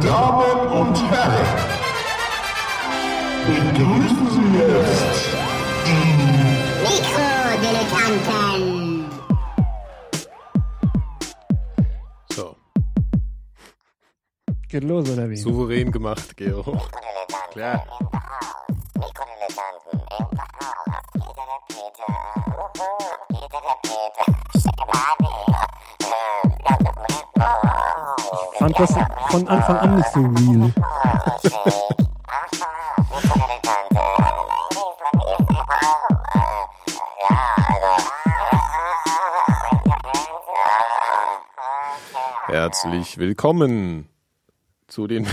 Damen und Herren, begrüßen Sie jetzt die Mikrodilettanten. So. Geht los, oder wie? Souverän gemacht, Gero. Klar. Ich fand das von Anfang an nicht so real. Herzlich willkommen zu den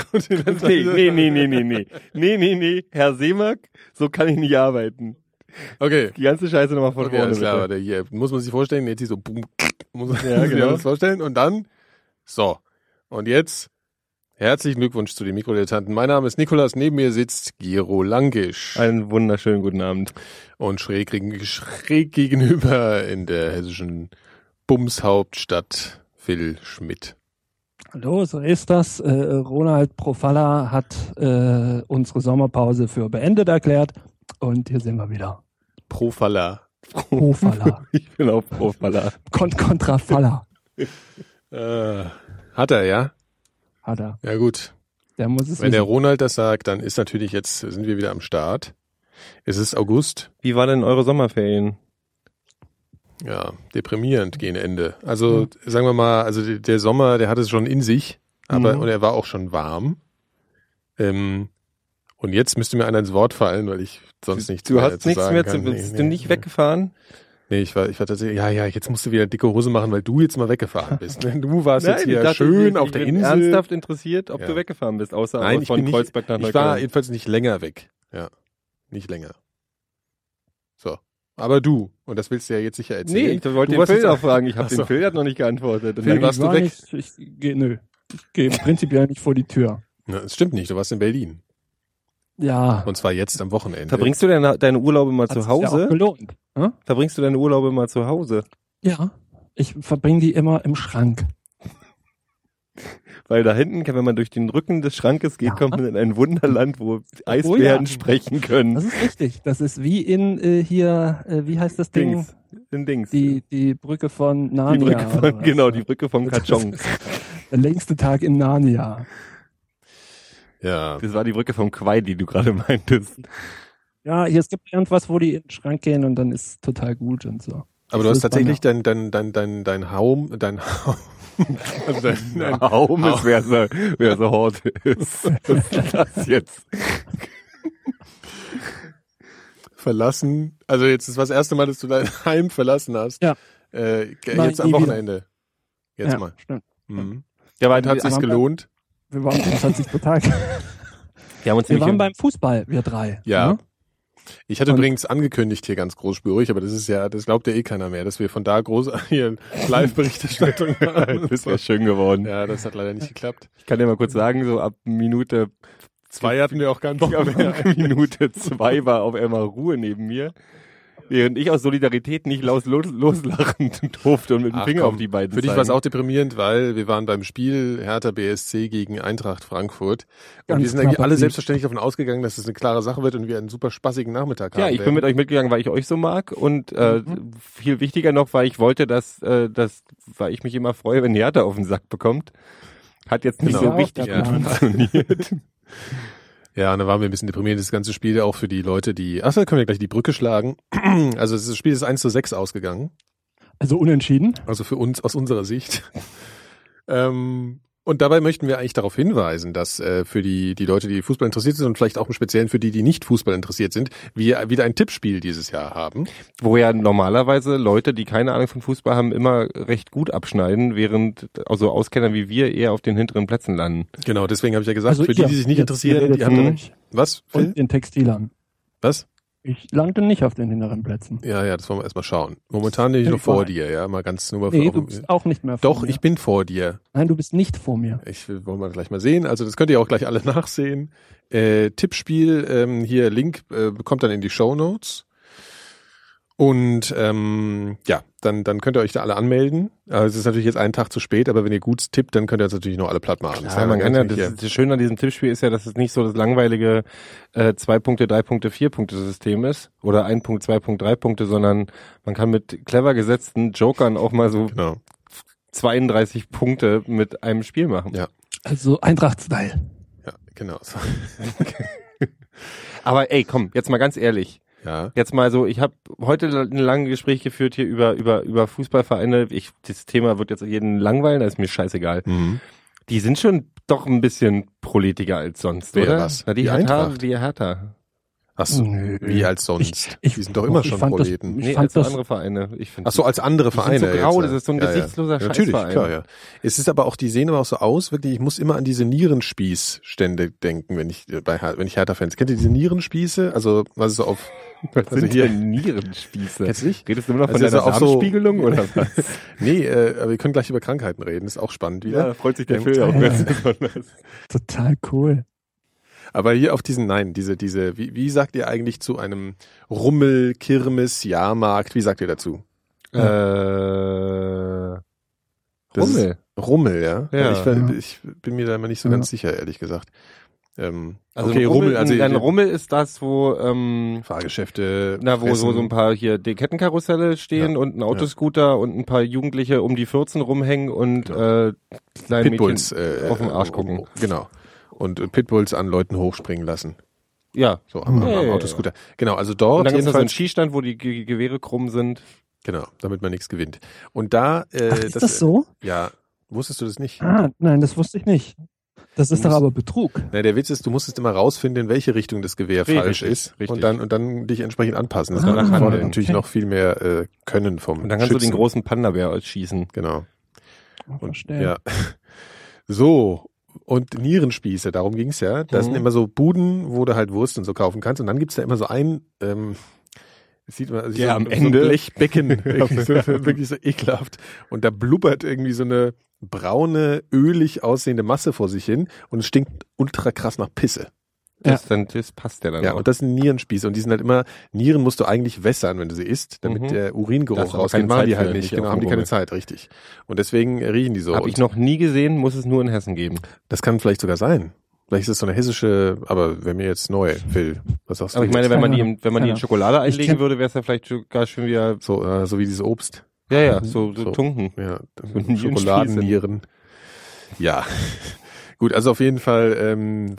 Nee. Herr Seemack, so kann ich nicht arbeiten. Okay. Die ganze Scheiße nochmal von Okay, vorne. alles klar, bitte. warte, hier muss man sich vorstellen, jetzt hier so boom, muss man Ja, sich genau. alles vorstellen und dann so. Und jetzt herzlichen Glückwunsch zu den Mikrodilettanten. Mein Name ist Nikolas, neben mir sitzt Gero Langisch Einen wunderschönen guten Abend. und schräg gegenüber in der hessischen Bumshauptstadt Phil Schmidt. Hallo, so ist das. Ronald Profalla hat unsere Sommerpause für beendet erklärt und hier sind wir wieder. Profalla. Profalla. Ich bin auch Profaller. Contra Falla Hat er, ja? hat er. Ja gut. Der muss es Wenn der wissen. Ronald das sagt, dann ist natürlich jetzt, sind wir wieder am Start. Es ist August. Wie war denn eure Sommerferien? Ja, deprimierend gegen Ende. Also sagen wir mal, also der Sommer, der hatte es schon in sich, aber und er war auch schon warm. Und jetzt müsste mir einer ins Wort fallen, weil ich sonst nichts Du mehr hast zu nichts sagen mehr kann. zu, bist du nicht weggefahren? Nee, ich war tatsächlich, ja, jetzt musst du wieder dicke Hose machen, weil du jetzt mal weggefahren bist. Ne? Du warst jetzt ich hier dachte, schön ich auf der bin Insel. ernsthaft interessiert, ob Ja. du weggefahren bist, außer Nein, ich von bin Kreuzberg nach nicht, ich war Neukölln. jedenfalls nicht länger weg. Ja, nicht länger. So. Aber du, und das willst du ja jetzt sicher erzählen. Nee, ich wollte Du den warst Phil jetzt- auch fragen. Ich habe Ach so. den Phil hat noch nicht geantwortet. Und Phil, dann- warst du war weg? Nicht, ich gehe prinzipiell nicht vor die Tür. Na, das stimmt nicht, du warst in Berlin. Ja. Und zwar jetzt am Wochenende. Verbringst du deine Urlaube mal Hat zu sich ja auch Hause? gelohnt. Hm? Verbringst du deine Urlaube mal zu Hause? Ja. Ich verbringe die immer im Schrank. Weil da hinten, wenn man durch den Rücken des Schrankes geht, Ja. kommt man in ein Wunderland, wo Eisbären ja. sprechen können. Das ist richtig. Das ist wie in hier, wie heißt das Ding? Dings. Die Brücke von Narnia. Die Brücke oder von, was? genau, die Brücke vom Kachong. Der längste Tag in Narnia. Ja. Das war die Brücke vom Quai, die du gerade meintest. Ja, hier, es gibt irgendwas, wo die in den Schrank gehen und dann ist total gut und so. Aber du hast Das ist tatsächlich dein Haum, also dein Haum ist, wer so hart ist. Was ist das jetzt? verlassen. Also jetzt ist das erste Mal, dass du dein Heim verlassen hast. Ja. Jetzt am nie Wochenende. Jetzt ja, mal. Stimmt. Mhm. Ja, Und hat es sich aber- gelohnt? Wir waren, das hat sich total. wir haben uns Wir nämlich waren beim Fußball, wir drei. Ja. Ne? Ich hatte Und- übrigens angekündigt hier ganz großspurig, aber das glaubt ja eh keiner mehr, dass wir von da groß hier Live-Berichterstattung haben. das wäre schön geworden. Ja, das hat leider nicht geklappt. Ich kann dir mal kurz sagen, so ab Minute 2 hatten wir auch keinen Bock ab mehr. Minute 2 war auf einmal Ruhe neben mir. Während ich aus Solidarität nicht loslachen durfte und mit dem Ach, Finger komm, auf die beiden Für dich zeigen. war es auch deprimierend, weil wir waren beim Spiel Hertha BSC gegen Eintracht Frankfurt. Und Ganz wir sind eigentlich knapper alle Sieg. selbstverständlich davon ausgegangen, dass es eine klare Sache wird und wir einen super spaßigen Nachmittag haben. Ja, ich bin mit euch mitgegangen, weil ich euch so mag und viel wichtiger noch, weil ich wollte, weil ich mich immer freue, wenn die Hertha auf den Sack bekommt. Hat jetzt nicht Genau. so Ja, richtig der gut Plan. funktioniert. Ja, und da waren wir ein bisschen deprimiert, das ganze Spiel auch für die Leute, da können wir gleich die Brücke schlagen. Also das Spiel ist 1:6 ausgegangen. Also unentschieden. Also für uns, aus unserer Sicht. Und dabei möchten wir eigentlich darauf hinweisen, dass für die Leute, die Fußball interessiert sind und vielleicht auch im Speziellen für die nicht Fußball interessiert sind, wir wieder ein Tippspiel dieses Jahr haben. Wo ja normalerweise Leute, die keine Ahnung von Fußball haben, immer recht gut abschneiden, während also Auskenner wie wir eher auf den hinteren Plätzen landen. Genau, deswegen habe ich ja gesagt, Also für die ihr, sich nicht jetzt interessieren, redet die haben von dann... euch Was, Phil? und den Textilern. Was? Ich lande nicht auf den hinteren Plätzen. Ja, das wollen wir erstmal schauen. Momentan bin ich Ja, noch vor voll. dir, ja, mal ganz nur Nee, du bist auch nicht mehr vor Doch, mir. ich bin vor dir. Nein, du bist nicht vor mir. Wollen wir gleich mal sehen. Also das könnt ihr auch gleich alle nachsehen. Tippspiel, hier Link bekommt dann in die Shownotes. Und ja, dann könnt ihr euch da alle anmelden. Also es ist natürlich jetzt einen Tag zu spät, aber wenn ihr gut tippt, dann könnt ihr uns natürlich noch alle platt machen. Ja, man kann ja, das Schöne an diesem Tippspiel ist ja, dass es nicht so das langweilige 2 Punkte, 3 Punkte, 4 Punkte System ist oder 1 Punkt, 2 Punkt, 3 Punkte, sondern man kann mit clever gesetzten Jokern auch mal so 32 Punkte mit einem Spiel machen. Ja. Also Eintracht-Style. Ja, genau. Aber ey, komm, jetzt mal ganz ehrlich. Ja. Jetzt mal so, ich habe heute ein langes Gespräch geführt hier über Fußballvereine. Das Thema wird jetzt jeden langweilen, das ist mir scheißegal. Mhm. Die sind schon doch ein bisschen proletiger als sonst, Wer, oder? was? Na, die Die Hertha, Eintracht? die Hertha. Achso, Nö. wie als sonst. Die sind doch immer schon Proleten. Nee, fand als so das- andere Vereine. Ich finde. Ach so, als andere Die sind Vereine. so grau, jetzt, das ist so ein gesichtsloser Natürlich, Scheißverein. klar, ja. Es ist aber auch, die sehen aber auch so aus, wirklich, ich muss immer an diese Nierenspießstände denken, wenn ich Hertha-Fans. Kennt ihr diese Nierenspieße? Also, was ist so auf, Was also sind hier- denn Nierenspieße? Kennst du nicht? Redest du immer noch Also von deiner ist auch so- Darmspiegelung oder was? Nee, aber wir können gleich über Krankheiten reden, ist auch spannend wieder. da freut sich der Ja. Phil auch Ja. ganz besonders. Total cool. Aber hier auf diesen, wie sagt ihr eigentlich zu einem Rummel, Kirmes, Jahrmarkt, wie sagt ihr dazu? Das Rummel. ist Rummel, ja? Ja. Weil ich bin mir da immer nicht so ganz sicher, ehrlich gesagt. Also okay, ein Rummel, also ein Rummel ist das, wo Fahrgeschäfte, wo Fressen. so ein paar hier die Kettenkarusselle stehen Ja. und ein Autoscooter und ein paar Jugendliche um die 14 rumhängen und kleine Pitbulls Mädchen auf den Arsch gucken. Genau. Und Pitbulls an Leuten hochspringen lassen. Ja. So am Ja. Autoscooter. Genau, also dort Und dann gibt es noch so einen jedenfalls, Skistand, wo die Gewehre krumm sind. genau, damit man nichts gewinnt. Und da, Ist das so? Ja, wusstest du das nicht? Ah, nein, das wusste ich nicht. Das ist doch aber Betrug. Na, der Witz ist, du musstest immer rausfinden, in welche Richtung das Gewehr Richtig, falsch ist. richtig. Und dann dich entsprechend anpassen. Das Ah, erfordert handeln. natürlich Okay. noch viel mehr Können vom Und dann kannst du den Schützen. großen Panda-Bär schießen. Genau. Und, Verstehe. ja. So. Und Nierenspieße, darum ging's ja. Das sind immer so Buden, wo du halt Wurst und so kaufen kannst. Und dann gibt's da immer so ein, das sieht man, Der so, am so Ende- ein Blechbecken, wirklich so ekelhaft. Und da blubbert irgendwie so eine braune, ölig aussehende Masse vor sich hin und es stinkt ultra krass nach Pisse. Das passt ja dann Ja, auch. und das sind Nierenspieße und die sind halt immer, Nieren musst du eigentlich wässern, wenn du sie isst, damit Mhm. der Das Uringeruch ist aber rausgeht. keine Machen die Zeit halt für, nicht, nicht genau, auf haben dem die keine Rummel. Zeit, richtig. Und deswegen riechen die so. Habe Und ich noch nie gesehen, muss es nur in Hessen geben. das kann vielleicht sogar sein. Vielleicht ist das so eine hessische, aber wäre mir jetzt neu, Phil. Was sagst Aber du ich meine, jetzt? wenn man Keine die in Ahnung. Schokolade Ich einlegen kenn- würde, wäre es ja vielleicht sogar schon wieder, so wie dieses Obst. ja, so So. tunken. Ja, Nierenspieße. Schokoladennieren. Ja. Gut, also auf jeden Fall,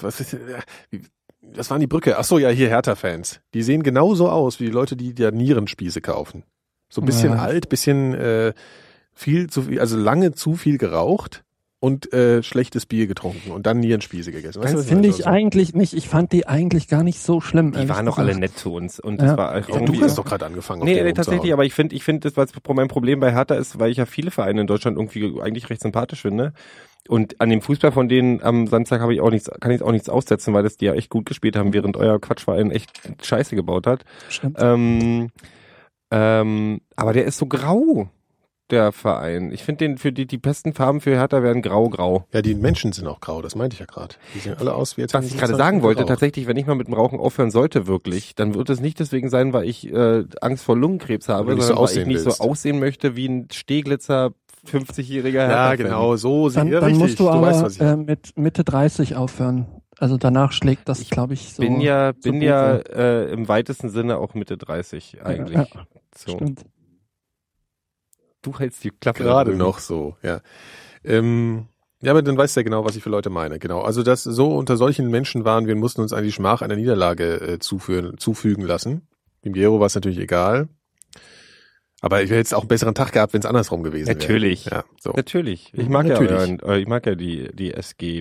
was waren die Brücke? Ach so, ja, hier Hertha-Fans. Die sehen genauso aus wie die Leute, die ja Nierenspieße kaufen. So ein bisschen Ja. alt, bisschen viel zu viel, also lange zu viel geraucht und schlechtes Bier getrunken und dann Nierenspieße gegessen. Weißt du, was Finde meine? ich eigentlich nicht. Ich fand die eigentlich gar nicht so schlimm. Die ehrlich waren doch gesagt. alle nett zu uns. Und Ja. das war Ja, irgendwie. du hast doch gerade angefangen. auf Nee, den tatsächlich, rumzuhauen. aber ich finde, das, was mein Problem bei Hertha ist, weil ich ja viele Vereine in Deutschland irgendwie eigentlich recht sympathisch finde. Und an dem Fußball von denen am Samstag kann ich auch nichts aussetzen, weil das die ja echt gut gespielt haben, während euer Quatschverein echt Scheiße gebaut hat. Stimmt. Aber der ist so grau, der Verein. Ich finde die besten Farben für Hertha wären grau. Ja, die Menschen sind auch grau, das meinte ich ja gerade. Die sehen alle aus wie jetzt. Was ich gerade sagen wollte, tatsächlich, wenn ich mal mit dem Rauchen aufhören sollte, wirklich, dann wird es nicht deswegen sein, weil ich Angst vor Lungenkrebs habe, Weil du nicht sondern so weil ich nicht aussehen so aussehen möchte wie ein Steglitzer 50-jähriger Ja, Hertha-Fan. genau, so Dann, ja, dann richtig. musst du weißt, aber was ich mit Mitte 30 aufhören. Also danach schlägt das, glaube ich, so. Bin ja so gut im weitesten Sinne auch Mitte 30 eigentlich. Ja, So. Stimmt. Du hältst die Klappe. Gerade noch so, ja. Ja, aber dann weißt du ja genau, was ich für Leute meine. Genau. Also das so unter solchen Menschen waren wir und mussten uns eigentlich Schmach einer Niederlage zufügen lassen. Dem Gero war es natürlich egal. Aber ich hätte jetzt auch einen besseren Tag gehabt, wenn es andersrum gewesen wäre. Natürlich. Ja, so. Natürlich. Ich mag Natürlich. ich mag ja die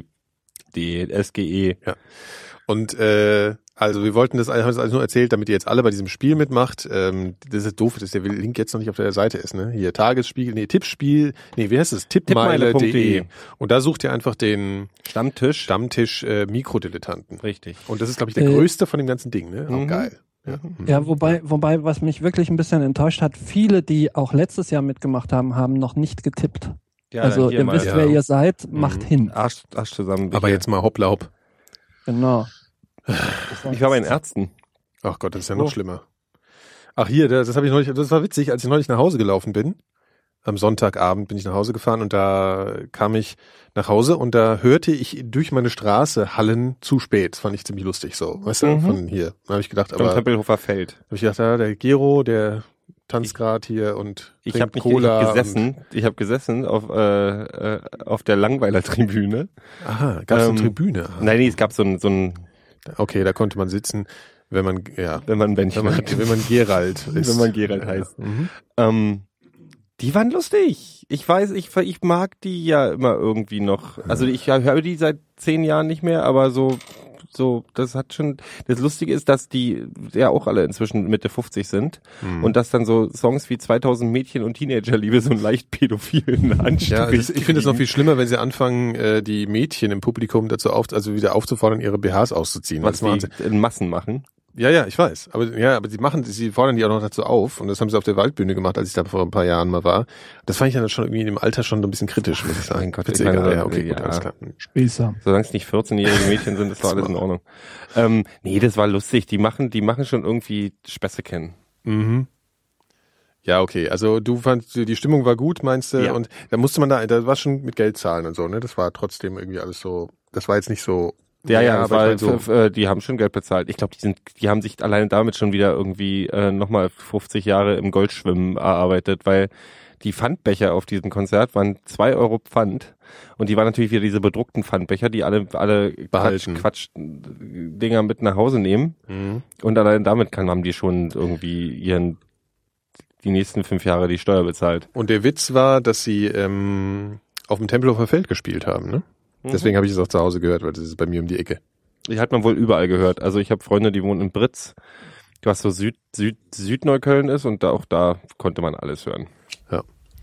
SGE. Und also wir wollten das, haben das alles nur erzählt, damit ihr jetzt alle bei diesem Spiel mitmacht. Das ist doof, dass der Link jetzt noch nicht auf der Seite ist, ne? Hier Tagesspiegel, Tippspiel, wie heißt es? Tippmeile.de. Und da sucht ihr einfach den Stammtisch Mikrodilettanten. Richtig. Und das ist, glaube ich, der größte von dem ganzen Ding, ne? Auch Mhm. geil. Ja. Ja, wobei, was mich wirklich ein bisschen enttäuscht hat, viele, die auch letztes Jahr mitgemacht haben, haben noch nicht getippt. Ja, also dann hier ihr mal. wisst, ja. wer ihr seid, macht hin. Arsch zusammen. Aber jetzt mal hoppla hopp. Genau. Ich war bei den Ärzten. Ach Gott, das ist ja noch Oh. schlimmer. Ach hier, das habe ich neulich, das war witzig, als ich neulich nach Hause gelaufen bin. Am Sonntagabend bin ich nach Hause gefahren und da kam ich nach Hause und da hörte ich durch meine Straße hallen zu spät. Das fand ich ziemlich lustig so, weißt du, von hier. Da habe ich gedacht, Vom aber Tempelhofer Feld. habe ich gedacht, ja, der Gero, der tanzt gerade hier und Ich habe Cola. gesessen auf der Langweiler-Tribüne. Aha, gab es eine Tribüne? Aha. Nein, es gab so ein Okay, da konnte man sitzen, wenn man ein Bändchen hat. wenn man Gerald ist. Wenn man Gerald heißt. Mhm. Die waren lustig. Ich weiß, ich mag die ja immer irgendwie noch. Also ich höre die seit 10 Jahren nicht mehr, aber so, das hat schon, das Lustige ist, dass die ja auch alle inzwischen Mitte 50 sind und dass dann so Songs wie 2000 Mädchen und Teenagerliebe so einen leicht pädophilen Anstrich Ja, ich finde es noch viel schlimmer, wenn sie anfangen, die Mädchen im Publikum dazu wieder aufzufordern, ihre BHs auszuziehen. Was die in Massen machen. Ja, ich weiß. Aber sie fordern die auch noch dazu auf. Und das haben sie auf der Waldbühne gemacht, als ich da vor ein paar Jahren mal war. Das fand ich dann schon irgendwie im Alter schon ein bisschen kritisch, muss ich sagen. Mein Gott, Jetzt ich meine, egal. Ja, okay, gut, ja. alles klar. Spießer. Solange es nicht 14-jährige Mädchen sind, ist doch alles in Ordnung. Nee, das war lustig. Die machen schon irgendwie Späße kennen. Mhm. Ja, okay. Also du fandst, die Stimmung war gut, meinst du? Ja. Und da musste man da war schon mit Geld zahlen und so, ne? Das war trotzdem irgendwie alles so, das war jetzt nicht so. Ja, aber das war, die haben schon Geld bezahlt. Ich glaube, die haben sich alleine damit schon wieder irgendwie nochmal 50 Jahre im Goldschwimmen erarbeitet, weil die Pfandbecher auf diesem Konzert waren 2 Euro Pfand und die waren natürlich wieder diese bedruckten Pfandbecher, die alle Behalten. Quatsch-Dinger mit nach Hause nehmen und allein damit haben die schon irgendwie die nächsten 5 Jahre die Steuer bezahlt. Und der Witz war, dass sie auf dem Tempelhofer Feld gespielt haben, ne? Deswegen habe ich es auch zu Hause gehört, weil das ist bei mir um die Ecke. Die hat man wohl überall gehört. Also ich habe Freunde, die wohnen in Britz, was so Südneukölln ist und auch da konnte man alles hören. Ja.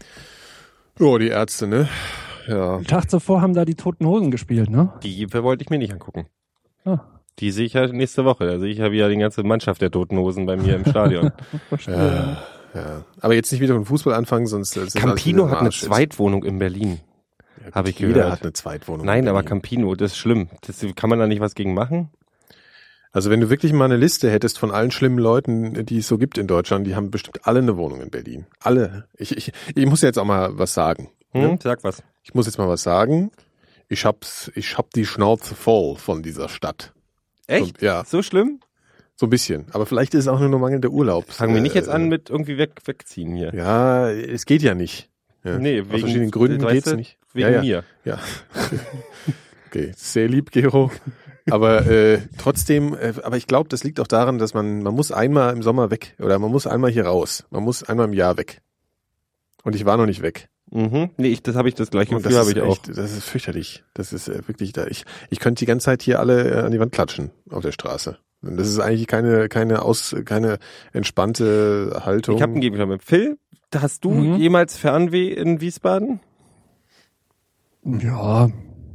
Oh, die Ärzte, ne? Ja. Den Tag zuvor haben da die Toten Hosen gespielt, ne? Die wollte ich mir nicht angucken. Ah. Die sehe ich ja nächste Woche. Da sehe ich ja wieder die ganze Mannschaft der Toten Hosen bei mir im Stadion. Ja. Aber jetzt nicht wieder mit Fußball anfangen, sonst... Campino hat eine Zweitwohnung in Berlin. Ja, habe ich jeder gehört. hat eine Zweitwohnung. Nein, aber Campino, das ist schlimm. Kann man da nicht was gegen machen? Also wenn du wirklich mal eine Liste hättest von allen schlimmen Leuten, die es so gibt in Deutschland, die haben bestimmt alle eine Wohnung in Berlin. Alle. Ich muss jetzt auch mal was sagen. Ne? Sag was. Ich muss jetzt mal was sagen. Ich hab die Schnauze voll von dieser Stadt. Echt? Ja. So schlimm? So ein bisschen. Aber vielleicht ist es auch nur mangelnder Urlaub. Fangen wir nicht jetzt an mit irgendwie wegziehen hier. Ja, es geht ja nicht. Ja. Nee, aus verschiedenen Gründen geht's nicht. Wegen mir. Ja. Okay, sehr lieb, Gero. Aber trotzdem, aber ich glaube, das liegt auch daran, dass man muss einmal im Sommer weg oder man muss einmal hier raus. Man muss einmal im Jahr weg. Und ich war noch nicht weg. Mhm. Nee, das gleiche Und Gefühl habe ich auch. Das ist fürchterlich. Das ist wirklich da. Ich könnte die ganze Zeit hier alle an die Wand klatschen auf der Straße. Und das ist eigentlich keine entspannte Haltung. Ich habe einen Gegenstand mit Phil. Hast du jemals Fernweh in Wiesbaden? Ja,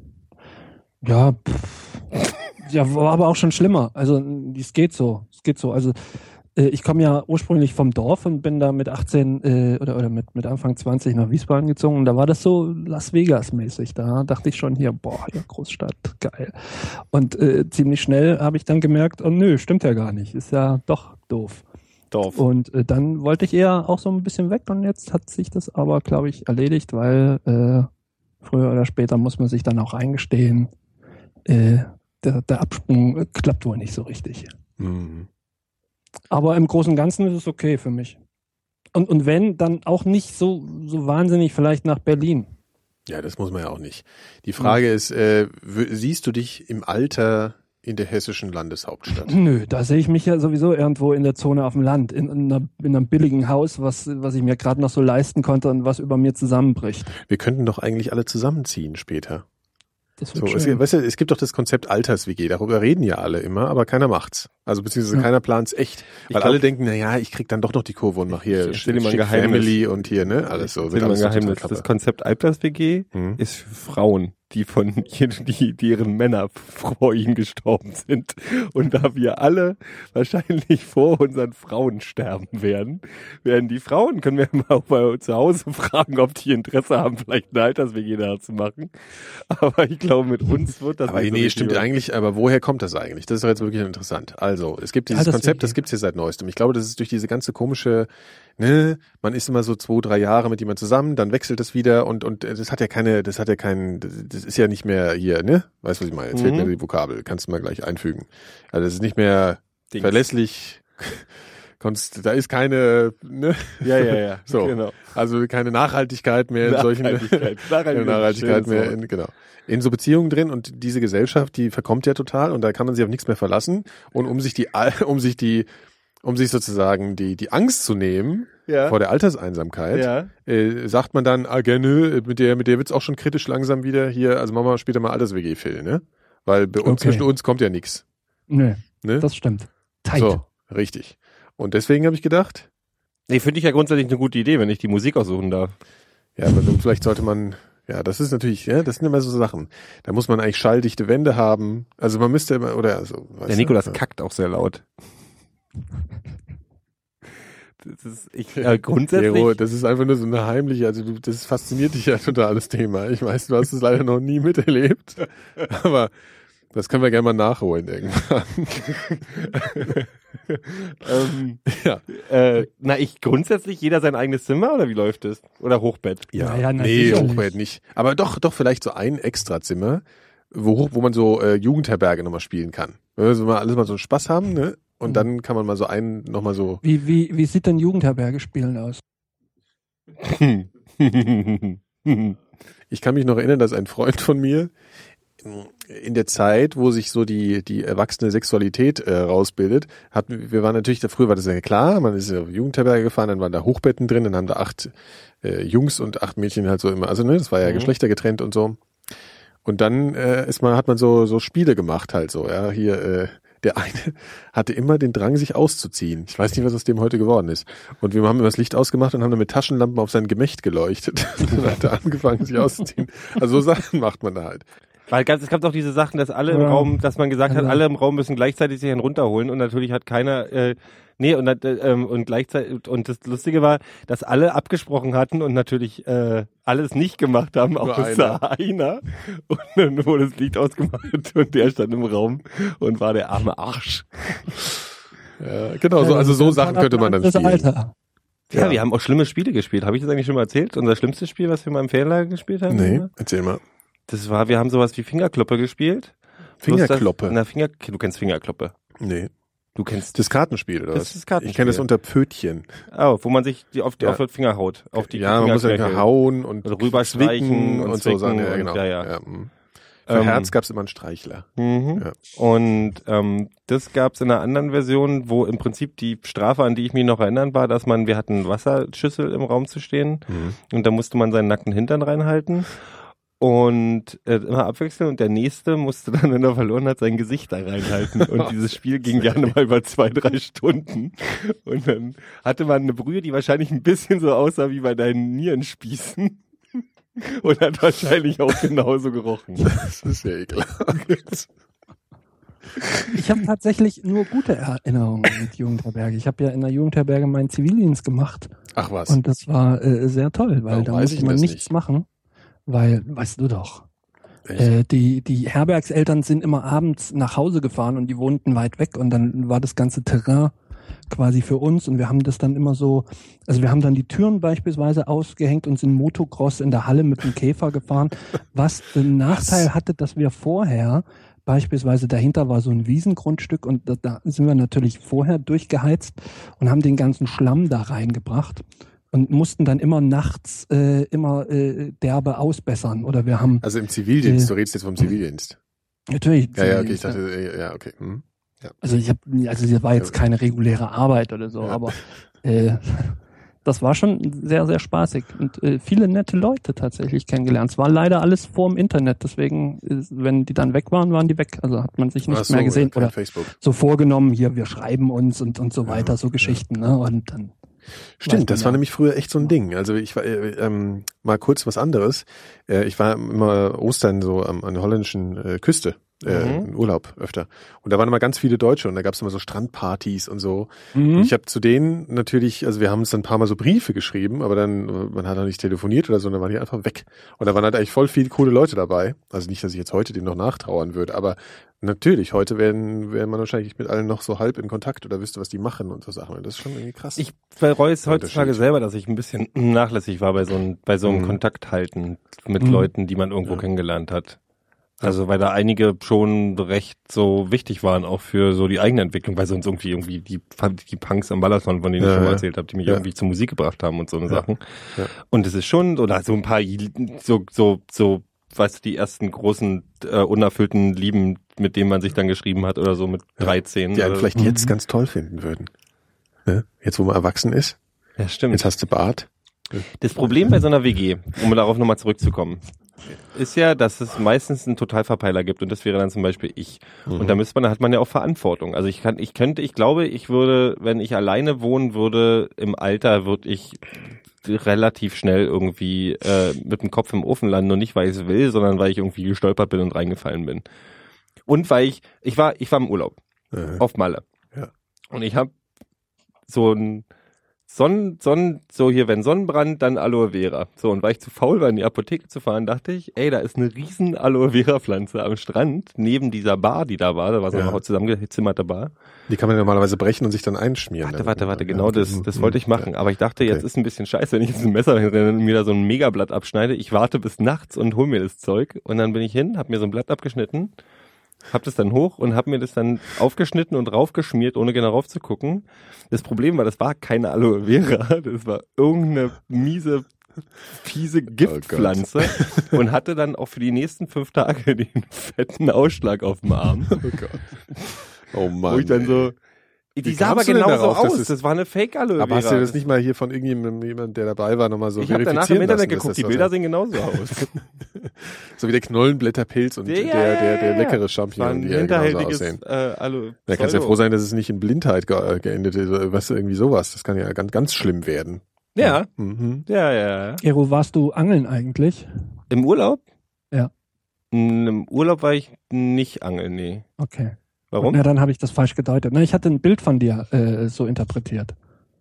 war aber auch schon schlimmer. Also es geht so. Also ich komme ja ursprünglich vom Dorf und bin da mit 18 oder mit Anfang 20 nach Wiesbaden gezogen. Und da war das so Las Vegas-mäßig. Da dachte ich schon hier, ja, Großstadt, geil. Und ziemlich schnell habe ich dann gemerkt, oh nö, stimmt ja gar nicht. Ist ja doch doof. Dorf. Und dann wollte ich eher auch so ein bisschen weg und jetzt hat sich das aber, glaube ich, erledigt, weil früher oder später muss man sich dann auch eingestehen, der Absprung klappt wohl nicht so richtig. Mhm. Aber im Großen und Ganzen ist es okay für mich. Und wenn, dann auch nicht so wahnsinnig vielleicht nach Berlin. Ja, das muss man ja auch nicht. Die Frage ist, siehst du dich im Alter in der hessischen Landeshauptstadt? Nö, da sehe ich mich ja sowieso irgendwo in der Zone auf dem Land, in einem billigen Haus, was ich mir gerade noch so leisten konnte und was über mir zusammenbricht. Wir könnten doch eigentlich alle zusammenziehen später. Das So, wird schön. es gibt doch das Konzept Alters-WG, darüber reden ja alle immer, aber keiner macht's. Also beziehungsweise keiner plant's echt. Weil alle denken, ich krieg dann doch noch die Kurve und mach hier erzähl dir mal ein Geheimnis. Family und hier, ne, alles so. Das Geheimnis. Das Konzept Alters-WG ist für Frauen. die ihren Männer vor ihnen gestorben sind. Und da wir alle wahrscheinlich vor unseren Frauen sterben werden die Frauen, können wir mal bei zu Hause fragen, ob die Interesse haben, vielleicht eine Alters-WG da zu machen. Aber ich glaube, mit uns wird das aber nicht nee, so stimmt eigentlich, aber woher kommt das eigentlich? Das ist doch jetzt wirklich interessant. Also, es gibt dieses Konzept, das gibt's hier seit neuestem. Ich glaube, das ist durch diese ganze komische, man ist immer so 2-3 Jahre mit jemand zusammen, dann wechselt das wieder und das ist ja nicht mehr hier, ne? Weißt du, was ich meine? Jetzt fehlt mir die Vokabel, kannst du mal gleich einfügen. Also, das ist nicht mehr verlässlich, da ist keine, ne? Ja. So. Genau. Also keine Nachhaltigkeit mehr in solchen, Nachhaltigkeit mehr in, genau. In so Beziehungen drin und diese Gesellschaft, die verkommt ja total und da kann man sich auf nichts mehr verlassen und um sich sozusagen die Angst zu nehmen vor der Alterseinsamkeit, sagt man dann, gerne, mit der wird's auch schon kritisch langsam wieder hier, also machen wir später mal Alters-WG-Phil, ne? Weil bei uns, zwischen uns kommt ja nichts. Nee, ne? Das stimmt. Tight. So, richtig. Und deswegen habe ich gedacht, nee, finde ich ja grundsätzlich eine gute Idee, wenn ich die Musik aussuchen darf. Ja, aber vielleicht sollte man, ja, das ist natürlich, ja, das sind immer so Sachen. Da muss man eigentlich schalldichte Wände haben. Also man müsste immer, oder also. Der Nikolas kackt auch sehr laut. Grundsätzlich. Gero, das ist einfach nur so eine heimliche, also das fasziniert dich ja total, das Thema. Ich weiß, du hast es leider noch nie miterlebt, aber das können wir gerne mal nachholen irgendwann. Grundsätzlich jeder sein eigenes Zimmer oder wie läuft es? Oder Hochbett? Ja, nee, Hochbett nicht. Aber doch vielleicht so ein Extrazimmer, wo man so Jugendherberge nochmal spielen kann. Wenn wir alles mal so Spaß haben, ne? Und dann kann man mal so nochmal so. Wie sieht denn Jugendherberge spielen aus? Ich kann mich noch erinnern, dass ein Freund von mir in der Zeit, wo sich so die erwachsene Sexualität rausbildet, wir waren natürlich, früher war das ja klar, man ist auf Jugendherberge gefahren, dann waren da Hochbetten drin, dann haben da 8 Jungs und 8 Mädchen halt so immer, also ne, das war ja geschlechtergetrennt und so. Und dann hat man so Spiele gemacht halt so, ja, hier der eine hatte immer den Drang, sich auszuziehen. Ich weiß nicht, was aus dem heute geworden ist. Und wir haben immer das Licht ausgemacht und haben dann mit Taschenlampen auf sein Gemächt geleuchtet. Und dann hat er angefangen, sich auszuziehen. Also so Sachen macht man da halt. Weil es gab doch diese Sachen, dass alle im Raum, dass man gesagt hat, alle im Raum müssen gleichzeitig sich einen runterholen und natürlich hat keiner, und gleichzeitig, und das Lustige war, dass alle abgesprochen hatten und natürlich alles nicht gemacht haben, außer einer. Und dann wurde das Licht ausgemacht und der stand im Raum und war der arme Arsch. Ja, genau, so Sachen könnte man dann spielen. Alter. Ja, wir haben auch schlimme Spiele gespielt. Habe ich das eigentlich schon mal erzählt? Unser schlimmstes Spiel, was wir mal im Ferienlager gespielt haben? Nee, erzähl mal. Wir haben sowas wie Fingerkloppe gespielt. Fingerkloppe? Du kennst Fingerkloppe. Nee. Du kennst das Kartenspiel, oder was? Das ist das Kartenspiel. Ich kenne das unter Pfötchen. Oh, wo man sich auf die Finger haut. Auf die man muss ja hauen und rüberstreichen und so sagen. Ja, genau. Für Herz gab's immer einen Streichler. Ja. Und das gab's in einer anderen Version, wo im Prinzip die Strafe, an die ich mich noch erinnern war, dass wir hatten eine Wasserschüssel im Raum zu stehen und da musste man seinen nackten Hintern reinhalten. Und immer abwechseln und der Nächste musste dann, wenn er verloren hat, sein Gesicht da reinhalten. Und dieses Spiel ging gerne mal über 2-3 Stunden. Und dann hatte man eine Brühe, die wahrscheinlich ein bisschen so aussah wie bei deinen Nierenspießen. Und hat wahrscheinlich auch genauso gerochen. Das ist ja ekelhaft. Ich habe tatsächlich nur gute Erinnerungen mit Jugendherberge. Ich habe ja in der Jugendherberge meinen Zivildienst gemacht. Ach was. Und das war sehr toll, weil da musste man nichts machen. Weil, weißt du doch, die Herbergseltern sind immer abends nach Hause gefahren und die wohnten weit weg und dann war das ganze Terrain quasi für uns und wir haben das dann immer so, also wir haben dann die Türen beispielsweise ausgehängt und sind Motocross in der Halle mit dem Käfer gefahren, was den Nachteil hatte, dass wir vorher beispielsweise dahinter war so ein Wiesengrundstück und da sind wir natürlich vorher durchgeheizt und haben den ganzen Schlamm da reingebracht. Und mussten dann immer nachts derbe ausbessern. Oder wir haben. Also im Zivildienst, du redest jetzt vom Zivildienst. Natürlich. Ja, okay, ich dachte, ja, okay. Ja. Also das war jetzt keine reguläre Arbeit oder so, aber das war schon sehr, sehr spaßig und viele nette Leute tatsächlich kennengelernt. Es war leider alles vorm Internet, deswegen, wenn die dann weg waren, waren die weg. Also hat man sich nicht mehr gesehen oder Facebook. so vorgenommen, hier, wir schreiben uns und so weiter, so Geschichten, ne? Und dann Stimmt, das war nämlich früher echt so ein Ding. Also ich war mal kurz was anderes. Ich war immer Ostern so an der holländischen Küste. Im Urlaub öfter. Und da waren immer ganz viele Deutsche und da gab es immer so Strandpartys und so. Und ich habe zu denen natürlich, also wir haben uns dann ein paar Mal so Briefe geschrieben, aber dann, man hat auch nicht telefoniert oder so, dann waren die einfach weg. Und da waren halt eigentlich voll viele coole Leute dabei. Also nicht, dass ich jetzt heute dem noch nachtrauern würde, aber natürlich, heute wäre man wahrscheinlich mit allen noch so halb in Kontakt oder wüsste, was die machen und so Sachen. Und das ist schon irgendwie krass. Ich bereue es heutzutage selber, dass ich ein bisschen nachlässig war bei so einem Kontakt halten mit Leuten, die man irgendwo kennengelernt hat. Also weil da einige schon recht so wichtig waren, auch für so die eigene Entwicklung, weil sonst irgendwie die Punks am Balaton, von denen ich schon mal erzählt habe, die mich irgendwie zur Musik gebracht haben und so eine Sachen. Ja. Und es ist schon, oder so ein paar so weißt du, die ersten großen unerfüllten Lieben, mit denen man sich dann geschrieben hat oder so mit 13. Die einen vielleicht jetzt ganz toll finden würden. Ne? Jetzt, wo man erwachsen ist. Ja, stimmt. Jetzt hast du Bart. Das Problem bei so einer WG, um darauf nochmal zurückzukommen, ist ja, dass es meistens einen Totalverpeiler gibt und das wäre dann zum Beispiel ich. Und da hat man ja auch Verantwortung. Also ich glaube, ich würde, wenn ich alleine wohnen würde, im Alter würde ich relativ schnell irgendwie mit dem Kopf im Ofen landen und nicht, weil ich es will, sondern weil ich irgendwie gestolpert bin und reingefallen bin. Und weil ich war im Urlaub auf Malle. Ja. Und ich habe so ein wenn Sonnenbrand, dann Aloe Vera. So, und weil ich zu faul war, in die Apotheke zu fahren, dachte ich, da ist eine riesen Aloe Vera Pflanze am Strand, neben dieser Bar, die da war so eine zusammengezimmerte Bar. Die kann man ja normalerweise brechen und sich dann einschmieren. Warte, genau das wollte ich machen. Aber ich dachte, jetzt ist ein bisschen scheiße, wenn ich jetzt ein Messer mir da so ein Megablatt abschneide. Ich warte bis nachts und hol mir das Zeug. Und dann bin ich hin, hab mir so ein Blatt abgeschnitten, hab das dann hoch und hab mir das dann aufgeschnitten und raufgeschmiert, ohne genau rauf zu gucken. Das Problem war, das war keine Aloe Vera, das war irgendeine miese, fiese Giftpflanze und hatte dann auch für die nächsten 5 Tage den fetten Ausschlag auf dem Arm. Oh Gott. Oh Mann. Wo ich dann so, die sah aber genauso aus, das war eine Fake-Aloe Vera. Aber hast du das nicht mal hier von irgendjemandem, der dabei war, nochmal so verifizieren lassen? Ich habe danach im Internet geguckt, die Bilder sehen genauso aus. So wie der Knollenblätterpilz und der leckere Champignon, die ja genauso aussehen. Da kannst du ja froh sein, dass es nicht in Blindheit geendet ist, oder was, irgendwie sowas. Das kann ja ganz, ganz schlimm werden. Ja. Ja. Gero, warst du angeln eigentlich? Im Urlaub? Ja. Im Urlaub war ich nicht angeln, nee. Okay. Warum? Ja, dann habe ich das falsch gedeutet. Ich hatte ein Bild von dir so interpretiert.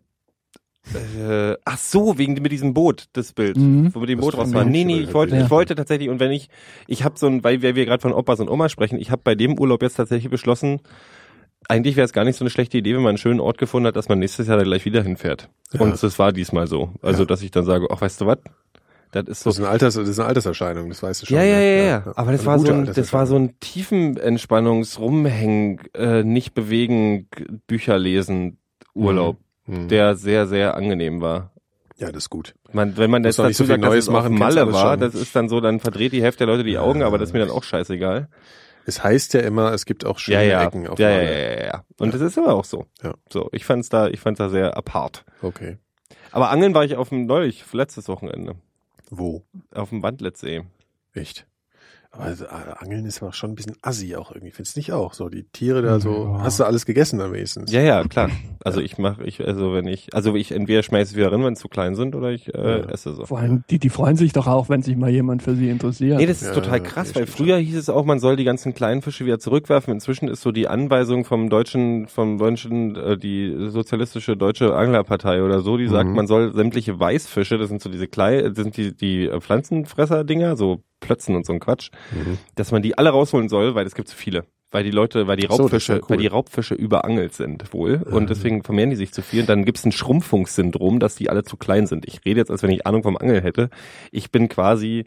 Ach so, mit diesem Boot, das Bild, wo wir dem Boot raus waren. Nee, ich wollte tatsächlich, und wenn ich habe weil wir gerade von Opas und Omas sprechen, ich habe bei dem Urlaub jetzt tatsächlich beschlossen, eigentlich wäre es gar nicht so eine schlechte Idee, wenn man einen schönen Ort gefunden hat, dass man nächstes Jahr da gleich wieder hinfährt. Ja. Und das war diesmal so. Also, dass ich dann sage, ach, weißt du was? Das ist eine Alterserscheinung, das weißt du schon. Ja. Aber das war so ein tiefen Entspannungs-Rumhängen, nicht bewegen, Bücher lesen, Urlaub, der sehr, sehr angenehm war. Ja, das ist gut. Wenn man jetzt dazu sagt, dass es auf Malle war, das ist dann so, dann verdreht die Hälfte der Leute die Augen, aber das ist mir dann auch scheißegal. Es heißt ja immer, es gibt auch schöne Ecken auf Malle. Ja. Und das ist aber auch so. Ja. So, ich fand's da sehr apart. Okay. Aber angeln war ich letztes Wochenende. Wo? Auf dem Wandlitzsee. Echt? Aber Angeln ist aber schon ein bisschen assi auch irgendwie. Findest du nicht auch? So die Tiere da so, hast du alles gegessen am wenigstens? Ja, klar. Also ich entweder schmeiße es wieder rein, wenn sie zu klein sind, oder ich esse so. Vor allem, die freuen sich doch auch, wenn sich mal jemand für sie interessiert. Nee, das ist total krass, weil früher hieß es auch, man soll die ganzen kleinen Fische wieder zurückwerfen. Inzwischen ist so die Anweisung vom deutschen, die sozialistische deutsche Anglerpartei oder so, die sagt, man soll sämtliche Weißfische, das sind so diese die Pflanzenfresser-Dinger, so Plötzen und so ein Quatsch, dass man die alle rausholen soll, weil es gibt zu viele. Weil die Raubfische überangelt sind wohl und deswegen vermehren die sich zu viel und dann gibt's ein Schrumpfungssyndrom, dass die alle zu klein sind. Ich rede jetzt, als wenn ich Ahnung vom Angeln hätte. Ich bin quasi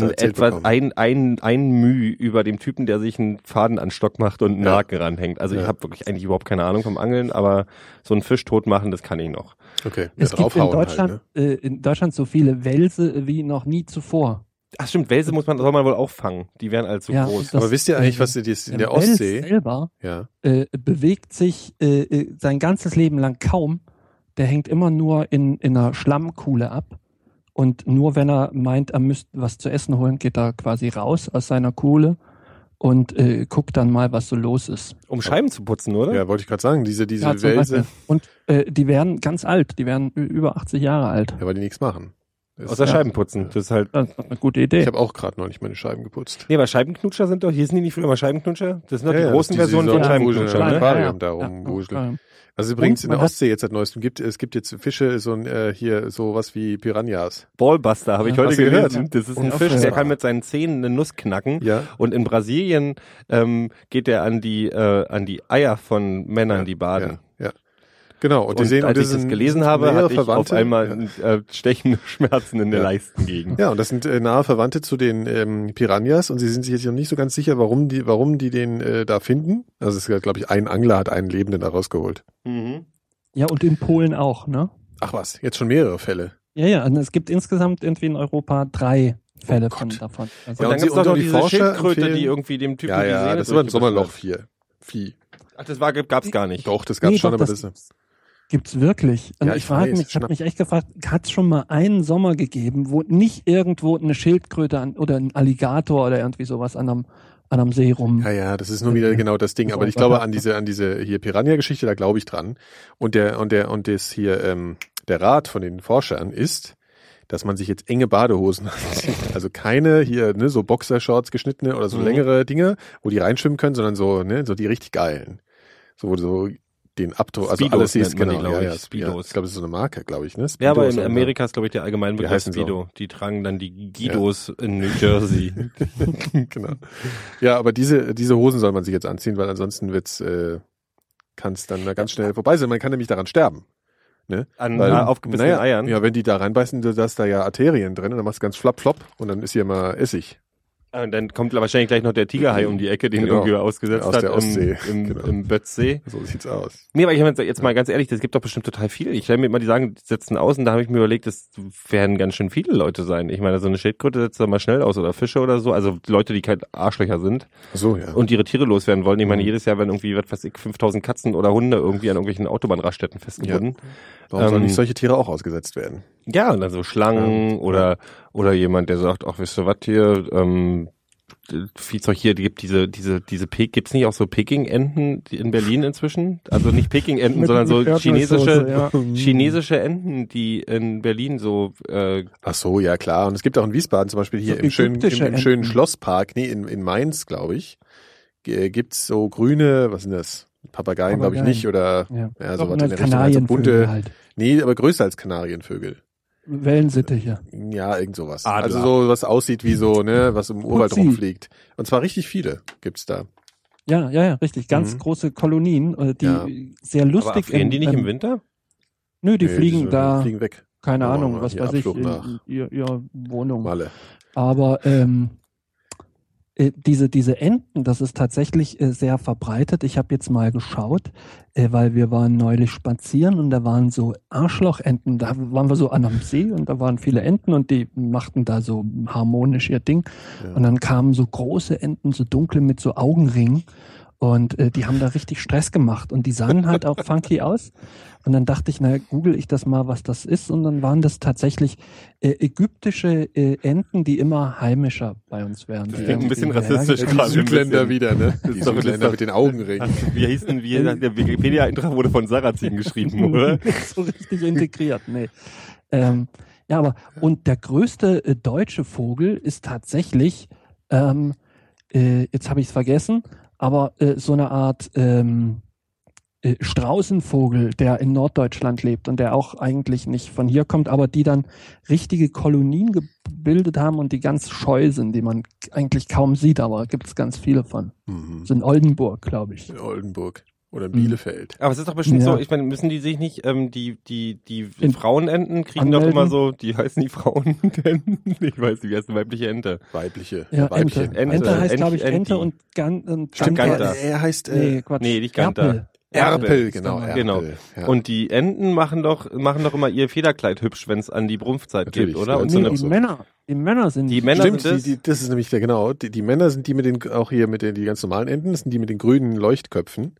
ein Müh über dem Typen, der sich einen Faden an den Stock macht und einen Haken ranhängt. Also ich habe wirklich eigentlich überhaupt keine Ahnung vom Angeln, aber so einen Fisch tot machen, das kann ich noch. Okay. Es gibt in Deutschland so viele Welse wie noch nie zuvor. Ach stimmt, Welse soll man wohl auch fangen. Die wären allzu groß. Aber wisst ihr eigentlich, was das in der Ostsee? Wels selber bewegt sich sein ganzes Leben lang kaum. Der hängt immer nur in einer Schlammkuhle ab. Und nur wenn er meint, er müsste was zu essen holen, geht er quasi raus aus seiner Kuhle und guck dann mal, was so los ist. Um Scheiben zu putzen, oder? Ja, wollte ich gerade sagen, diese Ja, zum Wälse, Beispiel. Und die werden ganz alt, die werden über 80 Jahre alt. ja, weil die nichts machen. Außer Scheiben putzen. Das ist halt. Das ist eine gute Idee. Ich habe auch gerade neulich meine Scheiben geputzt. Nee, aber Scheibenknutscher sind doch, hier sind die nicht früher mal Scheibenknutscher? Das sind doch die das großen ist diese Versionen von Rumwuseln Scheibenknutscher, im ne? Aquarium da rumwuseln. Also übrigens Und in der man hat- Ostsee jetzt seit neuestem es gibt jetzt Fische, so ein hier sowas wie Piranhas. Ballbuster habe ich Ja, heute hast du gehört? gelesen. Das ist ein Ja, Fisch, ja. der kann mit seinen Zähnen eine Nuss knacken. Ja. Und in Brasilien geht er an die Eier von Männern, die baden. Ja. Genau. Und die Und sehen, als und ich das gelesen habe, nähere hatte ich auf Verwandte. einmal stechende Schmerzen in der Ja. Leistengegend. Ja, und das sind nahe Verwandte zu den Piranhas und sie sind sich jetzt noch nicht so ganz sicher, warum die den da finden. Also es ist, glaube ich, ein Angler hat einen Lebenden da rausgeholt. Mhm. Ja, und in Polen auch, ne? Ach was, jetzt schon mehrere Fälle. Ja, und es gibt insgesamt irgendwie in Europa 3 Fälle Gott. davon. Und Ja, dann und gibt's sie- doch noch und die diese Forscher Schildkröte, empfehlen- die irgendwie dem Typen Ja, die Sehne das war ein durchgebissen Sommerloch hat. Vieh. Ach, das gab's gar nicht. Doch, das gab's Nee, schon, doch, aber das das gibt's wirklich. Und Ja, ich ich frage weiß, mich, ich habe mich echt gefragt, hat es schon mal einen Sommer gegeben, wo nicht irgendwo eine Schildkröte oder ein Alligator oder irgendwie sowas an einem See rum. Ja, das ist nur wieder genau das Ding. Aber ich glaube an diese hier Piranha-Geschichte, da glaube ich dran. Und das hier, der Rat von den Forschern ist, dass man sich jetzt enge Badehosen anzieht. Also keine hier, ne, so Boxershorts geschnittene oder so längere Dinge, wo die reinschwimmen können, sondern so, ne, so die richtig geilen. So, wo du so den Abdruck, also Speedos alles siehst, nennt man die, genau. glaube Ja, ich. Speedos. Ich glaube, das ist so eine Marke, glaube ich, ne? Ja, aber Speedos in oder- Amerika ist, glaube ich, der Allgemeinbegriff heißen so. Speedo. Die tragen dann die Guidos in New Jersey. Genau. Ja, aber diese Hosen soll man sich jetzt anziehen, weil ansonsten kann es dann ganz schnell vorbei sein. Man kann nämlich daran sterben. Ne? An Weil, aufgebissenen Eiern. Ja, wenn die da reinbeißen, du hast da ja Arterien drin und dann machst du ganz flapp und dann ist hier mal Essig. Und dann kommt wahrscheinlich gleich noch der Tigerhai um die Ecke, den Genau. irgendwie ausgesetzt Aus hat der Ostsee. im Genau. Bötzsee. So sieht's aus. Nee, aber ich meine jetzt mal ganz ehrlich, das gibt doch bestimmt total viel. Ich stelle mir immer die sagen, die setzen aus und da habe ich mir überlegt, das werden ganz schön viele Leute sein. Ich meine, so eine Schildkröte setzt da mal schnell aus oder Fische oder so, also Leute, die kein Arschlöcher sind So, ja. und ihre Tiere loswerden wollen. Ich meine, jedes Jahr werden irgendwie, was weiß ich, 5000 Katzen oder Hunde irgendwie an irgendwelchen Autobahnraststätten festgebunden. Warum sollen ähm, nicht solche Tiere auch ausgesetzt werden? Ja, und dann so Schlangen oder jemand, der sagt, ach, wisst ihr was hier, Viehzeug hier, die gibt gibt's nicht auch so Peking-Enten in Berlin inzwischen? Also nicht Peking-Enten, Mit sondern so Erdnusssoße, ja. chinesische Enten, die in Berlin so, Ach so, ja klar. Und es gibt auch in Wiesbaden zum Beispiel hier So im schönen ägyptische Enten. Schlosspark, nee, in Mainz, glaube ich, gibt's so grüne, was sind das? Papageien, glaube ich Papageien. nicht, oder Ja, sowas in und der als Richtung. Also Kanarienvögel bunte, halt. nee, aber größer als Kanarienvögel. Wellensittiche. Ja, irgend sowas. Adler. Also so, was aussieht wie so, ne, was im Urwald Putzi. rumfliegt. Und zwar richtig viele gibt's da. Ja, richtig. Ganz Mhm. große Kolonien, die Ja. sehr lustig aber frieren die nicht im Winter? Nö, die Nee, fliegen da, fliegen weg. keine Oh, Ahnung, was hier weiß ich, Abflug nach in ihrer Wohnung. Malle. Aber diese Enten, das ist tatsächlich sehr verbreitet. Ich habe jetzt mal geschaut, weil wir waren neulich spazieren und da waren so Arschlochenten. Da waren wir so an einem See und da waren viele Enten und die machten da so harmonisch ihr Ding. Ja. Und dann kamen so große Enten, so dunkle mit so Augenringen. Und die haben da richtig Stress gemacht und die sahen halt auch funky aus. Und dann dachte ich, na, google ich das mal, was das ist. Und dann waren das tatsächlich ägyptische Enten, die immer heimischer bei uns wären. Das Die klingt ein bisschen irgendwie rassistisch Die gerade. Südländer wieder, ne? Die doch- das Südländer doch- mit den Augenringen. Wie hieß denn, der Wikipedia-Eintrag wurde von Sarrazin geschrieben, oder? Nicht so richtig integriert, nee. Ja, aber, und der größte deutsche Vogel ist tatsächlich, jetzt habe ich es vergessen, aber so eine Art Straußenvogel, der in Norddeutschland lebt und der auch eigentlich nicht von hier kommt, aber die dann richtige Kolonien gebildet haben und die ganz scheu sind, die man eigentlich kaum sieht, aber gibt es ganz viele von. Mhm. Das ist in Oldenburg, glaube ich. In Oldenburg oder in Bielefeld. Aber es ist doch bestimmt Ja. so, ich meine, müssen die sich nicht, die In- Frauenenten kriegen doch anmelden? immer so, die heißen die Frauenenten? Ich weiß nicht, wie heißt eine weibliche Ente? Weibliche. Ja, Weibchen. Ente. Ente heißt, glaube ich, Enti. Ente und Stimmt, Ganta. er heißt Nee, Quatsch. Nee, nicht Ganta. Erpel, ist genau. der Erpel. Genau. Ja. Und die Enten machen doch immer ihr Federkleid hübsch, wenn es an die Brumpfzeit geht, Natürlich, oder? ja. Und Nee, so eine, auch die so. Männer sind Die Männer Stimmt, sind das? das ist nämlich die Männer sind die mit den, auch hier mit den, die ganz normalen Enten, das sind die mit den grünen Leuchtköpfen.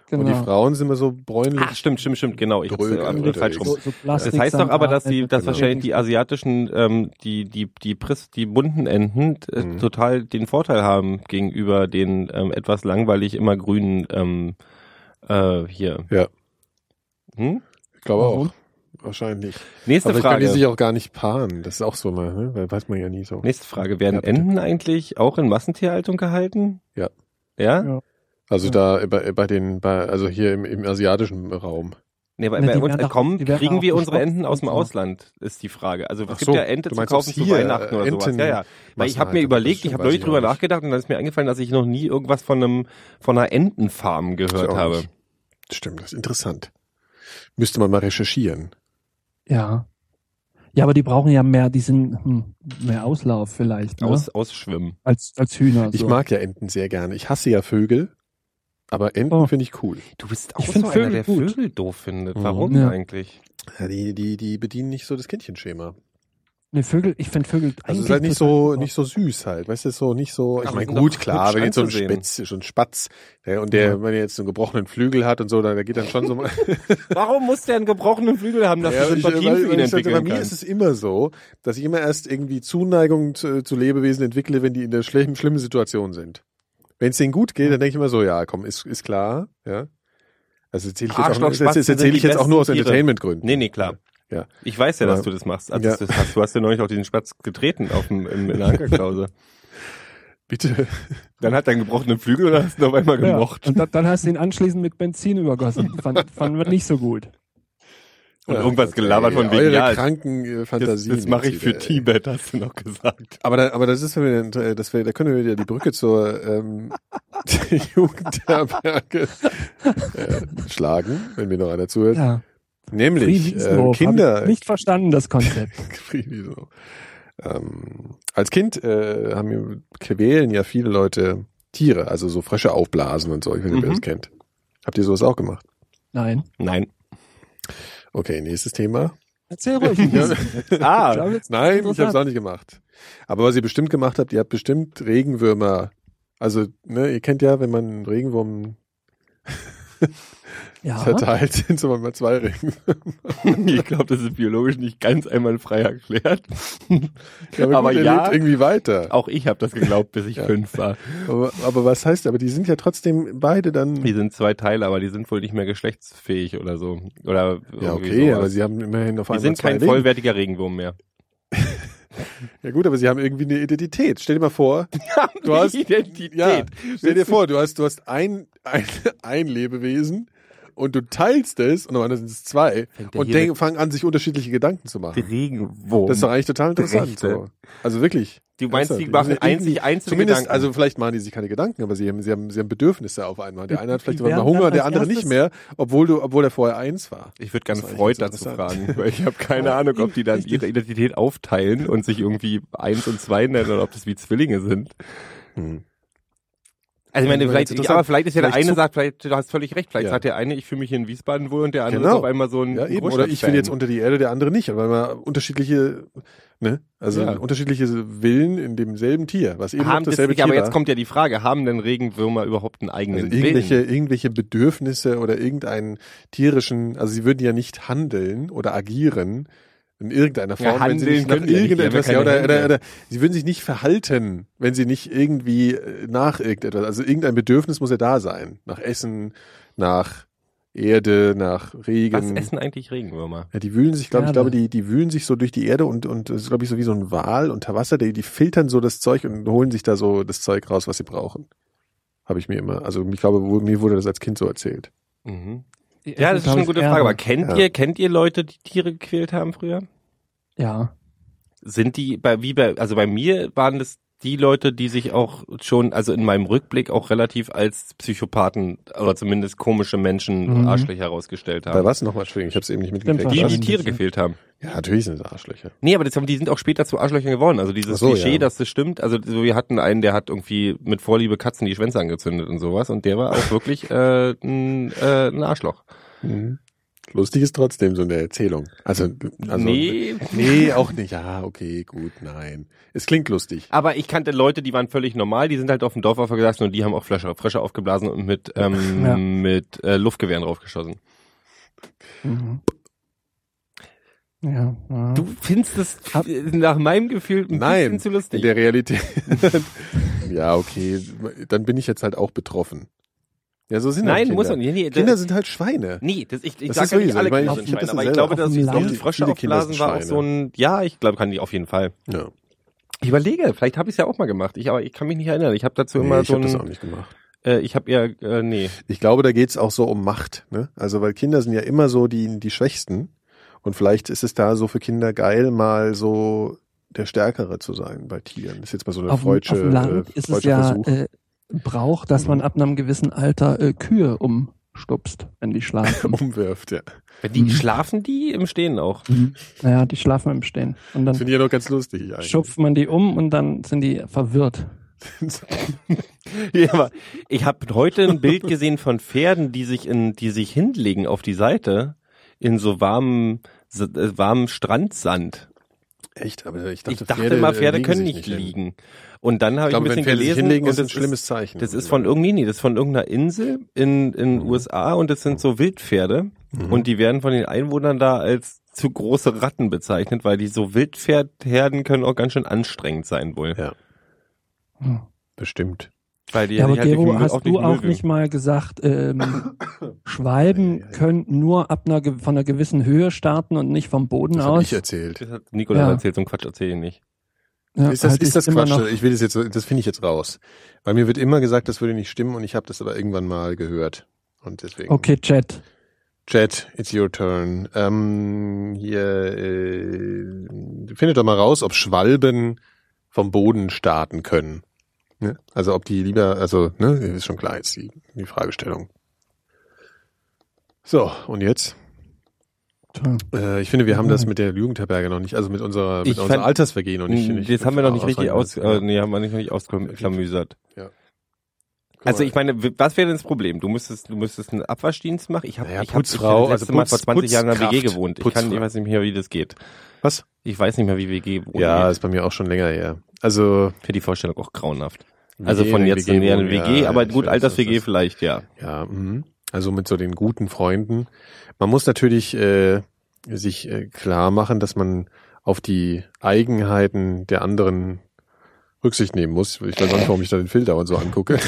Genau. Und die Frauen sind immer so bräunlich. Ach, stimmt, genau. Ich Dröge hab's unterwegs. falsch rum. So Das heißt doch aber, dass Plastik- wahrscheinlich die asiatischen, die bunten Enten total den Vorteil haben gegenüber den etwas langweilig immer grünen hier. Ja. Hm? Ich glaube Warum? auch. Wahrscheinlich. Nächste Aber können die Frage. sich auch gar nicht paaren. Das ist auch so mal, ne? Weil weiß man ja nie so. Nächste Frage. Werden Ja, bitte. Enten eigentlich auch in Massentierhaltung gehalten? Ja. Ja? Ja. Also also hier im asiatischen Raum. Nee, aber Ne, bei die uns werden doch- kommen, die werden kriegen auch wir unsere gestopft Enten aus dem und so. Ausland, ist die Frage. Also es Ach gibt so, ja Ente du zu meinst, kaufen ob's zu hier, Weihnachten oder sowas. Enten- Ja, ja. Weil ich habe mir Massenhaltung, überlegt, ich das habe weiß neulich ich drüber auch nicht. nachgedacht und dann ist mir eingefallen, dass ich noch nie irgendwas von einer Entenfarm Ich gehört auch habe. nicht. Stimmt, das ist interessant. Müsste man mal recherchieren. Ja. Ja, aber die brauchen ja mehr mehr Auslauf vielleicht, ne? Ausschwimmen. als Hühner. Ich so. mag ja Enten sehr gerne. Ich hasse ja Vögel, aber Enten finde ich cool. Du bist Ich auch find so einer, Vögel der gut. Vögel doof findet. Mhm. Warum Ja. eigentlich? Ja, die bedienen nicht so das Kindchenschema. Ne, Vögel, ich finde Vögel Also es ist eigentlich halt nicht total nicht so süß halt, weißt du, so nicht so, ich Aber meine sind gut, doch klar, hübsch wenn jetzt so ein anzusehen. so ein Spatz, ja, und der, wenn er jetzt so einen gebrochenen Flügel hat und so, der geht dann schon so mal. Warum muss der einen gebrochenen Flügel haben, dass Ja, du Sympathien für ihn entwickeln bei mir kannst? ist es immer so, dass ich immer erst irgendwie Zuneigung zu Lebewesen entwickle, wenn die in der schlimmen Situation sind. Wenn es denen gut geht, dann denke ich immer so, ja, komm, ist klar, ja. Also erzähle ich jetzt auch, Arschlochspatzen das erzähle sind ich die jetzt auch nur aus besten Tiere. Entertainment-Gründen. Nee, klar. Ja. Ich weiß ja, dass Ja. du das machst. Also Ja. du hast ja neulich auch diesen Spatz getreten in der Ankerklause. Bitte. Dann hat er einen gebrochenen Flügel und hast ihn auf einmal Ja. gemocht. Und dann hast du ihn anschließend mit Benzin übergossen. Fanden wir nicht so gut. Und irgendwas gelabert von wegen, eure ja, kranken Fantasien. das mache ich für jetzt wieder, ey. Tibet, hast du noch gesagt. Aber das ist, da können wir wieder die Brücke zur Jugendherberge schlagen, wenn mir noch einer zuhört. Ja. Nämlich Friedenshof. Kinder. Hab ich nicht verstanden, das Konzept. Friedenshof. Als Kind quälen ja viele Leute Tiere, also so Frösche aufblasen und so. Ich weiß nicht, ob ihr das kennt. Habt ihr sowas auch gemacht? Nein. Nein. Okay, nächstes Thema. Erzähl ruhig. ein bisschen. Ah, Ich glaub, jetzt- Nein, ich habe es Interessant. auch nicht gemacht. Aber was ihr bestimmt gemacht habt, ihr habt bestimmt Regenwürmer. Also, ne, ihr kennt ja, wenn man einen Regenwurm Ja. verteilt, sind so mal 2 Regenwürmer. ich glaube, das ist biologisch nicht ganz einwandfrei erklärt. Ja, Aber gut, er ja. lebt irgendwie weiter. Auch ich habe das geglaubt, bis ich 5 war. Aber was heißt, aber die sind ja trotzdem beide dann. Die sind 2 Teile, aber die sind wohl nicht mehr geschlechtsfähig oder so. Oder Ja, irgendwie okay, sowas. aber sie haben immerhin auf Die einmal sind 2 kein Leben. vollwertiger Regenwurm mehr. Ja gut, aber sie haben irgendwie eine Identität. Stell dir mal vor, du hast Identität. Ja, stell dir vor, du hast ein Lebewesen und du teilst es und am anderen sind es 2 Fängt der und hier fangen an, sich unterschiedliche Gedanken zu machen. Regenwurm. Das ist doch eigentlich total interessant. Rechte. So. Also wirklich. Du meinst, Ernsthaft, die machen sind irgendwie- einzig einzelne Zumindest, Gedanken. also vielleicht machen die sich keine Gedanken, aber sie haben Bedürfnisse auf einmal. Der eine hat vielleicht Die mal werden Hunger, dann der als andere nicht erstes- mehr, obwohl er vorher 1 war. Ich würde gerne Das ist Freud eigentlich dazu ganz fragen, weil ich habe keine Ahnung, ob die dann ihre Identität aufteilen und sich irgendwie 1 und 2 nennen oder ob das wie Zwillinge sind. Also ich meine, Ja, vielleicht, interessant. aber vielleicht ist ja der Vielleicht eine sagt, vielleicht, du hast völlig recht, vielleicht Ja. sagt der eine, ich fühle mich hier in Wiesbaden wohl und der andere Genau. ist auf einmal so ein Ja, eben. Oder ich Großstadtfan. will jetzt unter die Erde, der andere nicht, weil man unterschiedliche, ne? Also Ja. unterschiedliche Willen in demselben Tier, was eben haben noch dasselbe das, Tier aber war. jetzt kommt ja die Frage, haben denn Regenwürmer überhaupt einen eigenen Also irgendwelche, Willen? irgendwelche Bedürfnisse oder irgendeinen tierischen, also sie würden ja nicht handeln oder agieren in irgendeiner Form, Ja, wenn sie handeln nicht nach können die ja nicht, die haben irgendetwas, ja ja, keine Hände. oder sie würden sich nicht verhalten, wenn sie nicht irgendwie nach irgendetwas, also irgendein Bedürfnis muss ja da sein. Nach Essen, nach Erde, nach Regen. Was essen eigentlich Regenwürmer? Ja, die wühlen sich, glaube ich, Erde. die wühlen sich so durch die Erde und das ist, glaube ich, so wie so ein Wal unter Wasser, die filtern so das Zeug und holen sich da so das Zeug raus, was sie brauchen. Habe ich mir immer, also ich glaube, mir wurde das als Kind so erzählt. Mhm. Die Ja, das ist essen, schon eine glaub gute ich, Frage, aber Erde. kennt ihr Leute, die Tiere gequält haben früher? Ja. Sind die, also bei mir waren das die Leute, die sich auch schon, also in meinem Rückblick auch relativ als Psychopathen oder zumindest komische Menschen, Arschlöcher herausgestellt Bei haben. was nochmal? Entschuldigung, ich habe es eben nicht Stimmt, mitgekriegt. Die wahrscheinlich. Tiere gefehlt haben. Ja, natürlich sind es Arschlöcher. Nee, aber die sind auch später zu Arschlöchern geworden. Also dieses Ach so, Klischee, ja. dass das stimmt. Also so, wir hatten einen, der hat irgendwie mit Vorliebe Katzen die Schwänze angezündet und sowas und der war auch wirklich ein Arschloch. Mhm. Lustig ist trotzdem so eine Erzählung. Also nee, auch nicht. Ja, okay, gut, nein. Es klingt lustig. Aber ich kannte Leute, die waren völlig normal, die sind halt auf dem Dorf aufgesessen und die haben auch Frösche aufgeblasen und mit Luftgewehren draufgeschossen. Mhm. Ja. Du findest es nach meinem Gefühl ein bisschen zu lustig. In der Realität. Ja, okay, dann bin ich jetzt halt auch betroffen. Ja, so sind Nein, Kinder. muss man nicht. Nee, Kinder sind halt Schweine. Nee, ich Das sage ist ja nicht sowieso. alle Ich meine, Kinder ich sind hab das Schweine, aber ja ich glaube, selber. dass Ich glaube, die Frösche viele Kinder aufblasen sind war auch Schweine. so ein, ja, ich glaube, kann die auf jeden Fall. Ja. Ich überlege, vielleicht habe ich es ja auch mal gemacht. Aber ich kann mich nicht erinnern. Ich habe dazu immer Ich so habe das ein, auch nicht gemacht. ich habe eher, nee. Ich glaube, da geht's auch so um Macht, ne? Also, weil Kinder sind ja immer so die Schwächsten. Und vielleicht ist es da so für Kinder geil, mal so der Stärkere zu sein bei Tieren. Das ist jetzt mal so eine Auf dem Land ist es ja Brauch, dass man ab einem gewissen Alter Kühe umstupst, wenn die schlafen. umwirft, ja. Die schlafen die im Stehen auch. Naja, die schlafen im Stehen. Und dann Das finde ich ja doch ganz lustig eigentlich. schupft man die um und dann sind die verwirrt. Ja, aber ich habe heute ein Bild gesehen von Pferden, die sich hinlegen auf die Seite in so warmen Strandsand. Echt? Aber ich Ich dachte dachte immer, Pferde können sich nicht hin. liegen. Und dann habe ich ein wenn bisschen Pferde sich gelesen hinlegen, und ist ein schlimmes Zeichen. das ist von irgendeiner Insel in USA und das sind so Wildpferde und die werden von den Einwohnern da als zu große Ratten bezeichnet, weil die so Wildpferdherden können auch ganz schön anstrengend sein wohl. Ja. Bestimmt. Weil die Ja, aber sich halt durch Gero, den Müll hast du auch mögen. nicht mal gesagt, Schwalben können nur ab von einer gewissen Höhe starten und nicht vom Boden Das habe aus? ich erzählt. Das hat Nicola Ja. erzählt, so einen Quatsch erzähle ich nicht. Ja, Ist das immer Quatsch? noch- Ich will das jetzt, das finde ich jetzt raus. Weil mir wird immer gesagt, das würde nicht stimmen und ich habe das aber irgendwann mal gehört. Und deswegen. Okay, Chat. Chat, it's your turn. Hier, findet doch mal raus, ob Schwalben vom Boden starten können. Ne? Also ob die lieber, ist schon klar jetzt die Fragestellung. So, und jetzt? Ich finde, wir haben das mit der Jugendherberge noch nicht, also mit unserer Alters-WG noch nicht. Das haben wir noch nicht richtig ausreichend. haben wir nicht ausklamüsert. Ja. Also ich meine, was wäre denn das Problem? Du müsstest einen Abwaschdienst machen. Ich habe Putzfrau, das letzte Mal vor 20 Jahren in einer WG Putzkraft. gewohnt. Ich Putzfrau. weiß nicht mehr, wie das geht. Was? Ich weiß nicht mehr, wie WG wohnen Ja, geht. ist bei mir auch schon länger her. Also Für die Vorstellung auch grauenhaft. WG, Also von jetzt WG näher eine wohnen, WG, ja, aber ich gut, weiß, Alters-WG das- vielleicht, ja. ja, also mit so den guten Freunden. Man muss natürlich sich klar machen, dass man auf die Eigenheiten der anderen Rücksicht nehmen muss. Ich weiß nicht, warum ich da den Filter und so angucke.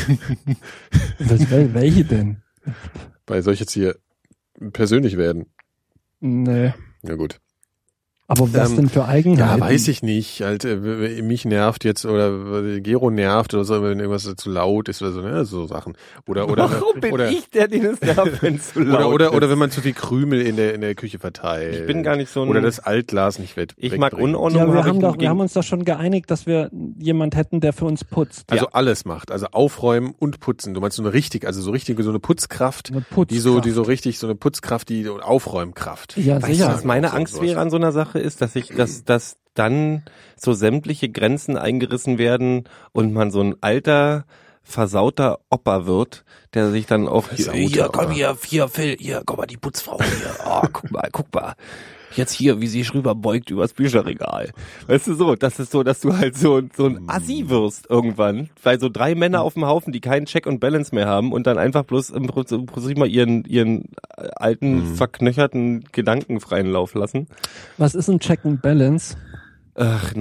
Welche denn? Weil soll ich jetzt hier persönlich werden? Nee. Ja gut. Aber was denn für Eigenheiten? Ja, weiß ich nicht. Halt, mich nervt jetzt oder Gero nervt oder so, wenn irgendwas zu laut ist oder so, ne? So Sachen. Oder Warum bin ich der, den es nervt, wenn es zu laut ist? oder wenn man zu viel Krümel in der Küche verteilt. Ich bin gar nicht so ein... Oder das Altglas nicht Ich mag wegbringen. Unordnung. Ja, habe wir haben uns doch schon geeinigt, dass wir jemand hätten, der für uns putzt. Also alles macht, also aufräumen und putzen. Du meinst so eine so eine Putzkraft, Eine Putzkraft. die so richtig so eine Putzkraft, die Aufräumkraft. Ja, Weißt du, sicher. was meine So, Angst sowas. wäre an so einer Sache ist, dass dann so sämtliche Grenzen eingerissen werden und man so ein alter, versauter Opa wird, der sich dann auf hier, komm hier, Phil, hier, komm mal, die Putzfrau hier, oh, guck mal. Jetzt hier, wie sie sich rüberbeugt übers Bücherregal. Weißt du so, das ist so, dass du halt so ein Assi wirst irgendwann, weil so 3 Männer auf dem Haufen, die keinen Check und Balance mehr haben und dann einfach bloß im Prinzip mal ihren alten, verknöcherten Gedanken freien Lauf lassen. Was ist ein Check and Balance? Ach,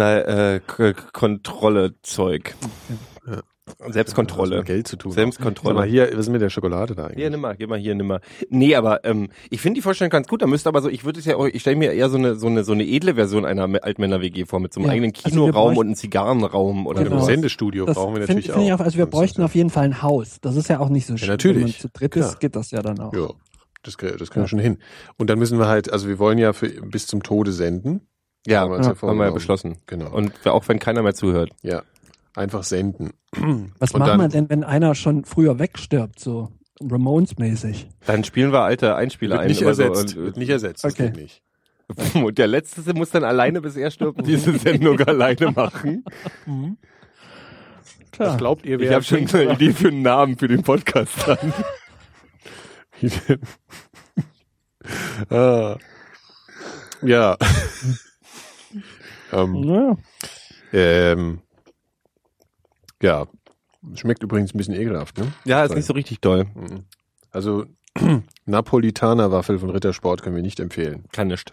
Kontrolle-Zeug. Ja. Selbstkontrolle. Also mit Geld zu tun. Selbstkontrolle. Sag mal hier, was ist mit der Schokolade da eigentlich? Hier, nimm mal. Nee, aber ich finde die Vorstellung ganz gut. Da müsste aber so, ich stelle mir eher so eine edle Version einer Altmänner-WG vor, mit so einem Ja, eigenen also wir Kinoraum bräuchten- und einem Zigarrenraum oder Und Genau. im so. Sendestudio Das brauchen wir finde natürlich ich auch. auch. Also wir bräuchten auf jeden Fall ein Haus. Das ist ja auch nicht so schlimm. natürlich. Wenn man zu dritt Klar. ist, geht das ja dann auch. Ja, das kriegen wir schon hin. Und dann müssen wir halt, also wir wollen ja bis zum Tode senden. Ja, Haben wir uns haben wir ja vorgenommen. beschlossen. Genau. Und auch wenn keiner mehr zuhört. Ja, einfach senden. Was Und machen dann- wir denn, wenn einer schon früher wegstirbt, so Ramones-mäßig? Dann spielen wir alte Einspieler Wird ein. nicht oder so. ersetzt. Wird nicht ersetzt. Das Okay. geht nicht. Und der Letzte muss dann alleine, bis er stirbt, diese Sendung alleine machen. Klar. Was glaubt ihr, Ich habe schon eine Idee für einen Namen für den Podcast dann. Ja. Ja. Ja. Schmeckt übrigens ein bisschen ekelhaft, ne? Ja, ist nicht so richtig doll. Also, Napolitaner-Waffel von Rittersport können wir nicht empfehlen. Kann nicht.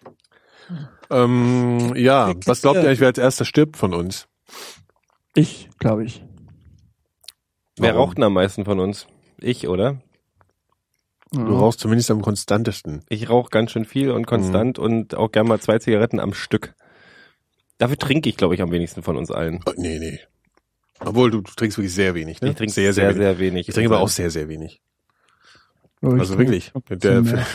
Ja, was glaubt ihr eigentlich, wer als erster stirbt von uns? Ich, glaube ich. Wer Warum? raucht denn am meisten von uns? Ich, oder? Du rauchst zumindest am konstantesten. Ich rauche ganz schön viel und konstant und auch gerne mal 2 Zigaretten am Stück. Dafür trinke ich, glaube ich, am wenigsten von uns allen. Nee. Obwohl, du trinkst wirklich sehr wenig, ne? Ich trinke sehr wenig. Ich trinke aber auch sehr, sehr wenig. Ja, ich Also trinke wirklich. ein bisschen mehr.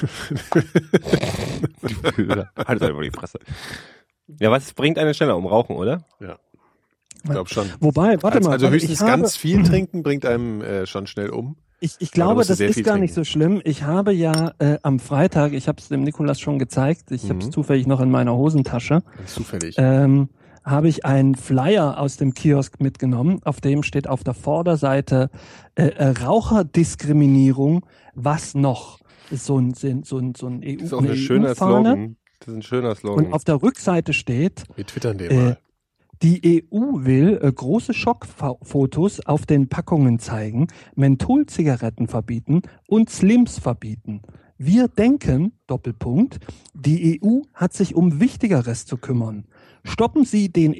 Halt einfach die Fresse. Ja, was bringt einen schneller um? Rauchen, oder? Ich glaube schon. Wobei, warte mal. Also höchstens ich habe, ganz viel trinken bringt einem schon schnell um. Ich glaube, musst du das sehr ist viel gar nicht trinken. so schlimm. Ich habe ja am Freitag, ich habe es dem Nikolas schon gezeigt, ich habe es zufällig noch in meiner Hosentasche, Ganz zufällig. habe ich einen Flyer aus dem Kiosk mitgenommen, auf dem steht auf der Vorderseite Raucherdiskriminierung, was noch? Das ist so ein EU, Das ist auch eine ein schöner EU-Fahne. Slogan. Das ist ein schöner Slogan. Und auf der Rückseite steht, Wir twittern den mal. die EU will große Schockfotos auf den Packungen zeigen, Mentholzigaretten verbieten und Slims verbieten. Wir denken, Doppelpunkt, die EU hat sich um Wichtigeres zu kümmern. Stoppen Sie den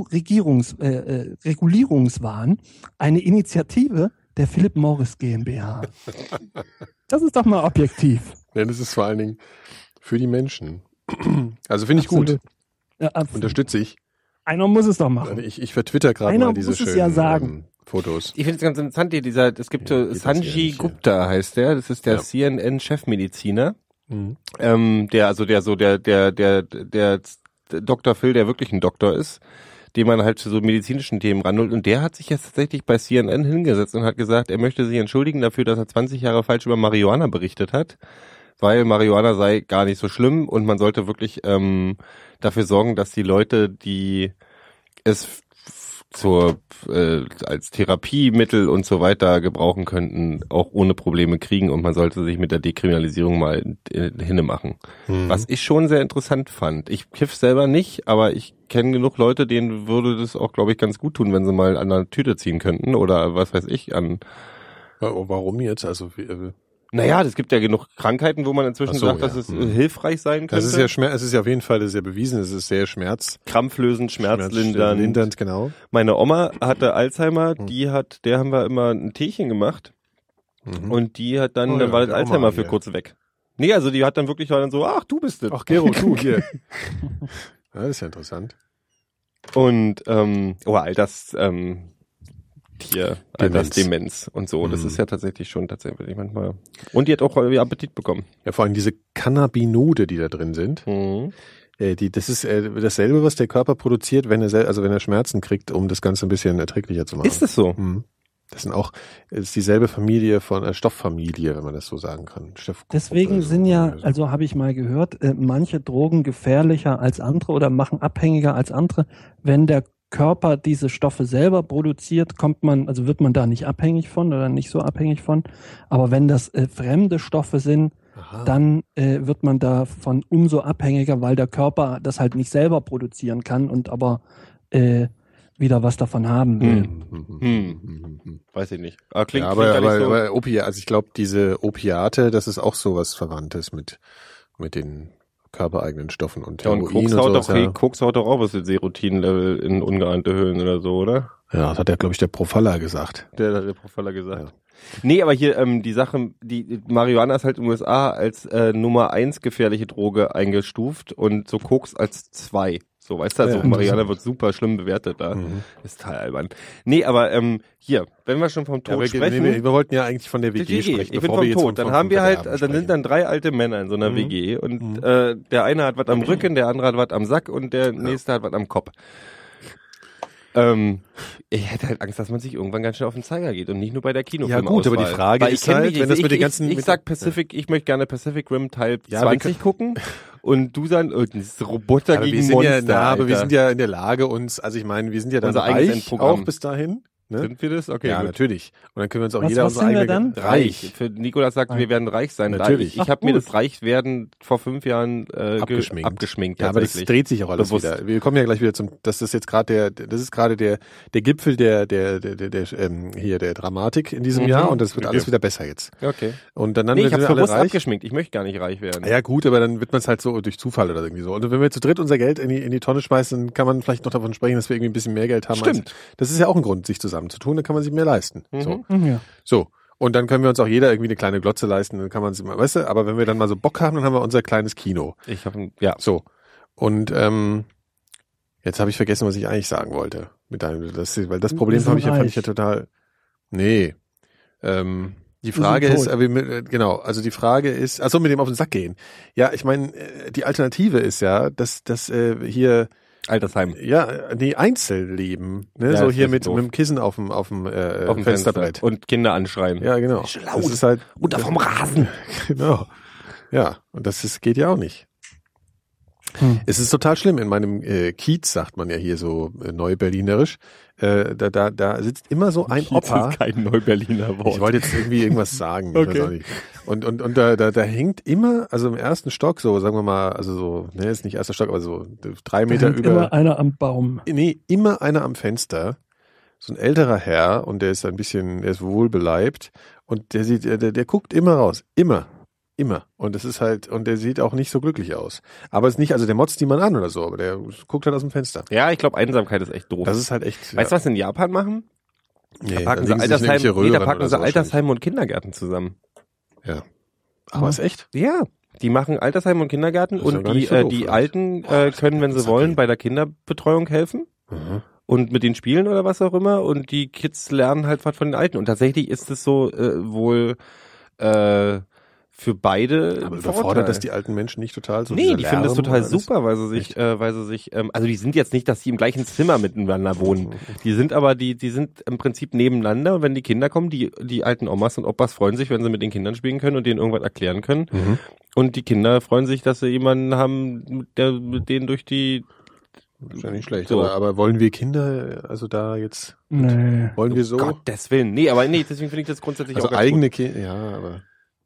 EU-Regulierungswahn, eine Initiative der Philip Morris GmbH. Das ist doch mal objektiv. Ja, das ist vor allen Dingen für die Menschen. Also finde ich gut. Ja, Unterstütze ich. einer muss es doch machen. Ich vertwitter gerade Einer mal diese muss es schönen ja sagen. Fotos. Ich finde es ganz interessant hier, es gibt Ja, so geht das ja Sanjay nicht, Gupta heißt der, das ist der Ja. CNN-Chefmediziner, Mhm. der Dr. Phil, der wirklich ein Doktor ist, den man halt zu so medizinischen Themen ranholt, und der hat sich jetzt tatsächlich bei CNN hingesetzt und hat gesagt, er möchte sich entschuldigen dafür, dass er 20 Jahre falsch über Marihuana berichtet hat, weil Marihuana sei gar nicht so schlimm und man sollte wirklich dafür sorgen, dass die Leute, die es als Therapiemittel und so weiter gebrauchen könnten, auch ohne Probleme kriegen, und man sollte sich mit der Dekriminalisierung mal hinne machen. Was ich schon sehr interessant fand. Ich kiff selber nicht, aber ich kenne genug Leute, denen würde das auch, glaube ich, ganz gut tun, wenn sie mal an einer Tüte ziehen könnten oder was weiß ich an. Warum jetzt? Also Naja, es gibt ja genug Krankheiten, wo man inzwischen Ach so, sagt, ja. dass es hilfreich sein könnte. das ist ja es ist ja auf jeden Fall, das ist ja bewiesen, es ist sehr Krampflösend, schmerzlindernd. schmerzlindernd, genau. Meine Oma hatte Alzheimer, der haben wir immer ein Teechen gemacht. Und die hat dann, Oh ja, dann war das die Oma Alzheimer für hier. kurz weg. Nee, also die hat dann wirklich, war dann so, ach, du bist es. Ach, Gero, du hier. Ja, das ist ja interessant. Und, Altersdemenz und so. Das ist ja tatsächlich manchmal. Und die hat auch Appetit bekommen. Ja, vor allem diese Cannabinode, die da drin sind, das ist dasselbe, was der Körper produziert, wenn er Schmerzen kriegt, um das Ganze ein bisschen erträglicher zu machen. Ist das so? Das ist dieselbe Familie von Stofffamilie, wenn man das so sagen kann. Deswegen sind ja, also habe ich mal gehört, manche Drogen gefährlicher als andere oder machen abhängiger als andere. Wenn der Körper diese Stoffe selber produziert, wird man da nicht abhängig von oder nicht so abhängig von. Aber wenn das fremde Stoffe sind, dann wird man davon umso abhängiger, weil der Körper das halt nicht selber produzieren kann und aber wieder was davon haben will. Weiß ich nicht. Aber klingt aber gar nicht so. also ich glaube, diese Opiate, das ist auch sowas Verwandtes mit den körpereigenen Stoffen und Ja, und Heroin und sowas. Koks haut doch auch was mit Serotin-Level in ungeahnte Höhlen oder so, oder? Ja, das hat ja, glaube ich, der Profaller gesagt. Der hat der Profiler gesagt. Ja. Nee, aber hier die Sache, die Marihuana ist halt in den USA als Nummer 1 gefährliche Droge eingestuft und so Koks als 2. So, weißt du, also Marihuana wird super schlimm bewertet da. Ist total albern. Nee, aber hier, wenn wir schon vom Tod sprechen. Wir wollten ja eigentlich von der WG sprechen. Ich bin vom Tod. Dann haben wir halt, dann sind dann 3 alte Männer in so einer WG und der eine hat was am Rücken, der andere hat was am Sack und der nächste hat was am Kopf. Ich hätte halt Angst, dass man sich irgendwann ganz schnell auf den Zeiger geht und nicht nur bei der Kinofilmauswahl. Ja gut, aber die Frage ist halt, wenn das mit den ganzen... Ich sag Pacific, ich möchte gerne Pacific Rim Teil 20 gucken und du sagst, das ist Roboter gegen Monster. Aber wir sind ja in der Lage, uns, also ich meine, wir sind ja dann Unser eigenes reich Endprogramm. auch bis dahin. Ne? Sind wir das? Okay, Ja, gut. natürlich. Und dann können wir uns auch Was jeder sind wir dann? Reich. Für Nikolas sagt, wir werden reich sein. Natürlich. Ich habe mir gut. das Reichwerden vor 5 Jahren Abgeschminkt. Ja, aber das tatsächlich. dreht sich auch alles Bewusst. wieder. Wir kommen ja gleich wieder das ist gerade der Gipfel der Dramatik in diesem Jahr und das wird alles wieder besser jetzt. Okay. Und dann Nee, ich werden habe wir alle bewusst reich. abgeschminkt. Ich möchte gar nicht reich werden. Ja gut, aber dann wird man es halt so durch Zufall oder irgendwie so. Und wenn wir zu dritt unser Geld in die Tonne schmeißen, dann kann man vielleicht noch davon sprechen, dass wir irgendwie ein bisschen mehr Geld haben. Stimmt. Das ist ja auch ein Grund, sich zusammenzutun, dann kann man sich mehr leisten. So. Ja. So. Und dann können wir uns auch jeder irgendwie eine kleine Glotze leisten, dann kann man es immer, weißt du, aber wenn wir dann mal so Bock haben, dann haben wir unser kleines Kino. Ich habe ja. So. Und jetzt habe ich vergessen, was ich eigentlich sagen wollte. Weil das Problem Wir sind fand ich ja reich. total. Nee. Die Frage sind ist, tot. genau, also die Frage ist, achso, mit dem auf den Sack gehen. Ja, ich meine, die Alternative ist ja, dass hier Altersheim. ja, nee, Einzelleben, ne, Ja, so das hier ist mit doof. dem Kissen auf dem Auf dem Fensterbrett. Fenster. Und Kinder anschreien. Ja, genau. Laut. Das ist halt Runter vom Rasen. Genau. Ja, und geht ja auch nicht. Es ist total schlimm. In meinem Kiez, sagt man ja hier so Neuberlinerisch, da sitzt immer so ein Kiez Opa. ist kein Neuberliner Wort. Ich wollte jetzt irgendwie irgendwas sagen. Ich Okay. weiß auch nicht. Und da hängt immer, also im ersten Stock, so sagen wir mal, also so, ne, ist nicht erster Stock, aber so 3 Da Meter hängt über. immer einer am Baum. Nee, immer einer am Fenster. So ein älterer Herr und der ist wohlbeleibt und der guckt immer raus. Immer. Und das ist halt, und der sieht auch nicht so glücklich aus. Aber es ist nicht, also der motzt niemand an oder so, aber der guckt halt aus dem Fenster. Ja, ich glaube, Einsamkeit ist echt doof. Das ist halt echt. Weißt du, was sie in Japan machen? Nee, Da packen dann sie legen sich irgendwelche Röhren da oder packen sie so Altersheime und Kindergärten zusammen. wahrscheinlich. Ja. Ach, was echt? Ja, die machen Altersheim und Kindergarten Das ist ja und gar die, nicht so doof, die vielleicht. Alten können, wenn sie das wollen, okay. bei der Kinderbetreuung helfen Mhm. und mit den Spielen oder was auch immer und die Kids lernen halt was von den Alten und tatsächlich ist es so wohl für beide Aber ein überfordert Vorteil. das die alten Menschen nicht total? So Nee, dieser die finden das Lärm total und alles? super, weil sie sich, also die sind jetzt nicht, dass die im gleichen Zimmer miteinander wohnen. Die sind aber, die sind im Prinzip nebeneinander und wenn die Kinder kommen, die alten Omas und Opas freuen sich, wenn sie mit den Kindern spielen können und denen irgendwas erklären können. Mhm. Und die Kinder freuen sich, dass sie jemanden haben, der mit denen durch die, Das ist ja nicht schlecht. So. Aber wollen wir Kinder, also da jetzt, Nee. wollen wir so? Gottes Willen. Nee, aber nee, deswegen finde ich das grundsätzlich Also auch ganz eigene gut. Kinder, ja, aber,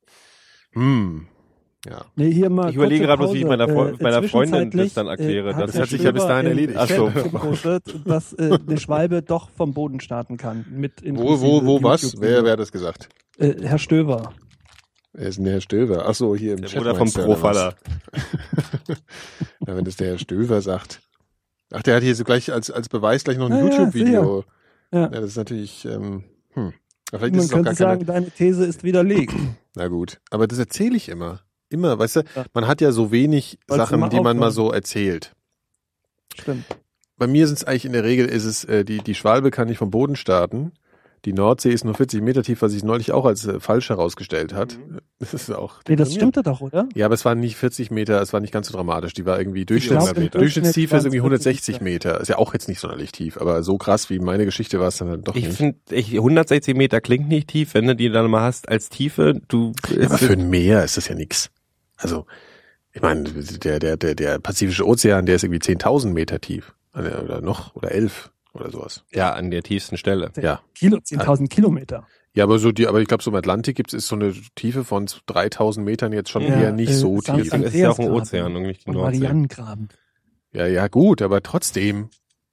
ja. Nee, hier mal Ich überlege kurze gerade bloß, wie ich Pause. meiner Freundin das zwischenzeitlich, dann erkläre. hat Das Herr hat sich ja bis Stöber, dahin erledigt. Ach so. gepostet, dass eine Schwalbe doch vom Boden starten kann. Mit Wo was? YouTube-Video. Wer hat das gesagt? Herr Stöber. Wer ist denn der Herr Stöver? Ach so, hier im Der Chat. Bruder vom meinst du, oder was? Profaller. Ja, wenn das der Herr Stöver sagt. Ach, der hat hier so gleich als Beweis gleich noch ein Ja, ja, YouTube-Video. Ja. Ja, das ist natürlich, Aber vielleicht ist Man es auch könnte gar sagen, deine These ist widerlegt. Na gut, aber das erzähle ich immer. Immer, weißt du, Ja. man hat ja so wenig Sollst du Sachen, mal die man mal aufhören. so erzählt. Stimmt. Bei mir sind es eigentlich in der Regel, ist es, die Schwalbe kann nicht vom Boden starten. Die Nordsee ist nur 40 Meter tief, was sich neulich auch als falsch herausgestellt hat. Das ist auch. Nee, das deprimierend. stimmte doch, oder? Ja, aber es waren nicht 40 Meter, es war nicht ganz so dramatisch. Die war irgendwie glaub, im Durchschnitt Durchschnittstiefe ist irgendwie waren's 160 Meter. Ist ja auch jetzt nicht sonderlich tief, aber so krass wie meine Geschichte war es dann halt doch Ich nicht. finde, 160 Meter klingt nicht tief, wenn du die dann mal hast als Tiefe. Ja, aber für ein Meer ist das ja nix. Also, ich meine, der Pazifische Ozean, der ist irgendwie 10.000 Meter tief. Oder noch, oder 11 oder sowas. ja, an der tiefsten Stelle. Ja. 10.000 Kilometer. Ja, aber aber ich glaube, so im Atlantik ist so eine Tiefe von 3.000 Metern jetzt schon Ja, eher nicht so San tief. Dann ist ja auch ein Andreasgraben Ozean und nicht die Und Nordsee. Marianengraben. Ja, gut, aber trotzdem.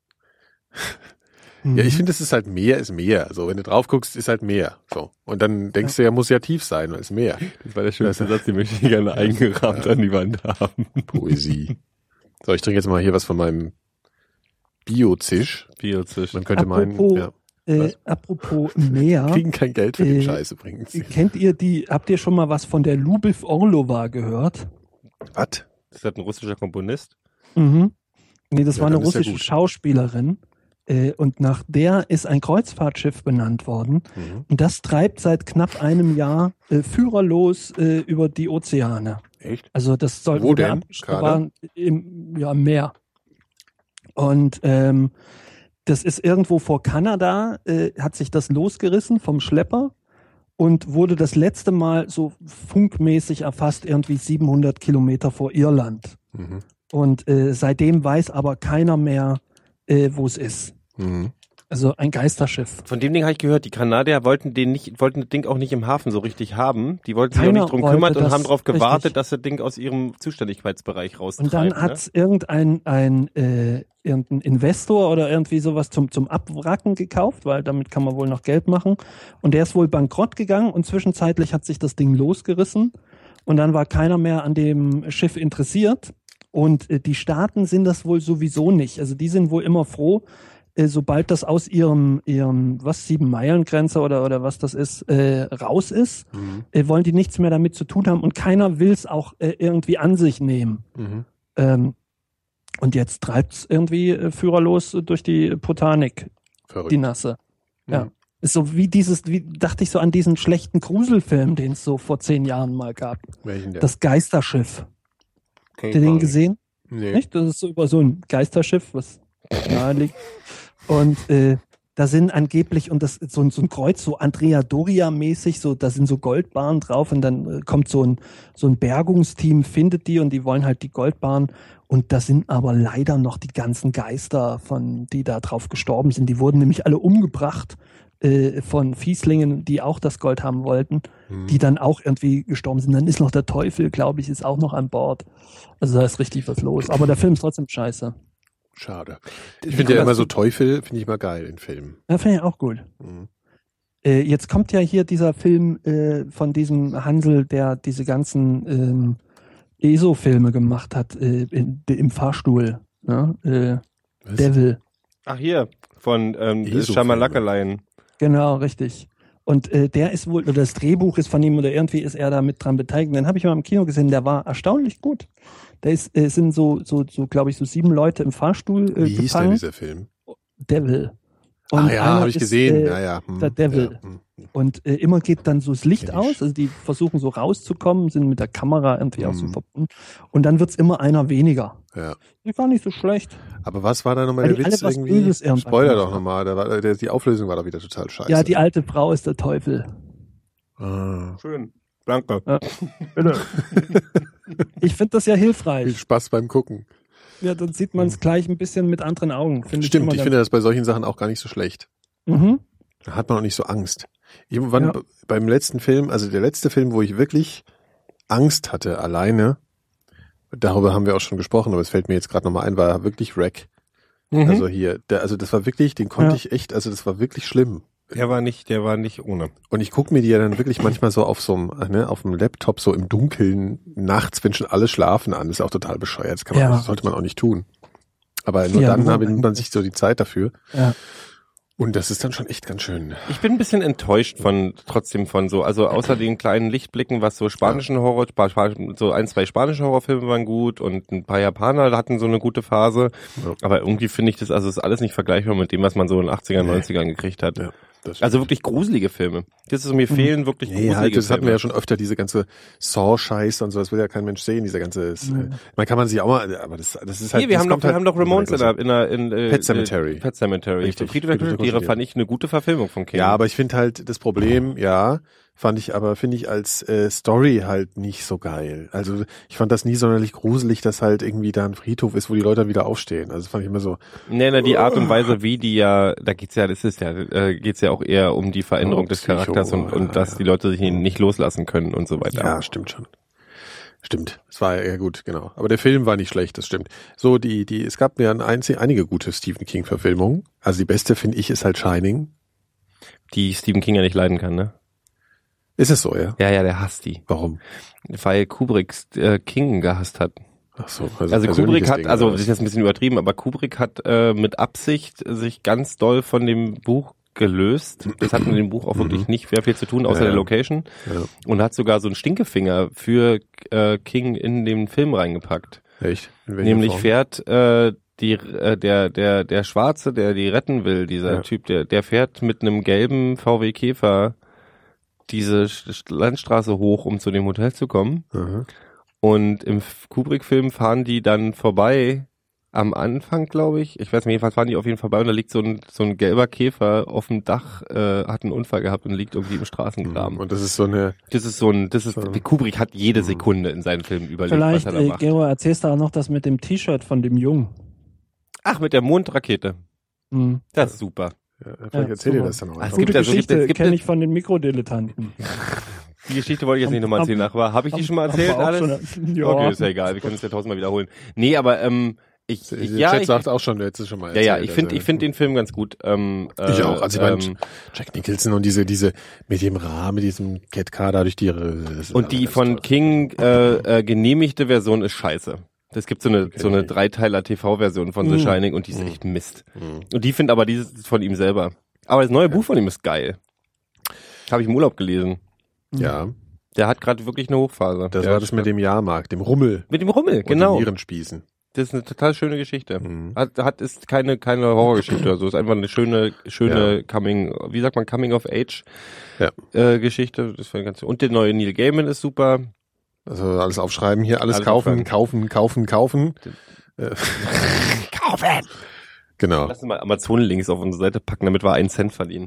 Mhm. Ja, ich finde, es ist halt Meer ist Meer. So, wenn du drauf guckst, ist halt Meer. So. Und dann denkst du ja, muss ja tief sein, weil es Meer. Das war der schönste Satz, den möchte ich gerne eingerahmt an die Wand haben. Poesie. So, ich trinke jetzt mal hier was von meinem Biozisch. Biozisch. Man könnte meinen, Apropos, ja, apropos Meer. kriegen kein Geld für den Äh, Scheiß übrigens. Habt ihr schon mal was von der Lubov Orlova gehört? Was? Ist das ein russischer Komponist? Mhm. Nee, das Ja, war eine dann ist ja russische gut. Schauspielerin. Und nach der ist ein Kreuzfahrtschiff benannt worden. Mhm. Und das treibt seit knapp einem Jahr führerlos über die Ozeane. Echt? Also das soll Wo der denn? abgeschrieben Gerade? war im Meer. Und das ist irgendwo vor Kanada, hat sich das losgerissen vom Schlepper und wurde das letzte Mal so funkmäßig erfasst, irgendwie 700 Kilometer vor Irland. Mhm. Und seitdem weiß aber keiner mehr, wo es ist. Mhm. Also ein Geisterschiff. Von dem Ding habe ich gehört, die Kanadier wollten das Ding auch nicht im Hafen so richtig haben. Die wollten sich auch Keiner nicht drum wollte kümmern und das, haben darauf gewartet, richtig. dass das Ding aus ihrem Zuständigkeitsbereich raustreibt. Und dann hat's irgendein Investor oder irgendwie sowas zum Abwracken gekauft, weil damit kann man wohl noch Geld machen. Und der ist wohl bankrott gegangen und zwischenzeitlich hat sich das Ding losgerissen und dann war keiner mehr an dem Schiff interessiert. Und die Staaten sind das wohl sowieso nicht. Also die sind wohl immer froh, sobald das aus ihrem 7-Meilen-Grenze oder was das ist, raus ist, wollen die nichts mehr damit zu tun haben und keiner will es auch irgendwie an sich nehmen. Und jetzt treibt's irgendwie führerlos durch die Botanik, Verrückt. die Nasse. Ja. Ist so wie dachte ich so an diesen schlechten Gruselfilm, den es so vor 10 Jahren mal gab. Welchen denn? Das Geisterschiff. Okay, Habt ihr den gesehen? Nee. Nicht? Das ist so über so ein Geisterschiff, was nahe liegt. Und da sind angeblich, und das ist so ein Kreuz, so Andrea Doria-mäßig, so, da sind so Goldbarren drauf und dann kommt so ein Bergungsteam, findet die und die wollen halt die Goldbarren. Und da sind aber leider noch die ganzen Geister, die da drauf gestorben sind. Die wurden nämlich alle umgebracht von Fieslingen, die auch das Gold haben wollten, die dann auch irgendwie gestorben sind. Dann ist noch der Teufel, glaube ich, ist auch noch an Bord. Also da ist richtig was los. Aber der Film ist trotzdem scheiße. Schade. Ich finde ja immer so Teufel, finde ich immer geil in Filmen. Ja, finde ich auch gut. Jetzt kommt ja hier dieser Film von diesem Hansel, der diese ganzen ESO-Filme gemacht hat im Fahrstuhl. Ne? Devil. Ach hier, von Schamalakalein. Genau, richtig. Und der ist wohl, oder das Drehbuch ist von ihm oder irgendwie ist er da mit dran beteiligt. Den habe ich mal im Kino gesehen, der war erstaunlich gut. Da sind so glaube ich, so 7 Leute im Fahrstuhl Wie hieß denn gefangen. dieser Film? Devil. Und Ja, einer habe ich ist, gesehen. Der Devil. Ja. Und immer geht dann so das Licht Kenn ich. aus, also die versuchen so rauszukommen, sind mit der Kamera irgendwie auch so verbunden. Und dann wird's immer einer weniger. Ja. Die war nicht so schlecht. Aber was war da nochmal Weil der die Witz alle was irgendwie? Böses irgendwann Spoiler gemacht doch nochmal. Die Auflösung war doch wieder total scheiße. Ja, die alte Frau ist der Teufel. Schön. Danke. Ja. Bitte. Ich finde das ja Viel hilfreich. Spaß beim Gucken. Ja, dann sieht man es gleich ein bisschen mit anderen Augen. Stimmt, ich finde das bei solchen Sachen auch gar nicht so schlecht. Mhm. Da hat man auch nicht so Angst. Irgendwann beim letzten Film, also der letzte Film, wo ich wirklich Angst hatte, alleine, darüber haben wir auch schon gesprochen, aber es fällt mir jetzt gerade nochmal ein, war wirklich Wreck. Also hier, das war wirklich, den konnte ich echt, also das war wirklich schlimm. Der war nicht ohne. Und ich gucke mir die ja dann wirklich manchmal so auf dem Laptop so im Dunkeln nachts, wenn schon alle schlafen an. Das ist auch total bescheuert. Das sollte man auch nicht tun. Aber nur dann nimmt man sich so die Zeit dafür. Ja. Und das ist dann schon echt ganz schön. Ich bin ein bisschen enttäuscht trotzdem von so, also außer den kleinen Lichtblicken, was so spanischen Horror, so 1-2 spanische Horrorfilme waren gut und ein paar Japaner hatten so eine gute Phase. Ja. Aber irgendwie finde ich das, also ist alles nicht vergleichbar mit dem, was man so in den 80ern, 90ern gekriegt hat. Ja. Also wirklich gruselige Filme. Das ist mir fehlen wirklich gruselige halt, das Filme. hatten wir ja schon öfter, diese ganze Saw-Scheiß und so, das will ja kein Mensch sehen, dieser ganze, man kann man sich auch mal, aber das ist halt, wir haben doch Ramones in Pet Cemetery. Pet Cemetery. Richtig. Friedhof der Tiere fand ich eine gute Verfilmung von King. Ja, aber ich finde halt, das Problem, finde ich als Story halt nicht so geil. Also ich fand das nie sonderlich gruselig, dass halt irgendwie da ein Friedhof ist, wo die Leute dann wieder aufstehen. Also das fand ich immer so. Nee, die Art und Weise, wie die geht's ja auch eher um die Veränderung des Charakters und dass die Leute sich nicht loslassen können und so weiter. Ja, stimmt schon. Stimmt. Es war ja gut, genau. Aber der Film war nicht schlecht, das stimmt. So, es gab ja einige gute Stephen King Verfilmungen. Also die beste, finde ich, ist halt Shining. Die Stephen King ja nicht leiden kann, ne? Ist es so, ja? Ja, der hasst die. Warum? Weil Kubrick King gehasst hat. Ach so. Also Kubrick hat, das ist jetzt ein bisschen übertrieben, aber Kubrick hat mit Absicht sich ganz doll von dem Buch gelöst. Das hat mit dem Buch auch wirklich nicht sehr viel zu tun, außer der Location. Ja. Und hat sogar so einen Stinkefinger für King in den Film reingepackt. Echt? Nämlich fährt der Schwarze, der die retten will, dieser Typ, der fährt mit einem gelben VW Käfer diese Landstraße hoch, um zu dem Hotel zu kommen. Mhm. Und im Kubrick-Film fahren die dann vorbei am Anfang, glaube ich. Ich weiß nicht, jedenfalls fahren die auf jeden Fall vorbei und da liegt so ein gelber Käfer auf dem Dach, hat einen Unfall gehabt und liegt irgendwie im Straßengraben. Und das ist wie Kubrick hat jede Sekunde in seinen Filmen überlegt, vielleicht, was er da macht. Gero, erzählst du auch noch das mit dem T-Shirt von dem Jungen. Ach, mit der Mondrakete. Mhm. Das ist super. Vielleicht erzähl dir das dann auch Es einfach. gibt Gute ja so- Geschichte gibt- kenne ich von den Mikrodilettanten. Die Geschichte wollte ich jetzt nicht nochmal erzählen, aber habe ich die schon mal erzählt Haben wir auch alles? schon- ja. Okay, ist ja egal, wir können es ja tausendmal wiederholen. Nee, aber Der Chat sagt auch schon, du hättest es schon mal erzählt. ich finde den Film ganz gut. Ich auch. Also ich meine, Jack Nicholson und diese mit dem Rahmen, mit diesem Cat-Car da durch die... und die von King genehmigte Version ist scheiße. Es gibt so eine Dreiteiler TV-Version von The Shining und die ist echt Mist. Und die finde aber dieses von ihm selber. Aber das neue Buch von ihm ist geil. Habe ich im Urlaub gelesen. Ja, Der hat gerade wirklich eine Hochphase. das war das mit dem Jahrmarkt, dem Rummel. Mit dem Rummel, Und genau. den Nierenspießen. Das ist eine total schöne Geschichte. Mhm. Ist keine Horrorgeschichte oder so. Ist einfach eine schöne Coming of Age Geschichte. Das war ganz, und der neue Neil Gaiman ist super. Also alles aufschreiben hier, alles Alles kaufen. aufschreiben. Kaufen. Kaufen! Genau. Lass uns mal Amazon-Links auf unsere Seite packen, damit wir 1 Cent verdienen.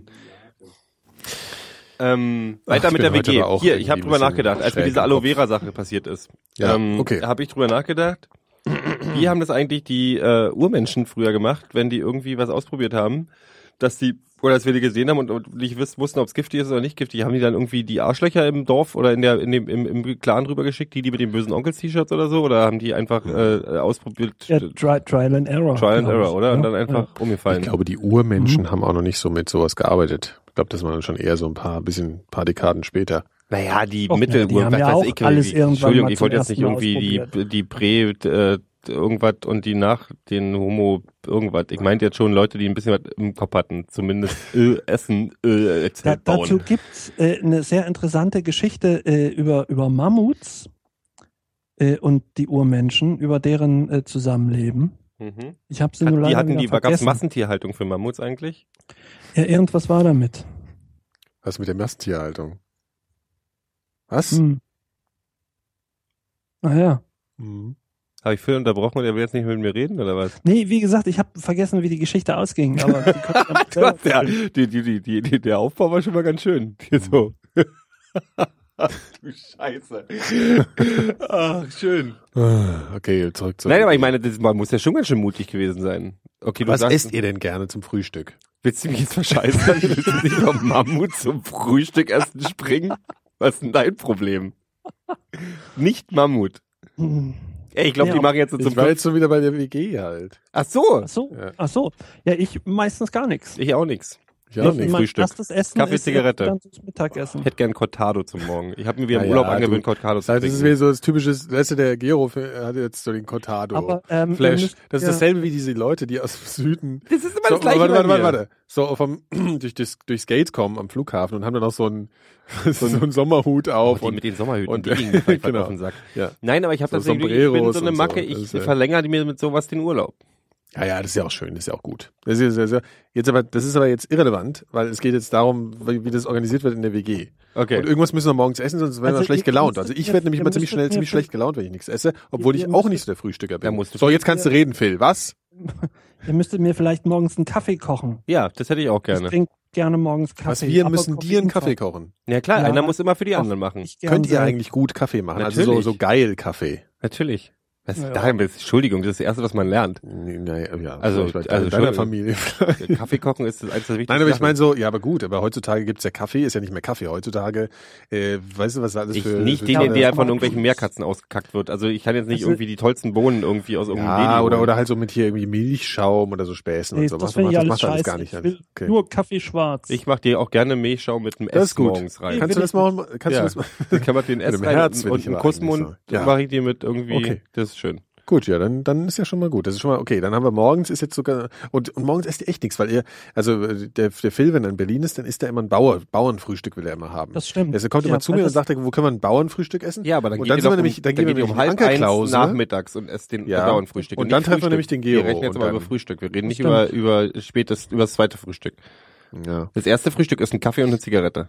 Weiter ich mit bin der heute WG. aber auch Hier, ich habe irgendwie drüber ein bisschen nachgedacht, als mir schräg diese im Aloe Kopf. Vera Sache passiert ist. Ja, okay. Habe ich drüber nachgedacht. Wie haben das eigentlich die Urmenschen früher gemacht, wenn die irgendwie was ausprobiert haben, dass wir die gesehen haben und nicht wussten, ob es giftig ist oder nicht giftig, haben die dann irgendwie die Arschlöcher im Dorf oder im Clan rübergeschickt, die mit den bösen Onkels-T-Shirts oder so, oder haben die einfach ausprobiert? Ja, Trial and Error. Trial and glaub Error, ich. oder? Und Ja, dann einfach Ich umgefallen. glaube, die Urmenschen haben auch noch nicht so mit sowas gearbeitet. Ich glaube, das war dann schon eher so ein paar Dekaden später. Naja, die Och, Mitteluhr, die haben was ja weiß auch ich. alles irgendwann Entschuldigung, mal ich wollte zum jetzt nicht ersten Mal irgendwie die Prä irgendwas und die nach den Homo irgendwas. Ich meinte jetzt schon Leute, die ein bisschen was im Kopf hatten, zumindest Essen Dazu bauen. gibt's eine sehr interessante Geschichte über Mammuts und die Urmenschen, über deren Zusammenleben. Mhm. Ich habe sie nur leider wieder Gab es vergessen. Massentierhaltung für Mammuts eigentlich? Ja, irgendwas war damit. Was mit der Masttierhaltung? Was? Hm. Naja. Mhm. Habe ich Phil unterbrochen und er will jetzt nicht mit mir reden, oder was? Nee, wie gesagt, ich habe vergessen, wie die Geschichte ausging. Aber die könnt ihr selber Der Aufbau war schon mal ganz schön. Hier so. Du Scheiße. Ach, schön. Okay, zurück zu... Nein, aber ich meine, man muss ja schon ganz schön mutig gewesen sein. Okay, du Was sagst, esst ihr denn gerne zum Frühstück? willst du mich jetzt verscheißen? Willst du nicht vom Mammut zum Frühstück essen springen? Was ist denn dein Problem? Nicht Mammut. Hm. Ey, ich glaube, Ja, die machen jetzt so zum Ich war jetzt schon wieder bei der WG halt. Ach so. Ach so. Ja, ich meistens gar nichts. Ich auch nix. Ich auch nicht. Mein Frühstück. erstes Essen Kaffee, ist Zigarette. dann das Mittagessen. Ich hätte gern Cortado zum Morgen. Ich habe mir wieder im Ja, Urlaub ja, angewöhnt, du- Cortado zu Das ist trinken. wieder so das typische, weißt du, der Gero hat jetzt so den Cortado. Aber ihr Flash. müsst- Das ist ja. dasselbe wie diese Leute, die aus dem Süden Das ist immer so, das Gleiche bei mir. warte. So durchs Gate kommen am Flughafen und haben dann auch so einen Sommerhut auf Die mit den Sommerhüten, und- die gingen mir vielleicht genau. auf den Sack. Ja. Nein, aber ich habe So tatsächlich, ich bin Sombreros so eine und Macke, so. Das ich ist, verlängere mir mit sowas den Urlaub. Ja, das ist ja auch schön, das ist ja auch gut. Das ist aber jetzt irrelevant, weil es geht jetzt darum, wie das organisiert wird in der WG. Okay. Und irgendwas müssen wir morgens essen, sonst werden wir Also schlecht ihr gelaunt. müsstet Also ich mir- werde nämlich ihr immer ziemlich müsstet mir schlecht gelaunt, wenn ich nichts esse, obwohl ihr ich auch müsstet- nicht so der Frühstücker bin. Da musst du- So, jetzt kannst du reden, Phil. Was? Ihr müsstet mir vielleicht morgens einen Kaffee kochen. Ja, das hätte ich auch Ich gerne. trinke gerne morgens Kaffee. Was, wir aber müssen dir einen koffeinfrei. Kaffee kochen. Ja klar, Ja. einer muss immer für die Ach, anderen machen. Ich gern Könnt ihr selbst. eigentlich gut Kaffee machen? Also Natürlich. so geil Kaffee. Natürlich. Was Ja. daheim ist, Entschuldigung, das ist das Erste, was man lernt. Naja, ja, Also- vielleicht also in deiner schon- Familie. Kaffee kochen ist das eins der wichtigsten Nein, aber ich Sachen. meine so, ja, aber gut, aber heutzutage gibt's ja Kaffee, ist ja nicht mehr Kaffee. Heutzutage, weißt du, was da alles Ich für... nicht für den, tolle- der aber- von irgendwelchen Meerkatzen ausgekackt wird. Also ich kann jetzt nicht Also- irgendwie die tollsten Bohnen irgendwie aus irgendeinem Ja, Baby holen. oder halt so mit hier irgendwie Milchschaum oder so Späßen Nee, und so. das finde ich alles macht alles scheiße. gar nicht. Ich will Okay. nur Kaffee schwarz. Ich mache dir auch gerne Milchschaum mit einem Das S ist gut. morgens rein. Kannst du das machen? Kannst Ja. du das machen? Dann kann man den Mit S dem rein Herz will und ich einen aber Kussmund eigentlich so. Ja. mache ich dir mit irgendwie. Okay. Das ist schön. Gut, ja, dann ist ja schon mal gut. Das ist schon mal okay. Dann haben wir morgens ist jetzt sogar und morgens esst ihr echt nichts, weil der Phil, wenn er in Berlin ist, dann isst er immer ein Bauernfrühstück will er immer haben. Das stimmt. Also er kommt Ja, immer zu weil mir und das- sagt, wo können wir ein Bauernfrühstück essen? Ja, aber dann und geht dann ihr sind wir doch nämlich, dann gehen wir um nämlich halb in die eins Ankerklause. nachmittags und esst den Ja. Bauernfrühstück. Und nicht dann treffen wir Frühstück. nämlich den Gero Wir rechnen jetzt und mal dann- über Frühstück. Wir reden nicht stimmt. über das zweite Frühstück. Ja, Das erste Frühstück ist ein Kaffee und eine Zigarette.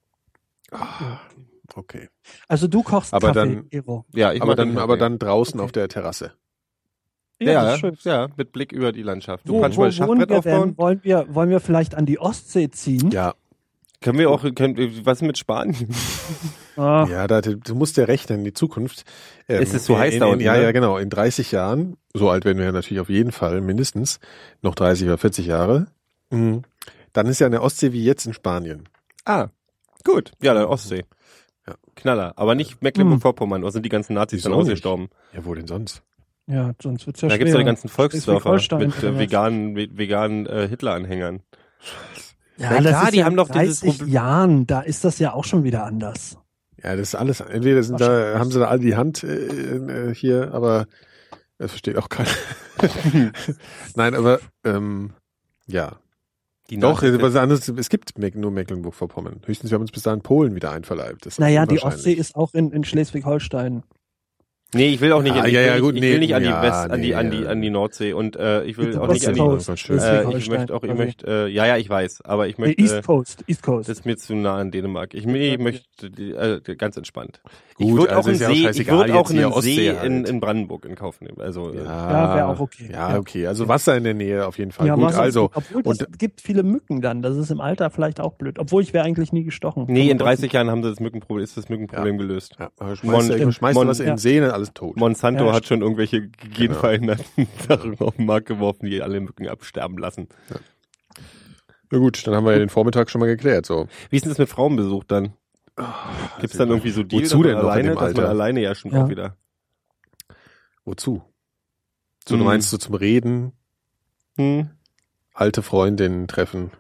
okay. Also du kochst Aber Kaffee, dann- Gero. Ja, ich Aber mach den dann Kaffee. draußen auf der Terrasse. Ja, das ist schön. ja, mit Blick über die Landschaft. Du Wo kannst mal ein wohnen Schachbrett wir aufbauen. denn? Wollen wir vielleicht an die Ostsee ziehen? Ja, Was mit Spanien? Ah, ja, du musst ja rechnen in die Zukunft. Es ist so heiß da unten, Ja, ne? ja, genau. In 30 Jahren, so alt werden wir ja natürlich auf jeden Fall, mindestens, noch 30 oder 40 Jahre, Dann ist ja eine Ostsee wie jetzt in Spanien. Ah, gut. Ja, der Ostsee. Ja. Knaller. Aber nicht Mecklenburg-Vorpommern, da sind die ganzen Nazis dann Wieso ausgestorben. Ja, wo denn sonst? Ja, sonst wird's ja Da schwer. gibt's ja die ganzen Volksdörfer Schleswig-Holstein mit oder was? veganen Hitler-Anhängern. Ja, Na das klar, ist die ja haben in doch dieses 30 Problem- Jahren, da ist das ja auch schon wieder anders. Ja, das ist alles, entweder sind da, haben sie da alle die Hand hier, aber das versteht auch keiner. Nein, aber ja. Die Doch, Nazis- was anderes, es gibt nur Mecklenburg-Vorpommern. Höchstens, wir haben uns bis dahin Polen wieder einverleibt. Das ist Naja, die unwahrscheinlich. Ostsee ist auch in Schleswig-Holstein. Nee, ich will auch nicht, Ah, ich ja, will ja, nicht, gut, ich will nee, nicht an die ja, West, nee, an die Nordsee und ich will Die auch nicht an die Ostcoast, Coast, schön. ich Schleswig-Holstein. möchte auch, ich Also, möchte, ja, ich weiß, aber ich nee, möchte, East Coast. das ist mir zu nah an Dänemark. Ich möchte ganz entspannt. Gut, ich würde also auch einen ist ja auch See, ich scheißegal, würde auch jetzt hier einen Ostsee See halt. in Brandenburg in Kauf nehmen. Also Ja, wäre auch okay. Ja, Ja. okay. Also Wasser in der Nähe auf jeden Fall. Ja, Gut, was also. obwohl und- es gibt viele Mücken dann. Das ist im Alter vielleicht auch blöd. Obwohl ich wäre eigentlich nie gestochen. nee, in 30 Jahren haben sie das Mückenproblem gelöst. Ja, Mon- schmeißt du was in Ja. den See, dann alles tot. Monsanto Ja, hat schon irgendwelche genveränderten Sachen auf den Markt geworfen, die alle Mücken absterben lassen. Na gut, dann haben wir ja den Vormittag schon mal geklärt. So. Wie ist denn das mit Frauenbesuch dann? Gibt's dann irgendwie so Deals, Wozu dass denn man noch in alleine, dem dass man Alter? alleine ja schon Ja. auch wieder. Wozu? So, du meinst so zum Reden, alte Freundinnen treffen.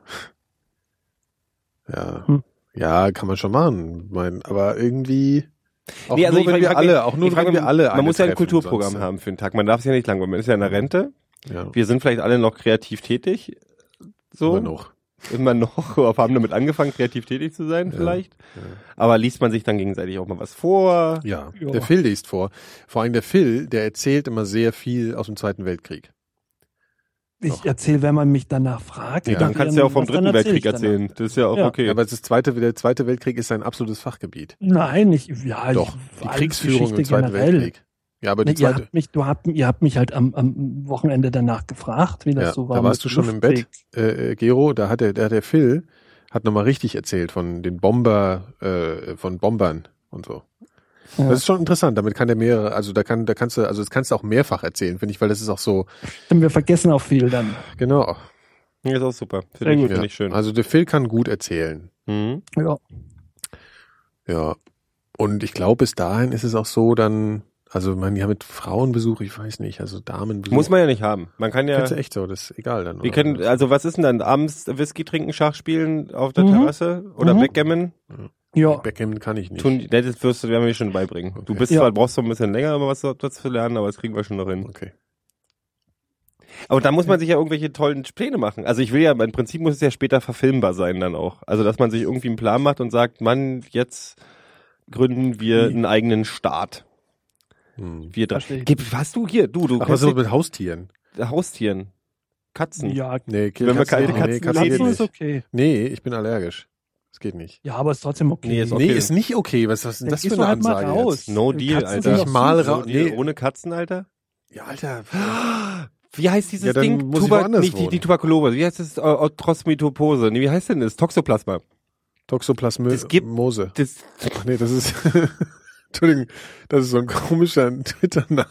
Ja. Ja, kann man schon machen. Aber irgendwie. Auch Nee, also nur, wenn wir alle, auch nur, ich frage wenn wir mich, alle man muss ja ein eine treffen, Kulturprogramm sonst, haben für den Tag. Man darf es ja nicht langweilen. Man ist ja in der Rente. Ja, Wir sind vielleicht alle noch kreativ tätig. So. immer noch. Immer noch. Oder haben damit angefangen, kreativ tätig zu sein, vielleicht. Ja. Aber liest man sich dann gegenseitig auch mal was vor? Ja, Ja. der Phil liest vor. Vor allem der Phil, der erzählt immer sehr viel aus dem Zweiten Weltkrieg. Ich erzähle, wenn man mich danach fragt. Ja, Dann kannst du ja auch vom was, dann Dritten erzähl Weltkrieg ich danach. erzählen. Das ist ja auch Ja. okay. Aber der Zweite Weltkrieg ist sein absolutes Fachgebiet. Nein, doch, Die alles Kriegsführung im Geschichte Zweiten generell. Weltkrieg. Ja, aber die Nee, ihr zweite. habt mich halt am Wochenende danach gefragt, wie das Ja, so war. da warst mit du schon im Bett, Gero, da hat der Phil hat nochmal richtig erzählt von den von Bombern und so. Ja. Das ist schon interessant, damit kann der mehrere, also das kannst du auch mehrfach erzählen, finde ich, weil das ist auch so, Stimmt, wir vergessen auch viel dann. genau. Ja, ist auch super. Sehr Finde ich, gut. finde ich schön. Also der Phil kann gut erzählen. Mhm. Ja. Ja. Und ich glaube, bis dahin ist es auch so dann, also man ja mit Frauenbesuch, ich weiß nicht, also Damenbesuch. Muss man ja nicht haben. Man kann ja. Kannst du echt so, das ist egal dann. Wir oder? können, also was ist denn dann? Abends Whisky trinken, Schach spielen auf der Mhm. Terrasse oder Mhm. Backgammon? Ja. Backgammon kann ich nicht. Tun, das werden wir schon beibringen. Du Okay. bist Ja. zwar, brauchst du ein bisschen länger, um was dort zu lernen, aber das kriegen wir schon noch hin. Okay. Aber da muss man sich ja irgendwelche tollen Pläne machen. Also ich will ja, im Prinzip muss es ja später verfilmbar sein dann auch. Also dass man sich irgendwie einen Plan macht und sagt, Mann, jetzt gründen wir einen eigenen Staat. Wir Verstehe. hast du hier, du Ach, was kennst ist mit Haustieren? die Haustieren, Katzen. Ja, Nee, Wenn wir keine Katzen geht Katzen nicht. ist okay. Nee, ich bin allergisch. Das geht nicht. Ja, aber ist trotzdem okay. Nee, ist okay. Nee, ist nicht okay. Was ist denn Dann das für gehst eine du halt mal Ansage raus. jetzt? No Deal, Katzen Alter. sind Ich doch mal süß. ra- No Deal, nee. ohne Katzen, Alter? Ja, Alter. Wie heißt dieses Ja, dann Ding? muss ich woanders nicht die wohnen. Tuberkulose. Wie heißt das? Otrosmitopose. Nee, wie heißt denn das? Toxoplasma. Das Toxoplasmose. gibt- Das, Ach nee, das ist, Entschuldigung, das ist so ein komischer Twitter-Name.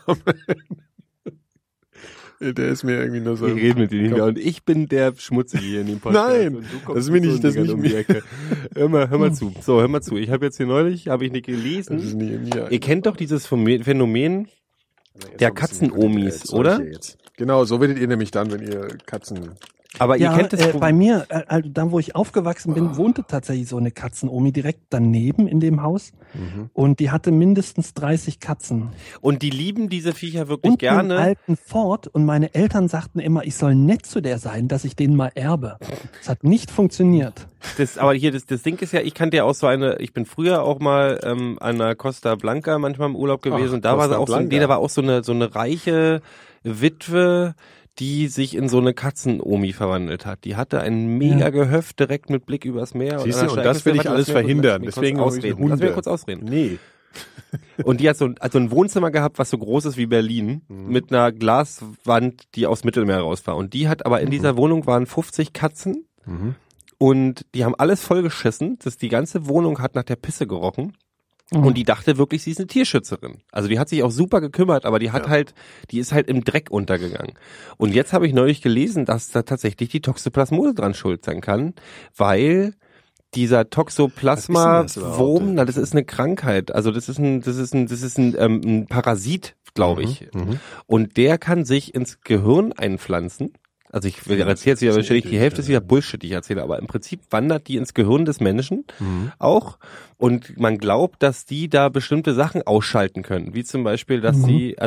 Der ist mir irgendwie nur so. ich rede mit dir nicht Komm. mehr. Und ich bin der Schmutzige hier in dem Podcast. Nein, Und du kommst das ist mir mit so nicht- das ist Dingern nicht um die Ecke. Hör mal zu. So, hör mal zu. Ich habe jetzt hier neulich, habe ich nicht Das ist gelesen. nie Ihr kennt doch dieses Phänomen der Katzenomis, oder? Genau, so werdet ihr nämlich dann, wenn ihr Katzen. Aber ihr Ja, kennt das bei mir, also da wo ich aufgewachsen bin, wohnte tatsächlich so eine Katzenomi direkt daneben in dem Haus. Und die hatte mindestens 30 Katzen. und die lieben diese Viecher wirklich Und einen gerne. alten Ford. Und meine Eltern sagten immer, ich soll nett zu der sein, dass ich den mal erbe. Das hat nicht funktioniert. Aber hier, das Ding ist ja, ich kannte ja auch so ich bin früher auch mal an der Costa Blanca manchmal im Urlaub gewesen. Ach, Und da war Costa sie auch Blanca. da war auch so eine reiche Witwe, die sich in so eine Katzenomi verwandelt hat. Die hatte ein mega Gehöft direkt mit Blick übers Meer. Siehst an du, der und das will ich Warte, alles lass mich verhindern. kurz Deswegen habe ich ausreden. Hunde. Lass mich kurz ausreden. Nee. Und die hat so ein Wohnzimmer gehabt, was so groß ist wie Berlin, mit einer Glaswand, die aus Mittelmeer raus war. Und die hat aber in dieser Wohnung waren 50 Katzen und die haben alles vollgeschissen. Die ganze Wohnung hat nach der Pisse gerochen. Und die dachte wirklich, sie ist eine Tierschützerin. Also die hat sich auch super gekümmert, aber die ist halt im Dreck untergegangen. Und jetzt habe ich neulich gelesen, dass da tatsächlich die Toxoplasmose dran schuld sein kann, weil dieser Toxoplasma-Wurm, das ist eine Krankheit. Also das ist ein Parasit, glaube ich. Und der kann sich ins Gehirn einpflanzen. Also ich erzähle jetzt wieder wahrscheinlich, die Hälfte ist wieder Bullshit, die ich erzähle, aber im Prinzip wandert die ins Gehirn des Menschen auch und man glaubt, dass die da bestimmte Sachen ausschalten können, wie zum Beispiel, dass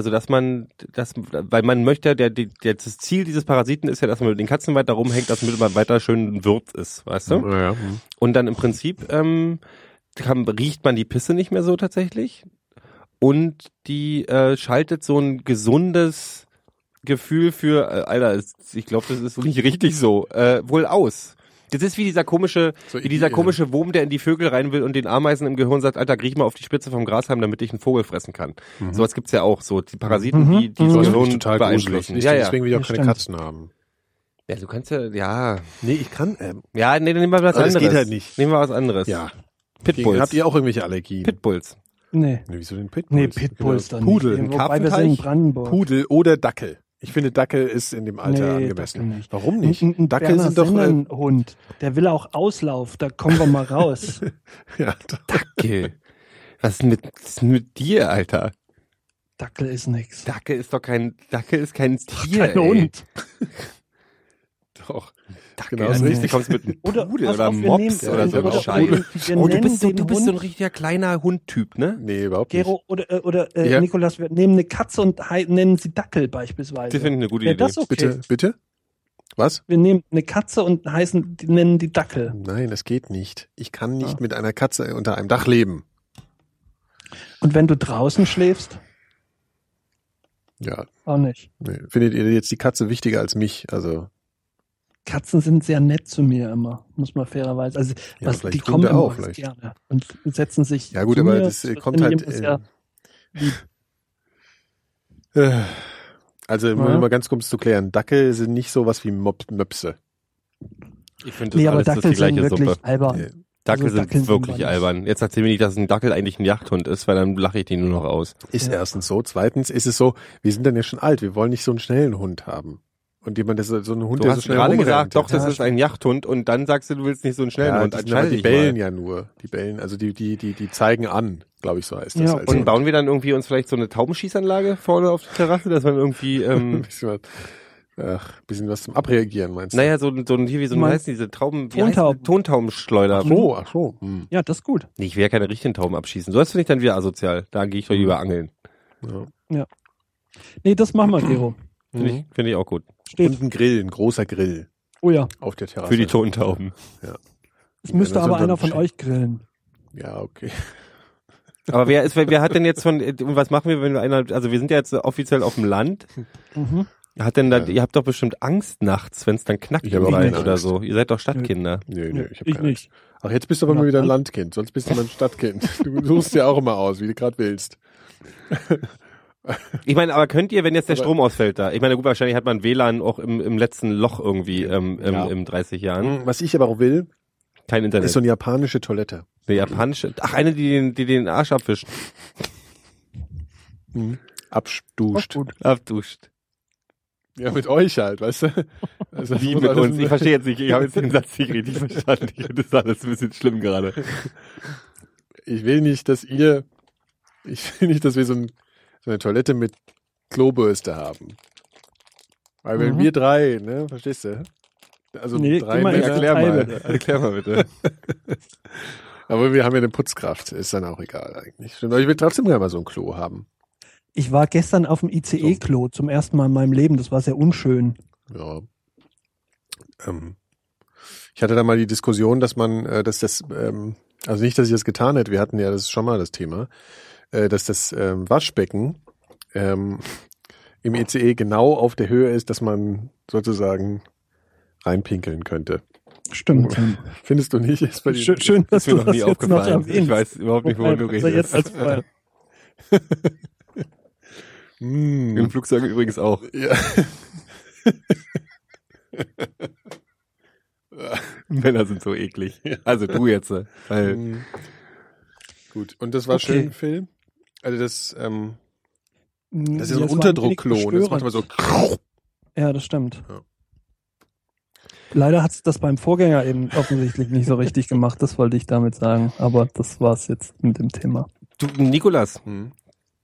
weil man möchte, das Ziel dieses Parasiten ist ja, dass man mit den Katzen weiter rumhängt, dass man weiter schön Wirt ist, weißt du? Ja. Und dann im Prinzip riecht man die Pisse nicht mehr so tatsächlich und die schaltet so ein gesundes Gefühl für, Alter, ich glaube, das ist nicht richtig so, wohl aus. Das ist wie dieser komische Wurm, der in die Vögel rein will und den Ameisen im Gehirn sagt, Alter, krieg mal auf die Spitze vom Grashalm, damit ich einen Vogel fressen kann. Sowas gibt's ja auch, so die Parasiten, die das Gehirn total beeinflussen. gruselig. Deswegen will ich auch keine Katzen haben. Ja, du kannst ja. Nee, ich kann, Nee, dann nehmen wir was aber anderes. das geht halt nicht. Nehmen wir was anderes. Ja. Pitbulls. Habt ihr auch irgendwelche Allergien? Pitbulls. Nee. Wieso denn Pitbulls? Nee, Pitbulls dann Pudel. nicht. Wobei wir sind in Brandenburg. Pudel oder Dackel. Ich finde, Dackel ist in dem Alter angemessen. Dackel nicht. Warum nicht? Ein Dackel sind doch ein Hund. Der will auch Auslauf. Da kommen wir mal raus. ja, Dackel. Was ist mit dir, Alter? Dackel ist nix. Dackel ist kein Tier, Kein Hund. doch. Dackel, Genau, also so richtig, kommst mit einem Pudel pass oder auf, wir Mops nehmen- oder so oder- Scheiße. wir Oh, du nennen bist so den ein Hund- richtiger kleiner Hundtyp, ne? Nee, überhaupt nicht. Gero oder Ja. Nikolas, wir nehmen eine Katze und nennen sie Dackel beispielsweise. Das finde ich eine gute Wäre Idee. das okay? Bitte? Was? Wir nehmen eine Katze und nennen die Dackel. Nein, das geht nicht. Ich kann nicht mit einer Katze unter einem Dach leben. Und wenn du draußen schläfst, Ja, auch nicht. nee. Findet ihr jetzt die Katze wichtiger als mich? Also, Katzen sind sehr nett zu mir immer, muss man fairerweise. Also Ja, die vielleicht kommen Hunde immer auch, ganz vielleicht. gerne und setzen sich. ja gut, zu aber mir. das kommt finde halt. ich immer sehr lieb. Also, um Ja. mal ganz kurz zu klären. Dackel sind nicht sowas wie Möpse. Ich finde Nee, das aber alles das Dackel die sind gleiche wirklich Suppe. albern. Nee. Dackel Also sind Dackel sind wirklich wir nicht. albern. Jetzt erzähl mir nicht, dass ein Dackel eigentlich ein Jagdhund ist, weil dann lache ich den nur noch aus. Ist Ja. erstens so. Zweitens ist es so, wir sind dann ja schon alt. Wir wollen nicht so einen schnellen Hund haben. Und jemand, der so einen Hund, Du der so hast schnell gerade rumrennt. gesagt, doch, das Ja, ist ein Jagdhund und dann sagst du willst nicht so einen schnellen ja, Hund. die, Entscheide die dich bellen mal. ja nur. Die bellen, also die zeigen an, glaube ich, so heißt das. Ja, Also, Und bauen wir dann irgendwie uns vielleicht so eine Taubenschießanlage vorne auf der Terrasse, dass man irgendwie, bisschen was zum Abreagieren, meinst du? naja, so ein hier, wie so Du meinst heißt diese Tauben, Tontauben. Tontaubenschleuder. Ach so. Hm. Ja, das ist gut. Nee, ich will ja keine richtigen Tauben abschießen. So was finde ich dann wieder asozial. Da gehe ich doch lieber angeln. Ja. Nee, das machen wir, Gero. Finde ich auch gut. Steht. Und ein Grill, ein großer Grill Oh ja. auf der Terrasse. Für die Tontauben. Es müsste Ja, das aber sind einer dann von euch grillen. Ja, okay. Aber wer hat denn jetzt was machen wir, wenn wir also wir sind ja jetzt offiziell auf dem Land. Mhm. Hat denn da, ihr habt doch bestimmt Angst nachts, wenn es dann knackt Ich im habe auch Wald keine oder Angst. so. Ihr seid doch Stadtkinder. Nee, ich hab Ich keine nicht. Angst. Ach, jetzt bist du aber mal wieder ein Landkind, sonst bist du mal ein Stadtkind. Du suchst ja auch immer aus, wie du gerade willst. Ich meine, aber könnt ihr, wenn jetzt der Aber- Strom ausfällt da, ich meine, gut, wahrscheinlich hat man WLAN auch im letzten Loch irgendwie im 30 Jahren. Was ich aber auch will, Kein Internet. ist so eine japanische Toilette. Eine japanische, eine, die den Arsch abwischt. Abduscht. Abduscht. Ja, mit euch halt, weißt du? Also, das Wie muss mit alles- uns. Ich verstehe jetzt nicht, ich habe jetzt den Satz nicht richtig verstanden. Das ist alles ein bisschen schlimm gerade. Ich will nicht, dass wir so eine Toilette mit Klobürste haben. Weil wenn wir drei, ne, verstehst du? Also Nee, drei geh mal Männer, ins Erklär Detail, mal. Erklär mal bitte. aber wir haben ja eine Putzkraft, ist dann auch egal eigentlich. Stimmt, aber ich will trotzdem gerne mal so ein Klo haben. Ich war gestern auf dem ICE-Klo zum ersten Mal in meinem Leben. Das war sehr unschön. Ja. Ich hatte da mal die Diskussion, dass man, also nicht, dass ich das getan hätte, wir hatten ja das schon mal das Thema, dass das Waschbecken im ICE genau auf der Höhe ist, dass man sozusagen reinpinkeln könnte. Stimmt. Findest du nicht? Ist bei dir- Schön, dass Das ist mir du noch nie das jetzt noch aufgefallen. erwähnst. Ich weiß überhaupt nicht, wovon du Also jetzt als redest. vorher. Mm. Im Flugzeug übrigens auch. Ja. Männer sind so eklig. Also du jetzt. Weil Gut. Und das war Okay. schön, Phil? Also das ist ja so ein Das war Unterdruckklon. wenig Das macht immer so. Ja, das stimmt. Ja. Leider hat es das beim Vorgänger eben offensichtlich nicht so richtig gemacht, das wollte ich damit sagen. Aber das war's jetzt mit dem Thema. Du, Nikolas, Hm.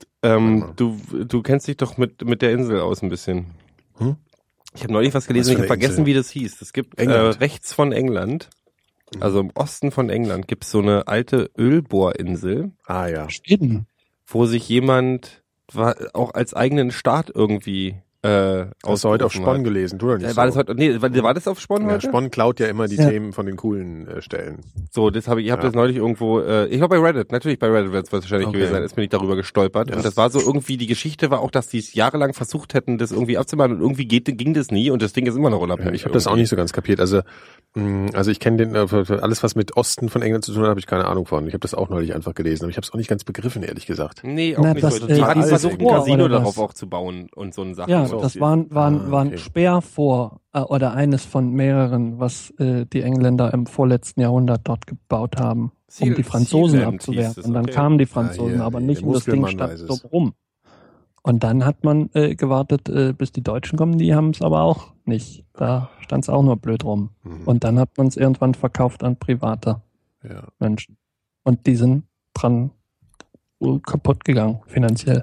du kennst dich doch mit der Insel aus ein bisschen. Hm? Ich habe neulich was gelesen, Was ich für habe eine vergessen, Insel? wie das hieß. Es gibt England. rechts von England, also im Osten von England, gibt es so eine alte Ölbohrinsel, Ah ja. Schweden. wo sich jemand auch als eigenen Staat irgendwie Hast du heute auf ausgerufen Spon hat. gelesen? Du doch nicht War so. das heute? Nee, war das auf Spon Ja, heute? Spon klaut ja immer die Ja. Themen von den coolen Stellen. So, das habe ich habe Ja. das neulich irgendwo, ich glaube bei Reddit, natürlich bei Reddit wird es wahrscheinlich Okay. gewesen sein, ist mir nicht darüber gestolpert. Ja. Und das war so irgendwie, die Geschichte war auch, dass die es jahrelang versucht hätten, das irgendwie abzumachen und irgendwie ging das nie und das Ding ist immer noch Ja, unabhängig. ich habe das auch nicht so ganz kapiert. Also ich kenne den, für alles was mit Osten von England zu tun hat, habe ich keine Ahnung von. Ich habe das auch neulich einfach gelesen, aber ich habe es auch nicht ganz begriffen, ehrlich gesagt. Nee, auch Na, nicht das, so. Die hatten alles versucht, ein vor, Casino oder was? darauf auch zu bauen und so eine Sache. Ja, So. das waren okay. Speerfor oder eines von mehreren, was die Engländer im vorletzten Jahrhundert dort gebaut haben, um die Franzosen Sealand hieß abzuwehren. es, Und dann okay. kamen die Franzosen, hier, aber der nicht und das Ding Muskelmann stand weiß so es. rum. Und dann hat man gewartet, bis die Deutschen kommen, die haben es aber auch nicht. Da stand es auch nur blöd rum. Mhm. Und dann hat man es irgendwann verkauft an private Ja. Menschen. Und die sind dran kaputt gegangen, finanziell.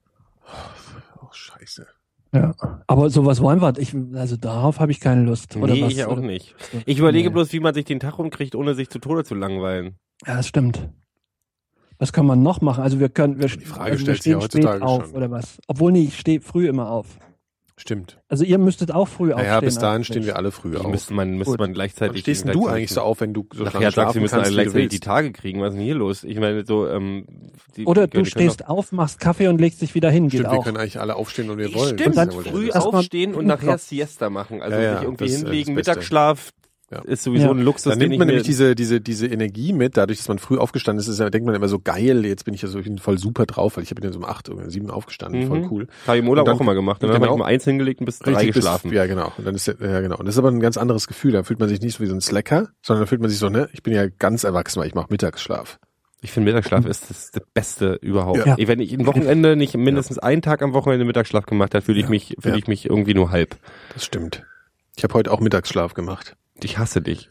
Oh, scheiße. Ja. Aber sowas wo einfach, also darauf habe ich keine Lust. Oder Nee, was? ich auch Oder- nicht. Ich überlege Nee. bloß, wie man sich den Tag rumkriegt, ohne sich zu Tode zu langweilen. Ja, das stimmt. Was kann man noch machen? Also wir Die Frage wir stellt sich ja stehen spät heutzutage auf schon. oder was? Obwohl nee, ich stehe früh immer auf. Stimmt. Also ihr müsstet auch früh aufstehen. Naja, bis dahin eigentlich. stehen wir alle früh auf. Müsste man Gut. gleichzeitig. Wann stehst denn du eigentlich so auf, wenn du so Nachher sagst du, wir müssen alle wie du gleichzeitig die willst? Tage kriegen. Was ist denn hier los? Ich meine, so, Oder du stehst auf, machst Kaffee und legst dich wieder hin, geht Stimmt, wir auch. können eigentlich alle aufstehen, wenn wir wollen. Stimmt, Das ist dann ja wohl früh das. erst mal aufstehen und nachher Siesta machen. Also Ja, ja, sich irgendwie das ist hinlegen, das Beste. Mittagsschlaf Ja. ist sowieso Ja. ein Luxus, Dann den nimmt ich man mir... nämlich diese Energie mit, dadurch, dass man früh aufgestanden ist, denkt man immer so geil, jetzt bin ich ja so voll super drauf, weil ich bin ja so um 8 oder 7 aufgestanden, voll cool. Habe ich im Urlaub Und dann- auch immer gemacht. Dann habe genau. ich mal 1 hingelegt und bis 3 Richtig geschlafen. Ja, genau. Und dann ist genau. Und das ist aber ein ganz anderes Gefühl. Da fühlt man sich nicht so wie so ein Slacker, sondern da fühlt man sich so, ne, ich bin ja ganz erwachsen, weil ich mache Mittagsschlaf. Ich finde Mittagsschlaf ist das Beste überhaupt. Ja. Wenn ich ein Wochenende nicht mindestens einen Tag am Wochenende Mittagsschlaf gemacht habe, fühle ich mich irgendwie nur halb. Das stimmt. Ich habe heute auch Mittagsschlaf gemacht. Ich hasse dich.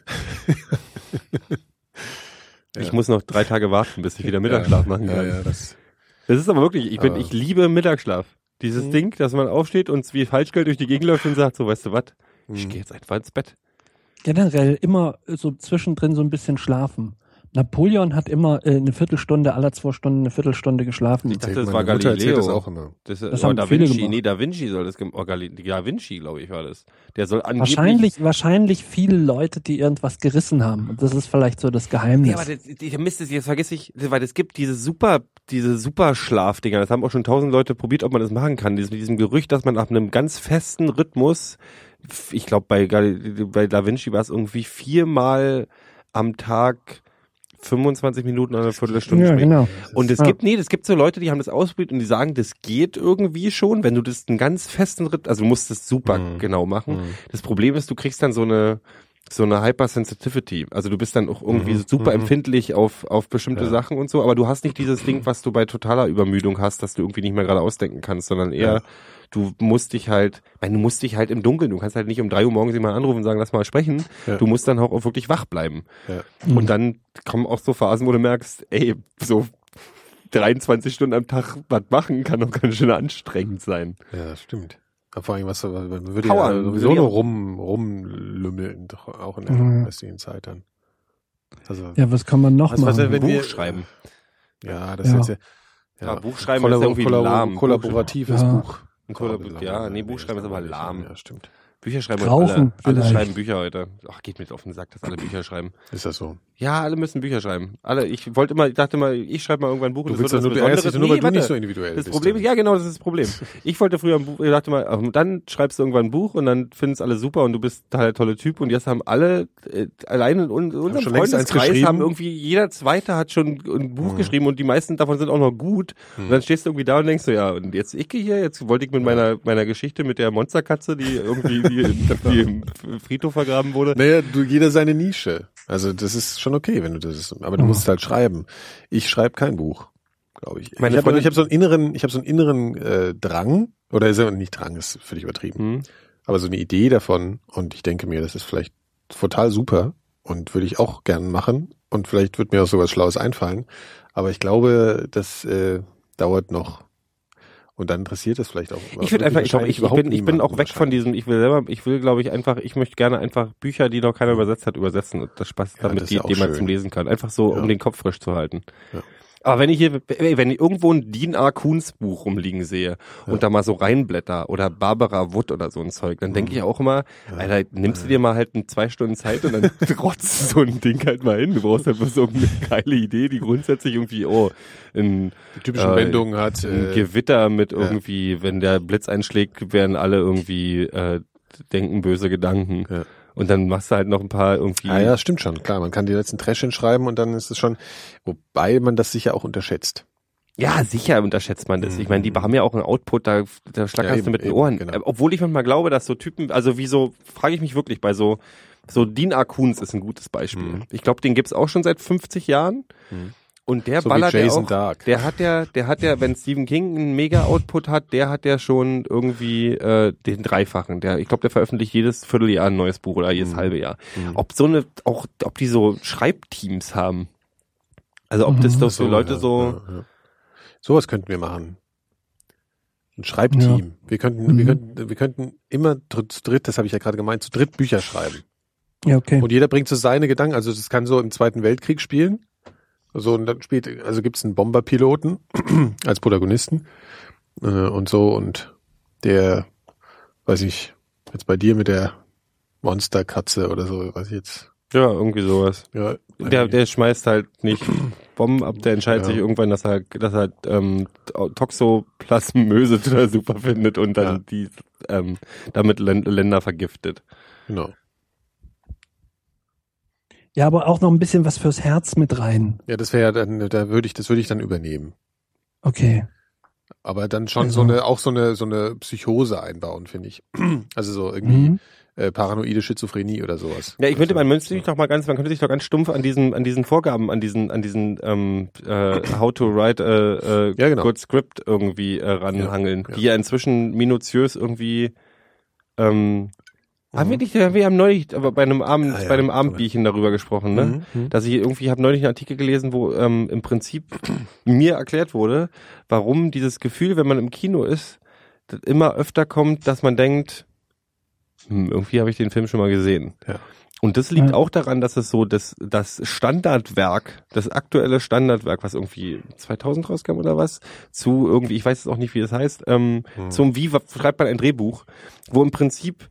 Ja. Ich muss noch 3 Tage warten, bis ich wieder Mittagsschlaf machen kann. Ja, das. Das ist aber wirklich, Aber- ich liebe Mittagsschlaf. Dieses Ding, dass man aufsteht und wie Falschgeld durch die Gegend läuft und sagt, so, weißt du was, ich gehe jetzt einfach ins Bett. Generell immer so zwischendrin so ein bisschen schlafen. Napoleon hat immer eine Viertelstunde, alle 2 Stunden eine Viertelstunde geschlafen. Ich dachte, Erzählt das war meine Mutter erzählt Galileo. das auch immer. Das Das war haben Da viele Vinci. gemacht. Nee, Da Vinci soll das Da Vinci, glaube ich, war das. Der soll angeblich... Wahrscheinlich viele Leute, die irgendwas gerissen haben. Und das ist vielleicht so das Geheimnis. Ja, aber der Mist ist, jetzt vergesse ich, weil es gibt diese super Schlafdinger, das haben auch schon 1000 Leute probiert, ob man das machen kann. Mit diesem Gerücht, dass man nach einem ganz festen Rhythmus, ich glaube bei Da Vinci war es irgendwie 4-mal am Tag 25 Minuten oder eine Viertelstunde ja, schläft. genau. Und es gibt so Leute, die haben das ausprobiert und die sagen, das geht irgendwie schon, wenn du das einen ganz festen Rhythmus, also du musst das super genau machen. Das Problem ist, du kriegst dann so eine Hypersensitivity. Also du bist dann auch irgendwie super empfindlich auf bestimmte Sachen und so, aber du hast nicht dieses Ding, was du bei totaler Übermüdung hast, dass du irgendwie nicht mehr gerade ausdenken kannst, sondern eher du musst dich halt im Dunkeln, du kannst halt nicht um 3 Uhr morgens jemanden anrufen und sagen, lass mal sprechen. Ja. Du musst dann auch wirklich wach bleiben. Ja. Und dann kommen auch so Phasen, wo du merkst, ey, so 23 Stunden am Tag was machen, kann doch ganz schön anstrengend sein. Ja, das stimmt. Aber vor allem, man würde Power, ja sowieso würde nur ja- rumlümmeln, doch auch in der Mhm. restlichen Zeit dann. Also, Ja, was kann man noch was machen? wenn Buch wir- schreiben. ja, das Ja. ist jetzt Ja, Buchschreiben ist irgendwie lahm. Kollaboratives Ja. Buch. Buchschreiben ist aber lahm. Ja, stimmt. Bücher schreiben Rauchen alle vielleicht. schreiben Bücher heute. Ach, geht mir jetzt auf den Sack, dass alle Bücher schreiben. Ist das so? Ja, alle müssen Bücher schreiben. Alle, ich dachte mal, ich schreibe mal irgendwann ein Buch. und Du willst das ja wird nur, was du ärgerst dich Besonderes. nur, weil Nee, du nicht warte. so individuell Das bist. Problem ist, ja genau, das ist das Problem. Ich wollte früher ein Buch, ich dachte mal, dann schreibst du irgendwann ein Buch und dann finden es alle super und du bist total der tolle Typ und jetzt haben alle, allein in unserem schon längst eins Freundeskreis geschrieben? haben irgendwie, jeder Zweite hat schon ein Buch geschrieben und die meisten davon sind auch noch gut. Und dann stehst du irgendwie da und denkst so, ja, und jetzt ich hier, jetzt wollte ich mit meiner Geschichte mit der Monsterkatze, die irgendwie die im Friedhof vergraben wurde. Naja, jeder seine Nische. Also das ist schon okay, wenn du das, aber du musst halt schreiben. Ich schreibe kein Buch, glaube ich. Ich habe so einen inneren Drang, oder ist ja nicht Drang, ist völlig übertrieben, aber so eine Idee davon, und ich denke mir, das ist vielleicht total super und würde ich auch gerne machen und vielleicht wird mir auch sowas Schlaues einfallen, aber ich glaube, das dauert noch. Und dann interessiert es vielleicht auch. Ich würde einfach, ich bin auch weg von diesem, ich will glaube ich einfach, ich möchte gerne einfach Bücher, die noch keiner übersetzt hat, übersetzen und das Spaß damit, die man zum Lesen kann. Einfach so, um den Kopf frisch zu halten. Ja. Aber wenn ich irgendwo ein Dean R. Koontz Buch rumliegen sehe und da mal so reinblätter oder Barbara Wood oder so ein Zeug, dann denke ich auch immer, Alter, nimmst du dir mal halt 2 Stunden Zeit und dann trotzt so ein Ding halt mal hin. Du brauchst halt so eine geile Idee, die grundsätzlich irgendwie, die typischen Wendungen hat. Ein Gewitter mit irgendwie, wenn der Blitz einschlägt, werden alle irgendwie denken böse Gedanken. Ja. Und dann machst du halt noch ein paar irgendwie... Ja, stimmt schon, klar. Man kann die letzten Trash hinschreiben und dann ist es schon... Wobei man das sicher auch unterschätzt. Ja, sicher unterschätzt man das. Ich meine, die haben ja auch einen Output, da schlackerst du mit den Ohren. Genau. Obwohl ich manchmal glaube, dass so Typen... Also wieso, frage ich mich wirklich, bei so Dean R. Koontz ist ein gutes Beispiel. Ich glaube, den gibt's auch schon seit 50 Jahren. Und der so ballert ja auch, Dark. Der hat ja, wenn Stephen King einen Mega-Output hat, der hat ja schon irgendwie den Dreifachen. Ich glaube, der veröffentlicht jedes Vierteljahr ein neues Buch oder jedes halbe Jahr. Ob die so Schreibteams haben. Also ob das doch so Leute so... Ja. Sowas könnten wir machen. Ein Schreibteam. Ja. Wir könnten immer zu dritt, das habe ich ja gerade gemeint, zu dritt Bücher schreiben. Ja, okay. Und jeder bringt so seine Gedanken, also das kann so im Zweiten Weltkrieg spielen. So, und dann gibt's einen Bomberpiloten als Protagonisten und so, und der, weiß ich, jetzt bei dir mit der Monsterkatze oder so, weiß ich jetzt. Ja, irgendwie sowas. Ja, der schmeißt halt nicht Bomben ab, der entscheidet sich irgendwann, dass er Toxoplasmöse total super findet und dann die damit Länder vergiftet. Genau. Ja, aber auch noch ein bisschen was fürs Herz mit rein. Ja, das wäre ja dann, das würde ich dann übernehmen. Okay. Aber dann schon so eine Psychose einbauen, finde ich. Also so irgendwie paranoide Schizophrenie oder sowas. Ja, man könnte sich doch ganz stumpf an diesen Vorgaben, an diesen how to write good script irgendwie ranhangeln, die ja inzwischen minutiös irgendwie wir haben neulich bei einem Abendbierchen darüber gesprochen, ne? Dass ich habe neulich einen Artikel gelesen, wo im Prinzip mir erklärt wurde, warum dieses Gefühl, wenn man im Kino ist, das immer öfter kommt, dass man denkt, irgendwie habe ich den Film schon mal gesehen. Ja. Und das liegt auch daran, dass es so das Standardwerk, das aktuelle Standardwerk, was irgendwie 2000 rauskam oder was, zu irgendwie, ich weiß jetzt auch nicht, wie es heißt, zum wie schreibt man ein Drehbuch, wo im Prinzip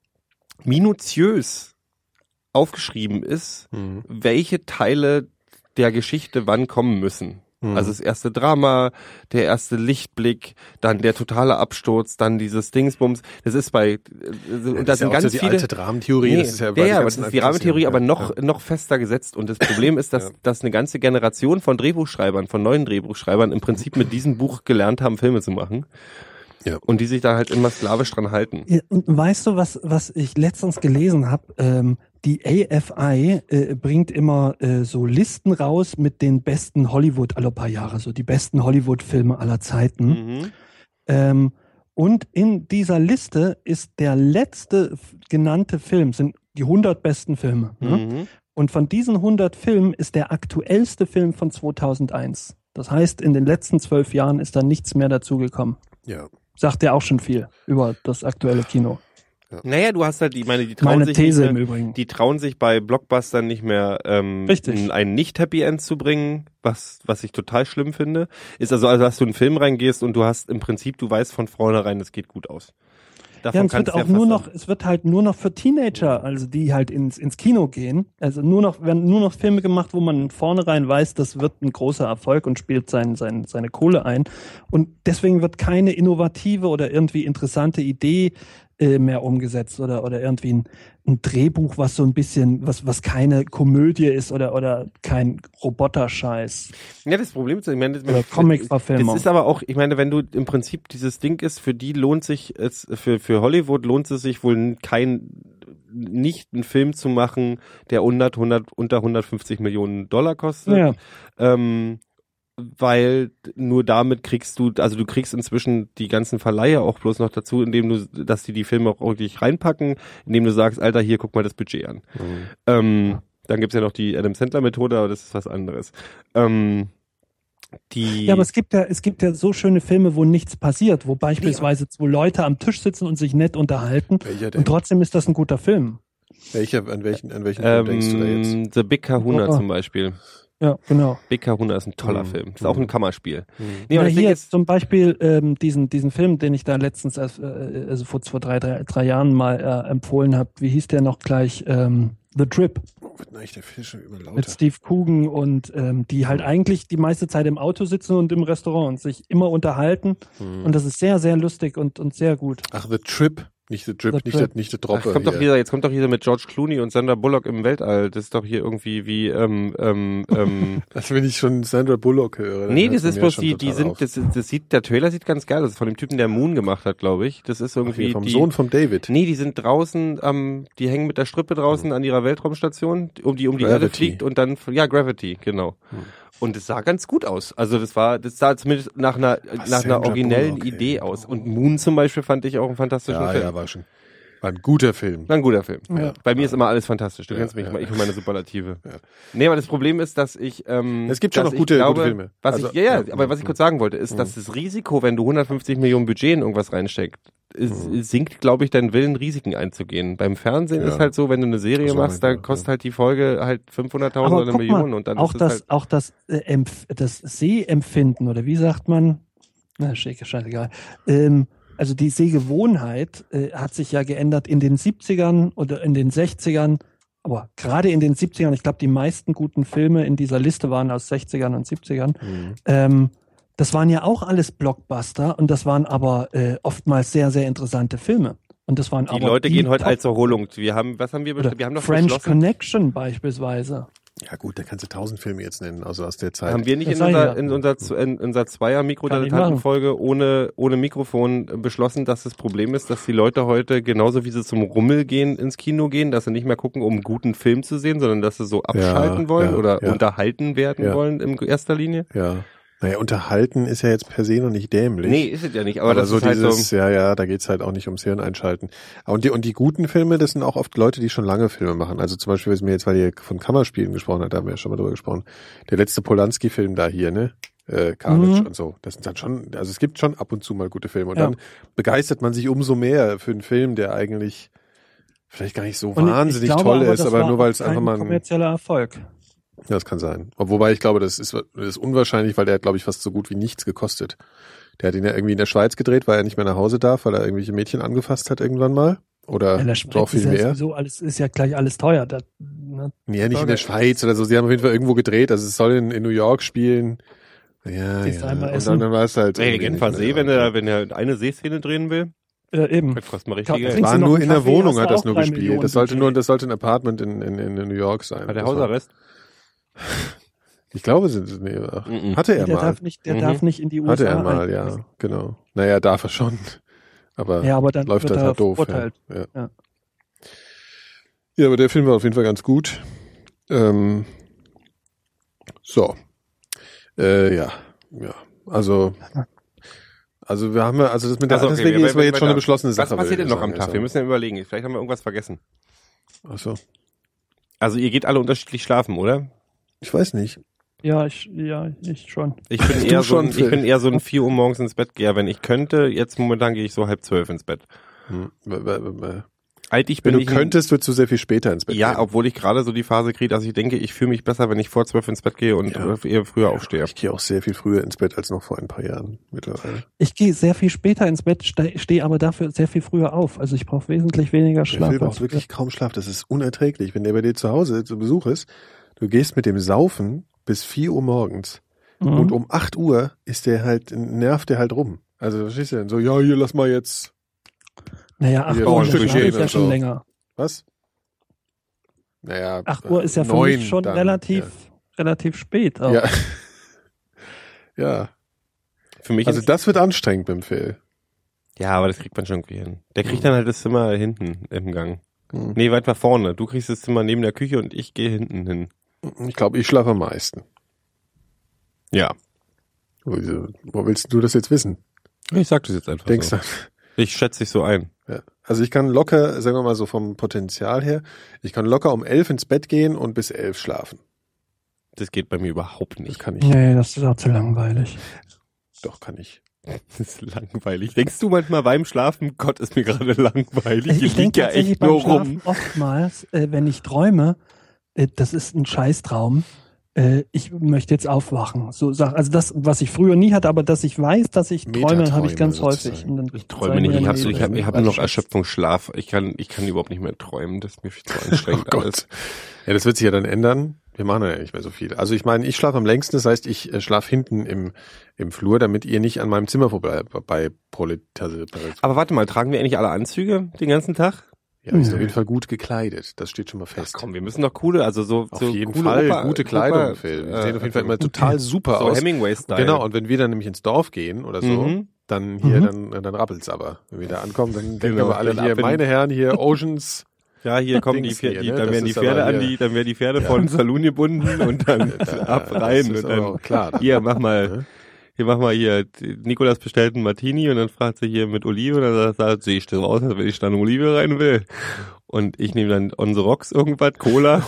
minutiös aufgeschrieben ist, welche Teile der Geschichte wann kommen müssen. Also das erste Drama, der erste Lichtblick, dann der totale Absturz, dann dieses Dingsbums. Das ist das sind ganz viele alte Dramentheorie. Das ist das ist die Dramentheorie, aber noch fester gesetzt. Und das Problem ist, dass eine ganze Generation von Drehbuchschreibern, von neuen Drehbuchschreibern im Prinzip mit diesem Buch gelernt haben, Filme zu machen. Ja. Und die sich da halt immer sklavisch dran halten. Ja, und weißt du, was ich letztens gelesen habe? Die AFI bringt immer so Listen raus mit den besten Hollywood alle paar Jahre, so die besten Hollywood-Filme aller Zeiten. Und in dieser Liste ist der letzte genannte Film, sind die 100 besten Filme. Ne? Und von diesen 100 Filmen ist der aktuellste Film von 2001. Das heißt, in den letzten 12 Jahren ist da nichts mehr dazugekommen. Ja. Sagt ja auch schon viel über das aktuelle Kino. Ja. Naja, du hast halt die trauen sich bei Blockbustern nicht mehr ein Nicht-Happy End zu bringen, was ich total schlimm finde. Ist also, dass du in einen Film reingehst und du hast im Prinzip, du weißt von vornherein, es geht gut aus. Davon es wird halt nur noch für Teenager, also die halt ins Kino gehen. Also werden nur noch Filme gemacht, wo man vornherein weiß, das wird ein großer Erfolg und spielt seine Kohle ein. Und deswegen wird keine innovative oder irgendwie interessante Idee mehr umgesetzt oder irgendwie ein Drehbuch, was so ein bisschen, was keine Komödie ist oder kein Roboterscheiß. Ja, das Problem ist, ich meine, oder Comic-Verfilmung. Das ist aber auch, ich meine, wenn du im Prinzip dieses Ding ist, für die lohnt sich es, für Hollywood lohnt es sich wohl kein nicht einen Film zu machen, der unter 150 Millionen $150 kostet. Ja. Weil nur damit kriegst du kriegst inzwischen die ganzen Verleiher auch bloß noch dazu, dass die Filme auch wirklich reinpacken, indem du sagst, Alter, hier, guck mal das Budget an. Dann gibt's ja noch die Adam Sandler Methode, aber das ist was anderes. Ja, aber es gibt ja so schöne Filme, wo nichts passiert, wo beispielsweise zwei Leute am Tisch sitzen und sich nett unterhalten. Welcher denn? Und trotzdem ist das ein guter Film. An welchen Film denkst du da jetzt? The Big Kahuna zum Beispiel. Ja, genau. Big Kahuna ist ein toller Film. Ist auch ein Kammerspiel. Nee, Ja, aber hier zum Beispiel diesen Film, den ich da letztens also vor drei Jahren mal empfohlen habe. Wie hieß der noch gleich? The Trip. Wird eigentlich der Film schon überlauter? Mit Steve Coogan und die halt eigentlich die meiste Zeit im Auto sitzen und im Restaurant und sich immer unterhalten. Und das ist sehr, sehr lustig und sehr gut. Ach, The Trip. Nicht The Trip, nicht der Dropper. Jetzt kommt doch hier mit George Clooney und Sandra Bullock im Weltall. Das ist doch hier irgendwie wie, Also wenn ich schon Sandra Bullock höre. Nee, das ist bloß der Trailer sieht ganz geil aus. Von dem Typen, der Moon gemacht hat, glaube ich. Das ist irgendwie vom Sohn von David. Nee, die sind draußen, die hängen mit der Strippe draußen an ihrer Weltraumstation, um die Erde fliegt und dann, ja, Gravity, genau. Und es sah ganz gut aus. Also das sah zumindest nach einer originellen Bullock, Idee aus. Und Moon zum Beispiel fand ich auch einen fantastischen Film. Ja, war ein guter Film. War ein guter Film. Ja. Bei mir ist immer alles fantastisch. Du kennst mich mal, ich und meine Superlative. Ja. Nee, aber das Problem ist, dass ich es gibt schon noch gute Filme. Aber was ich kurz sagen wollte, ist, dass das Risiko, wenn du 150 Millionen Budget in irgendwas reinsteckst, sinkt, glaube ich, dein Willen, Risiken einzugehen. Beim Fernsehen ist halt so, wenn du eine Serie machst, da kostet halt die Folge halt 500.000 oder eine Million und dann auch ist es auch das Sehempfinden oder wie sagt man? Na, scheißegal. Also die Sehgewohnheit hat sich ja geändert in den 70ern oder in den 60ern, aber gerade in den 70ern, ich glaube, die meisten guten Filme in dieser Liste waren aus 60ern und 70ern. Das waren ja auch alles Blockbuster und das waren aber oftmals sehr, sehr interessante Filme. Und das waren die Leute gehen heute als Erholung. Wir haben doch French beschlossen. Connection beispielsweise. Ja gut, da kannst du 1000 Filme jetzt nennen, also aus der Zeit. Haben wir nicht in unserer Zweier-Mikrodilettanten-Folge ohne Mikrofon beschlossen, dass das Problem ist, dass die Leute heute genauso wie sie zum Rummel gehen, ins Kino gehen, dass sie nicht mehr gucken, um einen guten Film zu sehen, sondern dass sie so abschalten wollen oder unterhalten werden wollen in erster Linie? Ja. Naja, unterhalten ist ja jetzt per se noch nicht dämlich. Nee, ist es ja nicht, aber das so ist halt dieses, so. Ja, da geht's halt auch nicht ums Hirn einschalten. Und die guten Filme, das sind auch oft Leute, die schon lange Filme machen. Also zum Beispiel, weil ihr von Kammerspielen gesprochen habt, da haben wir ja schon mal drüber gesprochen. Der letzte Polanski-Film da hier, ne? Carnage und so. Das sind dann schon, also es gibt schon ab und zu mal gute Filme. Und dann begeistert man sich umso mehr für einen Film, der eigentlich vielleicht gar nicht so wahnsinnig toll ist, aber nur weil es einfach mal ein kommerzieller Erfolg. Ja, das kann sein. Wobei ich glaube, das ist unwahrscheinlich, weil der hat, glaube ich, fast so gut wie nichts gekostet. Der hat ihn ja irgendwie in der Schweiz gedreht, weil er nicht mehr nach Hause darf, weil er irgendwelche Mädchen angefasst hat irgendwann mal. Oder doch viel mehr. Ist ja gleich alles teuer. Ne? Ja, nicht in der Schweiz oder so. Sie haben auf jeden Fall irgendwo gedreht. Also es soll in New York spielen. Ja. Und dann war es halt. Hey, Genfer See, wenn er eine Seeszene drehen will. Ja, eben. Das kostet mal richtig Geld. Das war nur in der Wohnung, hat das nur gespielt. Das sollte ein Apartment in New York sein. Hat der Hausarrest? Ich glaube, hatte er mal. Der darf nicht in die USA. Hatte er mal, ja, genau. Naja, darf er schon. Aber dann läuft das halt doof. Ja, aber der Film war auf jeden Fall ganz gut. Also wir haben das mit der Alterswege ist jetzt schon eine beschlossene Sache. Was passiert denn noch am Tag? Wir müssen ja überlegen. Vielleicht haben wir irgendwas vergessen. Ach so. Also ihr geht alle unterschiedlich schlafen, oder? Ich weiß nicht. Ja, ich schon. Ich bin eher so ein 4 Uhr morgens ins Bett gehe. Wenn ich könnte, jetzt momentan gehe ich so 11:30 ins Bett. Wenn du könntest, würdest du sehr viel später ins Bett gehen. Ja, obwohl ich gerade so die Phase kriege, dass ich denke, ich fühle mich besser, wenn ich vor 12 ins Bett gehe und eher früher aufstehe. Ich gehe auch sehr viel früher ins Bett als noch vor ein paar Jahren mittlerweile. Ich gehe sehr viel später ins Bett, stehe aber dafür sehr viel früher auf. Also ich brauche wesentlich weniger Schlaf. Ich brauche wirklich kaum Schlaf. Das ist unerträglich. Wenn der bei dir zu Hause zu Besuch ist, du gehst mit dem Saufen bis 4 Uhr morgens und um 8 Uhr nervt der halt rum. Also verstehst du denn? So, ja, hier lass mal jetzt. Naja, 8 Uhr ist ja schon länger. Was? Naja, 8 Uhr ist ja für mich schon dann, relativ spät. Auch. Ja. Ja. Für mich also das wird anstrengend beim Phil. Ja, aber das kriegt man schon irgendwie hin. Der kriegt dann halt das Zimmer hinten im Gang. Nee, weit nach vorne. Du kriegst das Zimmer neben der Küche und ich gehe hinten hin. Ich glaube, ich schlafe am meisten. Ja. Wo willst du das jetzt wissen? Ich sag das jetzt einfach Denkst so. du? Ich schätze dich so ein. Ja. Also ich kann locker, sagen wir mal so vom Potenzial her, ich kann locker um 11 ins Bett gehen und bis 11 schlafen. Das geht bei mir überhaupt Das nicht. kann ich. Nee, das ist auch zu langweilig. Doch, kann ich. Das ist langweilig. Denkst du manchmal beim Schlafen, Gott, ist mir gerade langweilig. Ich denke tatsächlich beim Schlafen oftmals, wenn ich träume, das ist ein Scheißtraum, ich möchte jetzt aufwachen. Also das, was ich früher nie hatte, aber dass ich weiß, dass ich träume, habe ich ganz sozusagen. häufig. Und dann Ich träume nicht. Ich hab nur noch Erschöpfung. Erschöpfungsschlaf. Ich kann überhaupt nicht mehr träumen. Das ist mir viel zu anstrengend Oh Gott. alles. Ja, das wird sich ja dann ändern. Wir machen ja nicht mehr so viel. Also ich meine, ich schlafe am längsten, das heißt, ich schlafe hinten im Flur, damit ihr nicht an meinem Zimmer vorbei proletariert. Aber warte mal, tragen wir eigentlich alle Anzüge den ganzen Tag? Ja, wir sind auf jeden Fall gut gekleidet. Das steht schon mal fest. Komm, wir müssen doch coole, also so Auf so jeden coole Fall gute Kleidung, Phil. Wir sehen auf jeden Fall immer total super so aus. Hemingway-Style. Genau, und wenn wir dann nämlich ins Dorf gehen oder so, Mhm. dann hier, dann rappelt's aber. Wenn wir da ankommen, dann denken Genau, aber alle dann hier, ab in- meine Herren, hier Oceans. Ja, hier kommen Dings die hier, ne? dann Das werden die ist Pferde aber an hier- dann werden die Pferde vor den Saloon gebunden und dann ab rein Das ist und dann aber auch klar. hier mach mal Ne? hier, Nikolas bestellt einen Martini und dann fragt sie hier mit Olive und dann sagt, sehe ich das aus, als wenn ich da eine Olive rein will. Und ich nehme dann On the Rocks irgendwas, Cola.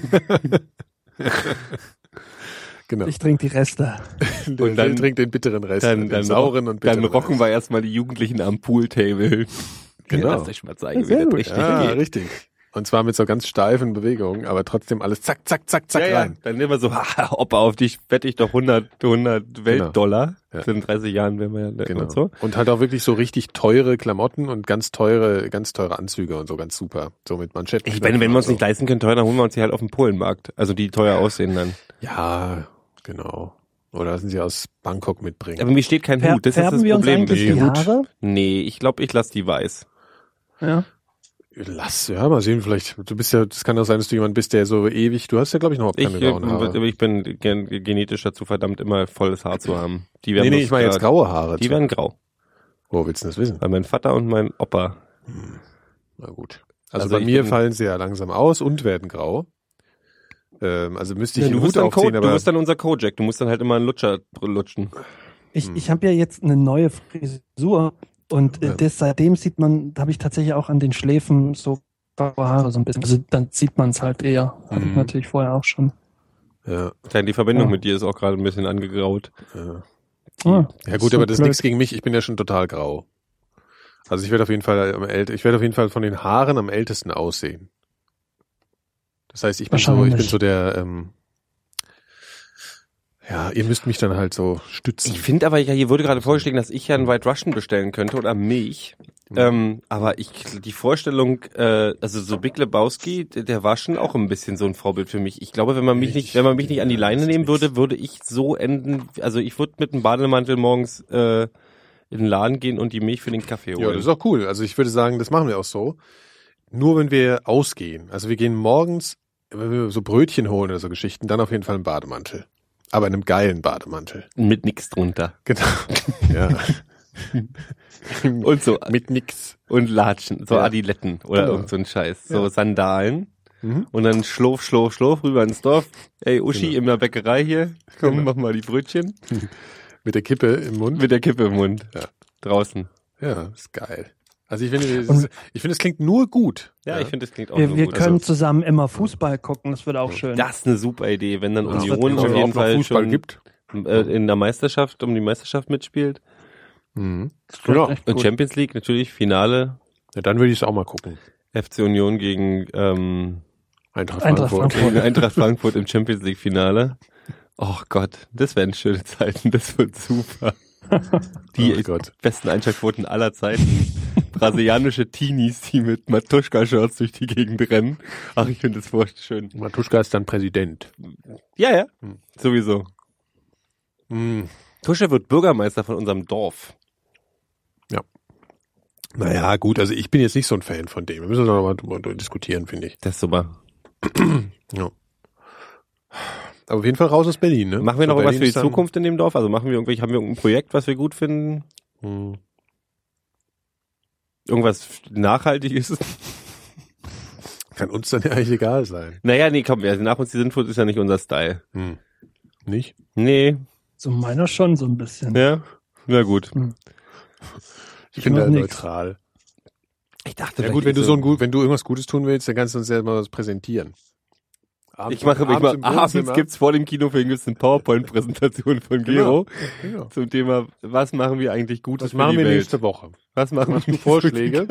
Genau. Ich trinke die Reste. Und dann trinkt den bitteren Rest, den sauren und bitteren dann rocken Rest. wir erstmal die Jugendlichen am Pooltable. Genau. Lasst euch mal zeigen, Ja, wie sehr das gut. richtig Ja, geht. richtig. Und zwar mit so ganz steifen Bewegungen, aber trotzdem alles zack, zack, zack, zack Ja, rein. dann nehmen wir so, Opa, auf dich wette ich doch 100 Weltdollar. Ja. In 30 Jahren werden wir ja Genau. und so. Und halt auch wirklich so richtig teure Klamotten und ganz teure Anzüge und so, ganz super. So mit Manschetten. Ich meine, wenn wir uns nicht leisten können, teuer, dann holen wir uns die halt auf dem Polenmarkt. Also die teuer aussehen dann. Ja, genau. Oder lassen sie aus Bangkok mitbringen. Aber mir steht kein Hut, das ist das Färben wir uns Problem. eigentlich die Nee, Hut. Haare? Nee, ich glaube, ich lasse die weiß. Ja. Ja, mal sehen, vielleicht, du bist ja, das kann auch sein, dass du jemand bist, der so ewig, du hast ja, glaube ich, noch keine grauen Haare. Ich bin genetisch dazu verdammt, immer volles Haar zu haben. Die werden Nee, ich meine jetzt graue Haare. Die werden grau. Wo willst du das wissen? Weil mein Vater und mein Opa. Na gut. Also Also bei ich mir bin- fallen sie ja langsam aus und werden grau. Also müsste ich Ja, den du Hut bist dann aufziehen, du aber bist dann unser Kojak. Du musst dann halt immer einen Lutscher lutschen. Ich habe ja jetzt eine neue Frisur und Ja. seitdem sieht man, da habe ich tatsächlich auch an den Schläfen so graue Haare so ein bisschen. Also dann sieht man es halt eher. Hatte ich natürlich vorher auch schon. ja, Die Verbindung Ja. mit dir ist auch gerade ein bisschen angegraut. ja. Ah, Ja gut, so aber das ist blöd. nichts gegen mich, ich bin ja schon total grau. Also ich werde auf jeden Fall von den Haaren am ältesten aussehen. Das heißt, ich bin Wahrscheinlich. so der, ja, ihr müsst mich dann halt so stützen. Ich finde aber, ja, hier wurde gerade vorgeschlagen, dass ich ja einen White Russian bestellen könnte oder Milch. Aber die Vorstellung, also so Big Lebowski, der war schon auch ein bisschen so ein Vorbild für mich. Ich glaube, wenn man mich nicht an die Leine nehmen würde, würde ich so enden, also ich würde mit einem Bademantel morgens in den Laden gehen und die Milch für den Kaffee holen. Ja, das ist auch cool. Also ich würde sagen, das machen wir auch so. Nur wenn wir ausgehen. Also wir gehen morgens, wenn wir so Brötchen holen oder so Geschichten, dann auf jeden Fall einen Bademantel. Aber in einem geilen Bademantel. Mit nix drunter. Genau. Ja. Und so, Mit nix. und Latschen, so Ja. Adiletten oder Genau. irgend so ein Scheiß. So Ja. Sandalen. Mhm. Und dann schlurf rüber ins Dorf. Ey, Uschi, Genau. in der Bäckerei hier, komm, mach mal die Brötchen. Mit der Kippe im Mund. Mit der Kippe im Mund. Ja. Draußen. Ja, ist geil. Also ich finde, es klingt nur gut. Ja, ich finde, das klingt auch Wir, so wir gut. können Also- zusammen immer Fußball gucken, das wird auch schön. Das ist eine super Idee, wenn dann Ja. Union Also auf jeden auch noch Fall Fußball schon gibt. in der Meisterschaft, um die Meisterschaft mitspielt. Mhm. Das wird Ja. echt Und gut. Champions League natürlich, Finale. Ja, dann würde ich es auch mal gucken. FC Union gegen Eintracht Eintracht Frankfurt. Frankfurt. gegen Eintracht Frankfurt im Champions League Finale. Oh Gott, das werden schöne Zeiten, das wird super. Die Oh Gott. besten Einschaltquoten aller Zeiten. Brasilianische Teenies, die mit Matuschka-Shirts durch die Gegend rennen. Ach, ich finde das furchtbar schön. Matuschka ist dann Präsident. Ja. Sowieso. Mhm. Tusche wird Bürgermeister von unserem Dorf. Naja, gut, also ich bin jetzt nicht so ein Fan von dem. Wir müssen noch mal drüber diskutieren, finde ich. Das ist super. Ja. Aber auf jeden Fall raus aus Berlin, ne? Machen wir noch So, irgendwas für Berlin die ist dann- Zukunft in dem Dorf? Also haben wir irgendein Projekt, was wir gut finden? Hm. Irgendwas Nachhaltiges? Kann uns dann ja eigentlich egal sein. Naja, nee, komm, nach uns die Sintflut ist ja nicht unser Style. Nicht? Nee. So meiner schon so ein bisschen. Ja? Na gut. Ich bin mach da nix. neutral. Ich dachte, Ja gut, wenn du irgendwas Gutes tun willst, dann kannst du uns ja mal was präsentieren. Ich mache abends gibt's vor dem Kinofilm gibt's eine PowerPoint-Präsentation von Gero Genau. zum Thema, was machen wir eigentlich Gutes Das machen für wir die Welt? nächste Woche. Was machen Machst wir du Vorschläge?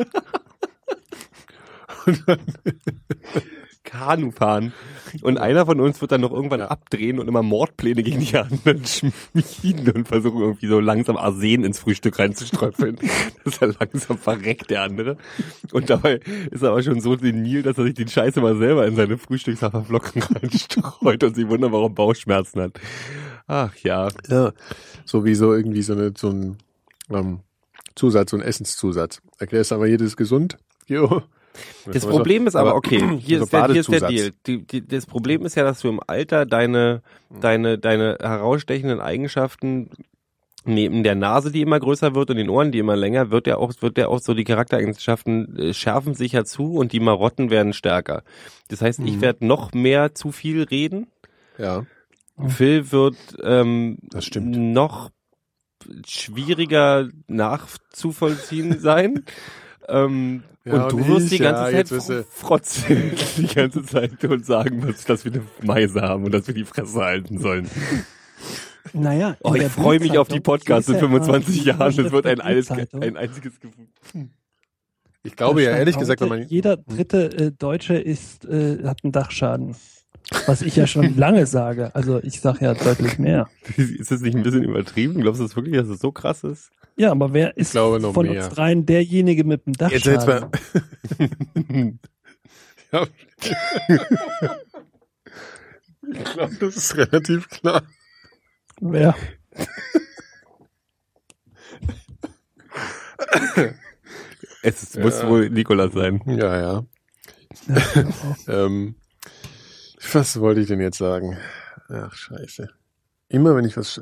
Kanu fahren. Und einer von uns wird dann noch irgendwann abdrehen und immer Mordpläne gegen die anderen schmieden und versuchen irgendwie so langsam Arsen ins Frühstück reinzuströpfeln. Dass er langsam verreckt, der andere. Und dabei ist er aber schon so senil, dass er sich den Scheiß immer selber in seine Frühstückshaferflocken reinstreut und sich wundert, warum er Bauchschmerzen hat. Ach ja. Ja, sowieso irgendwie so ein Zusatz, so ein Essenszusatz. Erklärst aber jedes gesund? Jo. Das Problem ist aber, okay, hier ist der Badezusatz. Deal. Das Problem ist ja, dass du im Alter deine herausstechenden Eigenschaften neben der Nase, die immer größer wird und den Ohren, die immer länger, wird ja auch so die Charaktereigenschaften schärfen sich ja zu und die Marotten werden stärker. Das heißt, ich werde noch mehr zu viel reden. Ja. Phil wird Das stimmt. noch schwieriger nachzuvollziehen sein. Ja, und du und wirst ich, die ganze ja, Zeit jetzt wirst du- frotzen, die ganze Zeit und sagen, dass wir eine Meise haben und dass wir die Fresse halten sollen. Naja. Oh, ich freue mich auf die Podcasts in 25 Jahren. Das wird ein einziges Gefühl. Ich glaube ja, ehrlich gesagt, wenn man... Jeder dritte Deutsche hat einen Dachschaden. Was ich ja schon lange sage. Also ich sage ja deutlich mehr. Ist das nicht ein bisschen übertrieben? Glaubst du das wirklich, dass es so krass ist? Ja, aber wer ist glaube noch von mehr. uns dreien derjenige mit dem Jetzt Dachschaden? ja. Ich glaube, das ist relativ klar. Wer? Muss wohl Nikolas sein. Ja. Was wollte ich denn jetzt sagen? Ach, scheiße. Immer wenn ich was...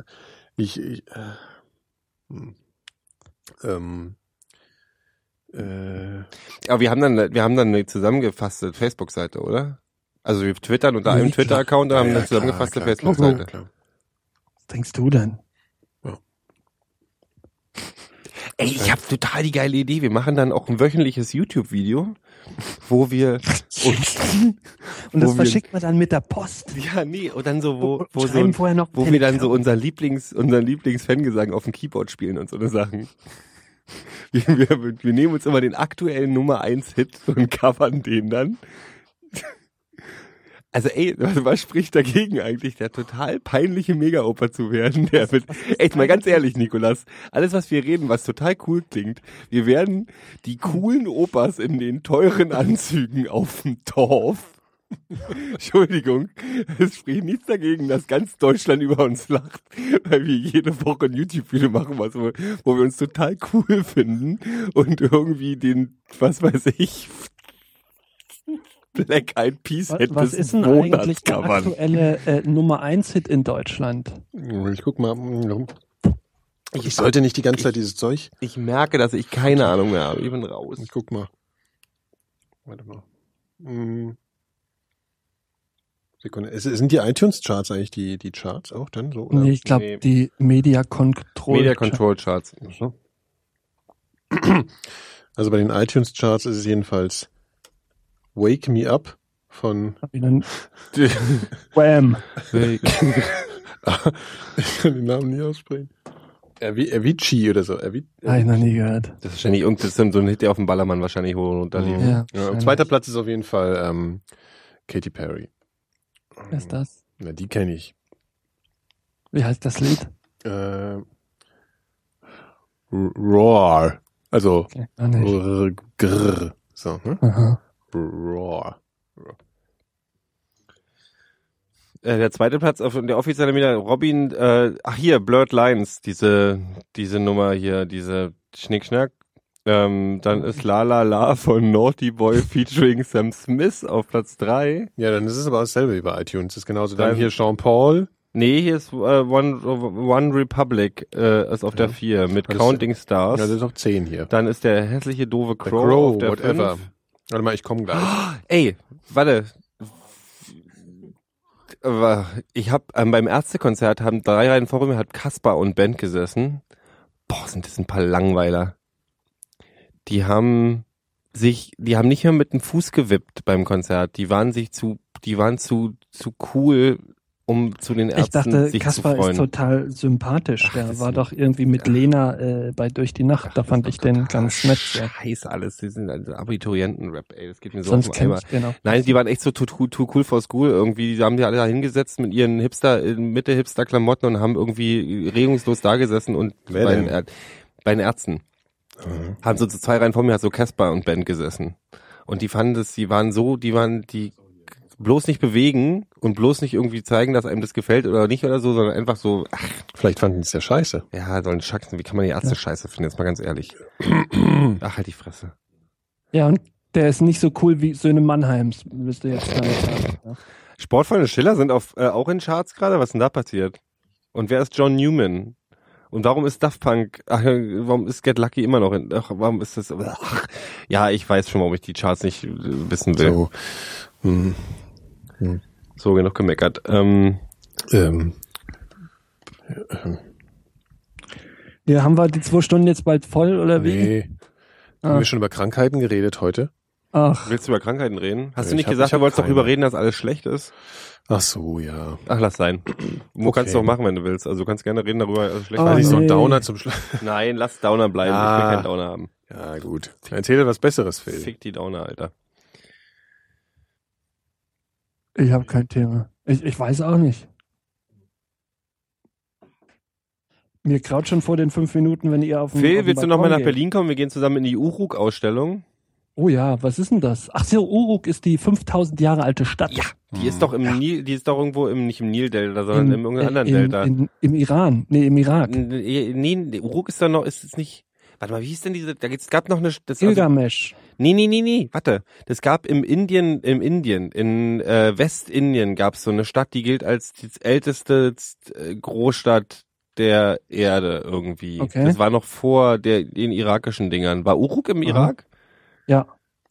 Aber wir haben dann eine zusammengefasste Facebook-Seite, oder? Also wir twittern unter einem Twitter-Account und haben eine zusammengefasste Facebook-Seite. Klar. Was denkst du denn? Ey, ich habe total die geile Idee. Wir machen dann auch ein wöchentliches YouTube-Video, wo wir Und das verschickt man dann mit der Post. ja, nee, und dann so, wo Schreiben vorher noch wir dann so unseren Lieblings-Fangesang auf dem Keyboard spielen und so eine Sachen. Wir nehmen uns immer den aktuellen Nummer 1 Hit und covern den dann. Also ey, was spricht dagegen eigentlich, der total peinliche Mega-Opa zu werden? Der wird, echt mal ganz ehrlich, Nikolas, alles was wir reden, was total cool klingt, wir werden die coolen Opas in den teuren Anzügen auf dem Dorf. Entschuldigung, es spricht nichts dagegen, dass ganz Deutschland über uns lacht, weil wir jede Woche ein YouTube-Video machen, wo wir uns total cool finden und irgendwie den, was weiß ich, Black Eyed Peas Hit Was des ist denn Monats eigentlich der covern. aktuelle Nummer 1 Hit in Deutschland? Ich guck mal. Ich sollte nicht die ganze Zeit dieses Zeug. Ich merke, dass ich keine Ahnung mehr habe. Ich bin raus. Ich guck mal. Warte mal. Sekunde. Sind die iTunes-Charts eigentlich die Charts auch dann so? Oder? Nee, ich glaube, Nee. die Media Control. Media Control Charts. So. Also bei den iTunes-Charts ist es jedenfalls Wake Me Up von... Wham! Ich kann den Namen nie aussprechen. Avicii oder so. Habe ich noch nie gehört. Das ist wahrscheinlich so ein Hit, der auf dem Ballermann wahrscheinlich hoch und runter lief. Ja, Ja, zweiter Platz ist auf jeden Fall Katy Perry. Wer ist das? Na, die kenne ich. Wie heißt das Lied? Roar. Also Okay, noch nicht. grrr. So, ne? Aha. Roar. Der zweite Platz auf der offiziellen Media, Robin, Blurred Lines, diese Nummer hier, diese Schnickschnack. Dann ist La La La von Naughty Boy featuring Sam Smith auf Platz 3. Ja, dann ist es aber auch dasselbe wie bei iTunes. Das ist genauso. Dann hier Sean Paul. Nee, hier ist One Republic ist auf der 4 mit Das ist- Counting Stars. Ja, das ist auf 10 hier. Dann ist der hässliche doofe The Crow auf der whatever. 5. Warte mal, ich komme gleich. Ey, warte. Ich habe beim Ärztekonzert haben 3 Reihen vor mir hat Kaspar und Band gesessen. Boah, sind das ein paar Langweiler. Die haben nicht mehr mit dem Fuß gewippt beim Konzert. Die waren zu cool, um zu den Ärzten Ich dachte, sich Kaspar zu freuen. ist total sympathisch. Ach, Der das war sind- doch irgendwie mit Lena bei Durch die Nacht. Da fand ich den ganz nett. Ja. Scheiß alles. Die sind also Abiturienten-Rap, ey. Das geht mir so Sonst auf den kenn Eimer. ich den auch. Nein, die waren echt so too cool for school irgendwie. Die haben die alle da hingesetzt mit ihren Mitte-Hipster-Klamotten und haben irgendwie regungslos da gesessen und Wer bei denn? den Ärzten. Haben so 2 Reihen vor mir hat so Kaspar und Band gesessen. Und die fanden das, die bloß nicht bewegen und bloß nicht irgendwie zeigen, dass einem das gefällt oder nicht oder so, sondern einfach so, Vielleicht fanden die es ja scheiße. ja, sollen Schaxen, wie kann man die Ärzte scheiße finden, jetzt mal ganz ehrlich. Ach, halt die Fresse. Ja, und der ist nicht so cool wie Söhne Mannheims, müsst ihr jetzt damit sagen. Ja. Sportfreunde Schiller sind auch in Charts gerade, was ist denn da passiert? Und wer ist John Newman? Und warum ist Daft Punk, warum ist Get Lucky immer noch warum ist das, ja, ich weiß schon, warum ich die Charts nicht wissen will. So. So, genug gemeckert. Ja, haben wir die 2 Stunden jetzt bald voll oder wie? Nee. Haben wir schon über Krankheiten geredet heute? Ach, Willst du über Krankheiten reden? Hast Ja, du nicht ich gesagt, hab du wolltest doch keine. überreden, dass alles schlecht ist? Ach so, ja. Ach, lass sein. Wo Okay. kannst du auch machen, wenn du willst. Also du kannst gerne reden darüber, dass alles schlecht Oh, Weiß ich, so ein nee. Downer zum Schluss. Nein, lass Downer bleiben. Ja. Ich will keinen Downer haben. Ja, gut. Erzähl dir was Besseres, Phil. Fick die Downer, Alter. ich habe kein Thema. Ich weiß auch nicht. Mir kraut schon vor den 5 Minuten, wenn ihr auf dem Phil, auf den willst du noch mal Balkon nach geht. Berlin kommen? Wir gehen zusammen in die Uruk-Ausstellung. Oh ja, was ist denn das? Ach so, Uruk ist die 5000 Jahre alte Stadt. Ja, die ist doch im Nil, die ist doch irgendwo nicht im Nil-Delta, sondern in irgendeinem anderen Delta. Im Iran, nee, im Irak. Nee, Uruk ist doch noch, ist es nicht, warte mal, wie hieß denn diese, es gab noch eine, Gilgamesh. Nee, warte, das gab in Westindien gab's so eine Stadt, die gilt als die älteste Großstadt der Erde irgendwie. Okay. Das war noch vor den irakischen Dingern. War Uruk im Irak? Ja.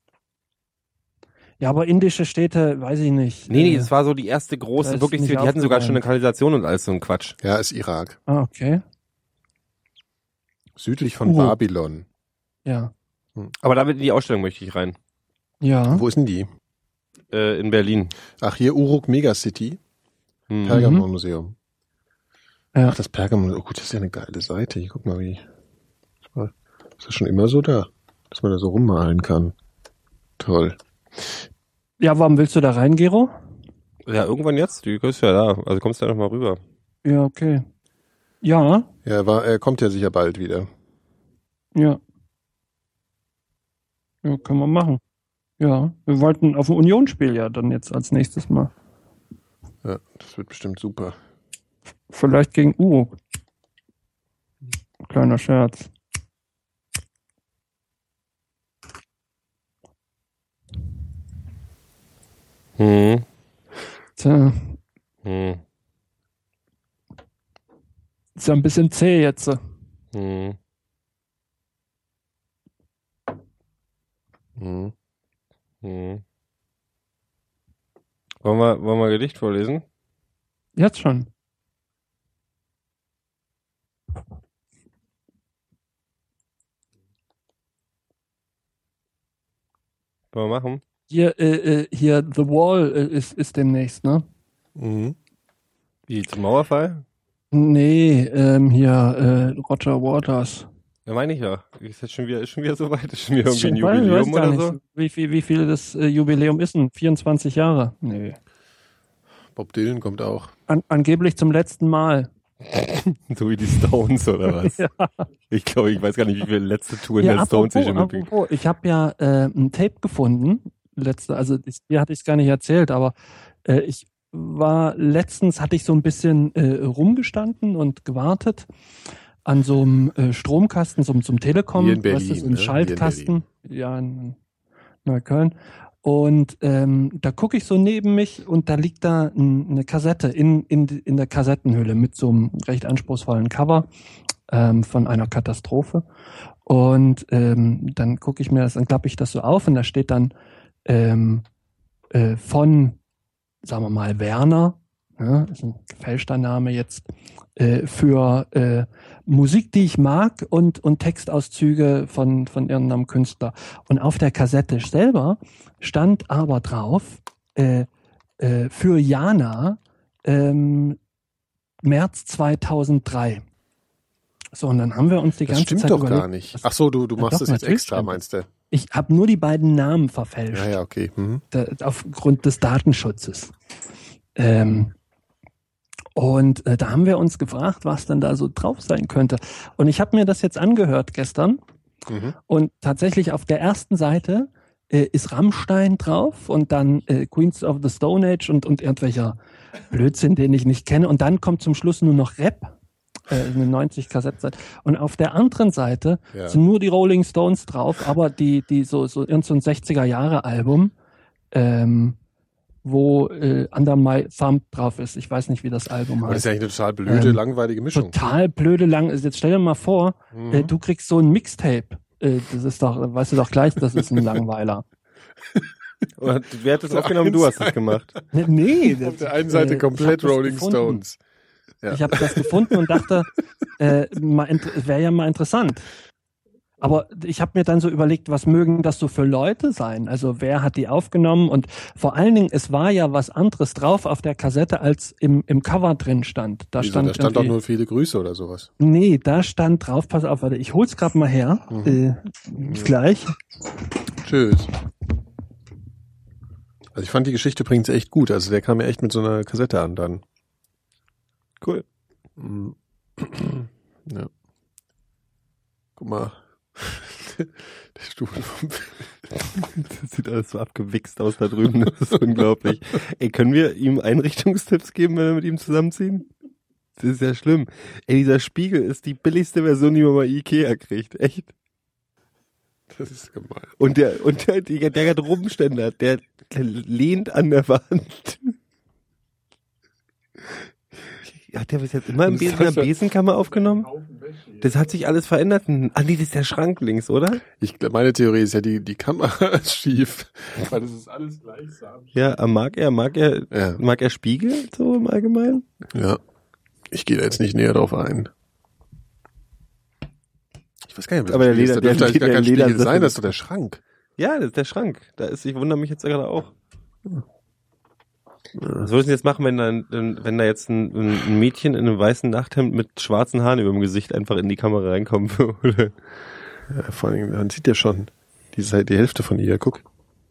Ja, aber indische Städte, weiß ich nicht. Nee, das war so die erste da große, ist wirklich, nicht die hatten sogar schon eine aufgefallen. Kanalisation und alles so ein Quatsch. Ja, ist Irak. Ah, okay. Südlich von Uruk. Babylon. Ja. Aber da in die Ausstellung möchte ich rein. Ja. Wo ist denn die? In Berlin. Ach, hier Uruk Megacity. Hm. Pergamon-Museum. Ja. Ach, das Pergamon. Oh gut, das ist ja eine geile Seite. Hier, guck mal, wie. Ist das schon immer so da? Dass man da so rummalen kann. Toll. Ja, warum willst du da rein, Gero? Ja, irgendwann jetzt. Du bist ja da. Also kommst du ja noch mal rüber. Ja, okay. Ja, Ja, er kommt ja sicher bald wieder. ja. Ja, können wir machen. Ja, wir wollten auf ein Unionsspiel ja dann jetzt als nächstes Mal. Ja, das wird bestimmt super. Vielleicht gegen Uruk. Kleiner Scherz. Hm. Tja, Hm. ist ja ein bisschen zäh jetzt. Hm. Mhm. Hm. Wollen wir ein Gedicht vorlesen? Jetzt schon. Wollen wir machen? Hier The Wall ist demnächst, ne? Mhm. Wie, zum Mauerfall? Nee, hier Roger Waters. Ja, meine ich ja. Ist schon wieder so weit? Ist schon wieder Ist irgendwie ein schon bald, Jubiläum weiß gar oder nicht, so? Wie viel das Jubiläum ist denn? 24 Jahre? Nee. Bob Dylan kommt auch. Angeblich zum letzten Mal. So wie die Stones oder was? Ja. Ich glaube, ich weiß gar nicht, wie viele letzte Touren Ja, der Stones ich schon mitbekriegt. apropos, ich habe ja ein Tape gefunden. Dir hatte ich es gar nicht erzählt, aber ich war letztens, hatte ich so ein bisschen rumgestanden und gewartet an so einem Stromkasten, so einem Telekom, Hier in Berlin, was ist, ein ne? Schaltkasten, ja, in Neukölln. Und da gucke ich so neben mich und da liegt da eine Kassette in der Kassettenhülle mit so einem recht anspruchsvollen Cover. von einer Katastrophe. Und dann gucke ich mir das, dann klappe ich das so auf und da steht dann von, sagen wir mal, Werner, ja, ist ein gefälschter Name jetzt, für Musik, die ich mag und Textauszüge von irgendeinem Künstler. Und auf der Kassette selber stand aber drauf, für Jana, März 2003. So, und dann haben wir uns die Das ganze stimmt Zeit doch überlegt, gar nicht. Ach so, du machst doch, das jetzt natürlich extra, stimmt meinst du? ich habe nur die beiden Namen verfälscht, Ja, okay. Mhm. aufgrund des Datenschutzes. Und da haben wir uns gefragt, was denn da so drauf sein könnte. Und ich habe mir das jetzt angehört gestern. Mhm. Und tatsächlich auf der ersten Seite ist Rammstein drauf und dann Queens of the Stone Age und irgendwelcher Blödsinn, den ich nicht kenne. Und dann kommt zum Schluss nur noch Rap, eine 90-Kassettenseite. Und auf der anderen Seite sind nur die Rolling Stones drauf, aber die so irgend so ein 60er-Jahre-Album, wo Under My Thumb drauf ist. Ich weiß nicht, wie das Album Aber das ist heißt. ja eigentlich eine total blöde, langweilige Mischung. Total blöde lang. Jetzt stell dir mal vor, du kriegst so ein Mixtape. Das ist doch, weißt du doch gleich, das ist ein Langweiler. Und wer hat das aufgenommen? Du hast es gemacht. Nee. Auf der einen Seite komplett Rolling Stones. Ja. Ich habe das gefunden und dachte, wäre ja mal interessant. Aber ich habe mir dann so überlegt, was mögen das so für Leute sein? Also wer hat die aufgenommen? Und vor allen Dingen, es war ja was anderes drauf auf der Kassette, als im Cover drin stand. Da Wieso? stand Da stand doch nur viele Grüße oder sowas. Nee, da stand drauf, pass auf, warte, ich hol's grad mal her. Gleich. Tschüss. Also ich fand die Geschichte übrigens echt gut. Also der kam mir echt mit so einer Kassette an dann. Cool. Ja. Guck mal. Der Stuhl vom Das sieht alles so abgewichst aus da drüben. Das ist unglaublich. Ey, können wir ihm Einrichtungstipps geben, wenn wir mit ihm zusammenziehen? Das ist ja schlimm. Ey, dieser Spiegel ist die billigste Version, die man bei Ikea kriegt. Echt. Das ist gemein. Und der Garderobenständer, der lehnt an der Wand. Hat der bis jetzt immer in der Besenkammer aufgenommen? Das hat sich alles verändert. Ah nee, das ist der Schrank links, oder? Meine Theorie ist ja, die Kamera ist schief. Weil das ist alles gleichsam. Ja, mag er Spiegel so im Allgemeinen? Ja. Ich gehe da jetzt nicht näher drauf ein. Ich weiß gar nicht, aber der Spiegel ist. Da dürfte eigentlich gar kein Spiegel sein, das ist doch der Schrank. Ja, das ist der Schrank. Ich wundere mich jetzt gerade auch. Was würdest du jetzt machen, wenn da jetzt ein Mädchen in einem weißen Nachthemd mit schwarzen Haaren über dem Gesicht einfach in die Kamera reinkommen würde? Ja, vor allem, man sieht ja schon die Hälfte von ihr, guck.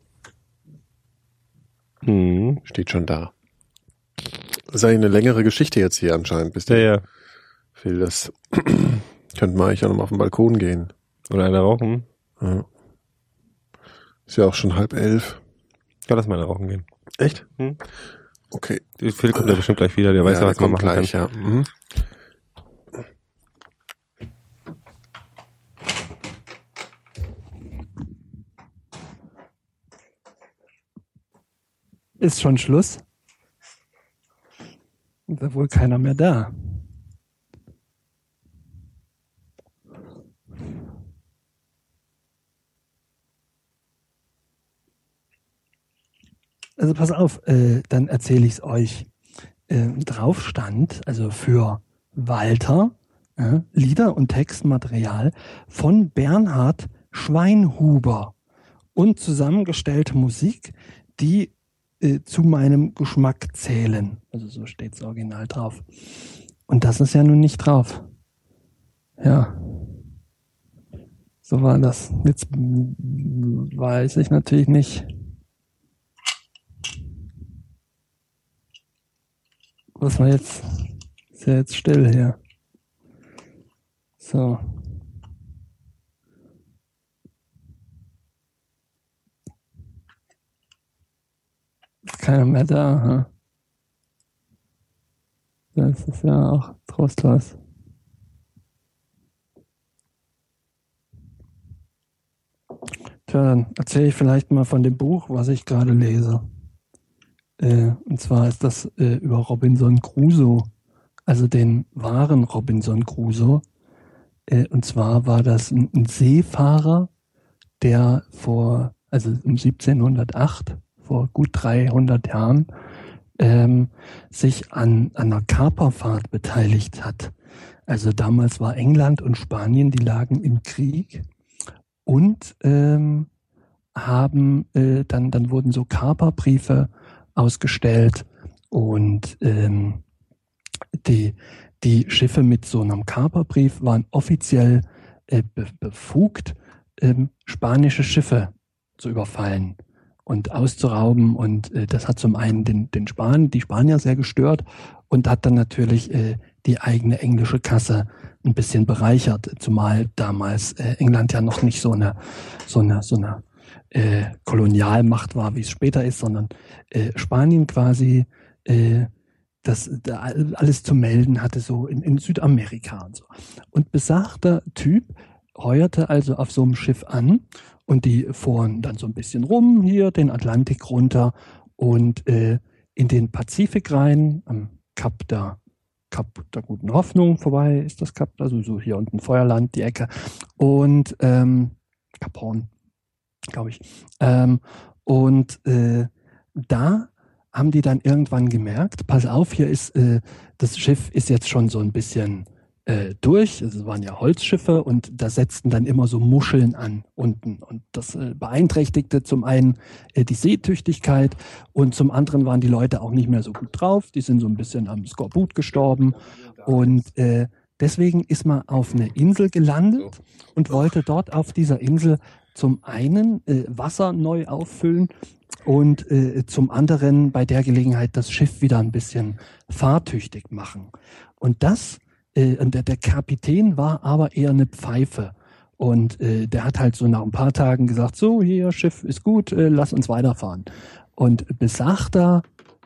Steht schon da. Das ist eigentlich eine längere Geschichte jetzt hier anscheinend. Bis ja. Phil, das könnten wir eigentlich auch nochmal auf den Balkon gehen. Oder eine rauchen. Ja. Ist ja auch schon 10:30. Ja, lass mal eine rauchen gehen. Echt? Okay. Phil kommt ja bestimmt gleich wieder, der weiß ja, was man machen gleich, kann. Ja. Mhm. Ist schon Schluss? Ist ja wohl keiner mehr da. Also pass auf, dann erzähle ich es euch. Drauf stand, also für Walter, Lieder und Textmaterial von Bernhard Schweinhuber und zusammengestellte Musik, die zu meinem Geschmack zählen. Also so steht's original drauf. Und das ist ja nun nicht drauf. Ja. So war das. Jetzt weiß ich natürlich nicht. Was war jetzt? Ist ja jetzt still hier. So. Ist keiner mehr da, ha? Das ist ja auch trostlos. Tja, dann erzähle ich vielleicht mal von dem Buch, was ich gerade lese. Und zwar ist das über Robinson Crusoe, also den wahren Robinson Crusoe. Und zwar war das ein Seefahrer, der um 1708, vor gut 300 Jahren, sich an einer Kaperfahrt beteiligt hat. Also damals war England und Spanien, die lagen im Krieg und dann wurden so Kaperbriefe ausgestellt und die Schiffe mit so einem Kaperbrief waren offiziell befugt, spanische Schiffe zu überfallen und auszurauben. Und das hat zum einen die Spanier sehr gestört und hat dann natürlich die eigene englische Kasse ein bisschen bereichert, zumal damals England ja noch nicht so eine Kolonialmacht war, wie es später ist, sondern Spanien quasi das da alles zu melden hatte, so in Südamerika und so. Und besagter Typ heuerte also auf so einem Schiff an und die fuhren dann so ein bisschen rum, hier den Atlantik runter und in den Pazifik rein, am Kap der Guten Hoffnung vorbei ist das Kap, also so hier unten Feuerland, die Ecke und Kap Horn, glaube ich. Da haben die dann irgendwann gemerkt, pass auf, hier ist das Schiff ist jetzt schon so ein bisschen durch, es waren ja Holzschiffe und da setzten dann immer so Muscheln an unten und das beeinträchtigte zum einen die Seetüchtigkeit und zum anderen waren die Leute auch nicht mehr so gut drauf, die sind so ein bisschen am Skorbut gestorben und deswegen ist man auf eine Insel gelandet und wollte dort auf dieser Insel zum einen Wasser neu auffüllen und zum anderen bei der Gelegenheit das Schiff wieder ein bisschen fahrtüchtig machen. Und der Kapitän war aber eher eine Pfeife. Und der hat halt so nach ein paar Tagen gesagt, so, hier, Schiff ist gut, lass uns weiterfahren. Und besagter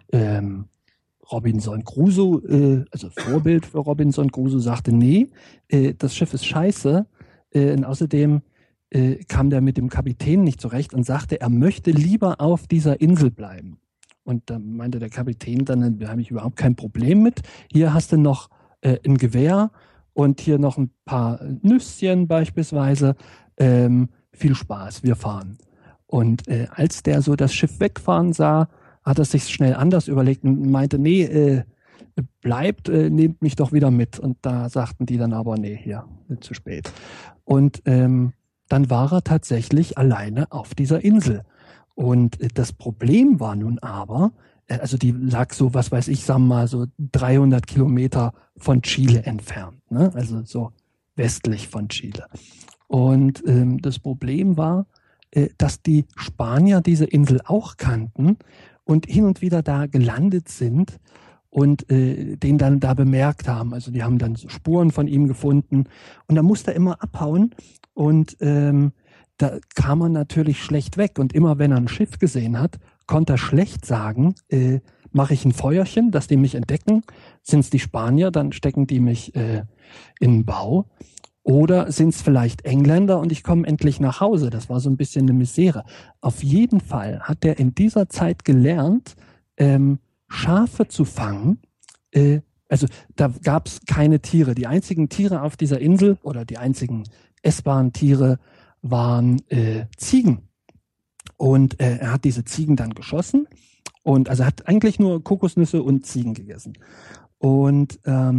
Robinson Crusoe, also Vorbild für Robinson Crusoe, sagte, nee, das Schiff ist scheiße. Und außerdem kam der mit dem Kapitän nicht zurecht und sagte, er möchte lieber auf dieser Insel bleiben. Und da meinte der Kapitän dann, da habe ich überhaupt kein Problem mit. Hier hast du noch ein Gewehr und hier noch ein paar Nüsschen beispielsweise. Viel Spaß, wir fahren. Und als der so das Schiff wegfahren sah, hat er sich schnell anders überlegt und meinte, nee, bleibt, nehmt mich doch wieder mit. Und da sagten die dann aber, nee, hier, zu spät. Und dann war er tatsächlich alleine auf dieser Insel. Und das Problem war nun aber, also die lag so, was weiß ich, sagen wir mal so 300 Kilometer von Chile entfernt, ne? Also so westlich von Chile. Und das Problem war, dass die Spanier diese Insel auch kannten und hin und wieder da gelandet sind und den dann da bemerkt haben. Also die haben dann so Spuren von ihm gefunden und da musste er immer abhauen und da kam er natürlich schlecht weg. Und immer wenn er ein Schiff gesehen hat, konnte er schlecht sagen, mache ich ein Feuerchen, dass die mich entdecken. Sind es die Spanier, dann stecken die mich in den Bau. Oder sind es vielleicht Engländer und ich komme endlich nach Hause. Das war so ein bisschen eine Misere. Auf jeden Fall hat er in dieser Zeit gelernt, Schafe zu fangen. Also da gab es keine Tiere. Die einzigen Tiere auf dieser Insel oder die einzigen essbaren Tiere waren Ziegen. Und er hat diese Ziegen dann geschossen und also hat eigentlich nur Kokosnüsse und Ziegen gegessen. Und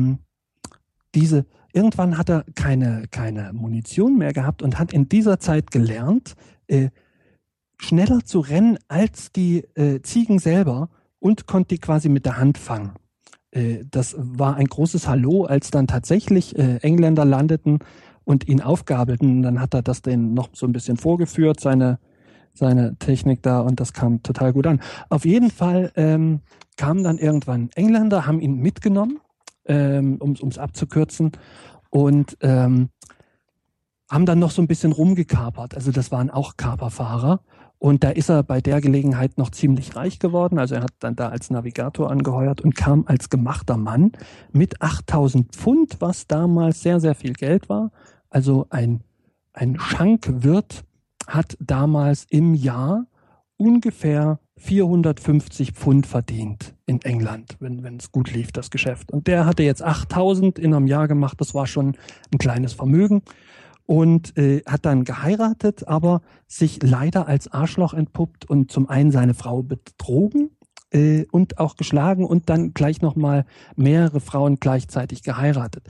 irgendwann hat er keine Munition mehr gehabt und hat in dieser Zeit gelernt, schneller zu rennen als die Ziegen selber und konnte die quasi mit der Hand fangen. Das war ein großes Hallo, als dann tatsächlich Engländer landeten und ihn aufgabelten. Dann hat er das denen noch so ein bisschen vorgeführt, seine Technik da, und das kam total gut an. Auf jeden Fall kamen dann irgendwann Engländer, haben ihn mitgenommen, um's abzukürzen, und haben dann noch so ein bisschen rumgekapert. Also das waren auch Kaperfahrer. Und da ist er bei der Gelegenheit noch ziemlich reich geworden. Also er hat dann da als Navigator angeheuert und kam als gemachter Mann mit 8.000 Pfund, was damals sehr, sehr viel Geld war. Also ein Schankwirt hat damals im Jahr ungefähr 450 Pfund verdient in England, wenn es gut lief, das Geschäft. Und der hatte jetzt 8.000 in einem Jahr gemacht, das war schon ein kleines Vermögen. Und hat dann geheiratet, aber sich leider als Arschloch entpuppt und zum einen seine Frau betrogen und auch geschlagen und dann gleich nochmal mehrere Frauen gleichzeitig geheiratet.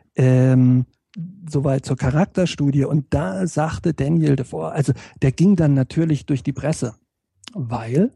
Soweit zur Charakterstudie. Und da sagte Daniel Defoe, also der ging dann natürlich durch die Presse, weil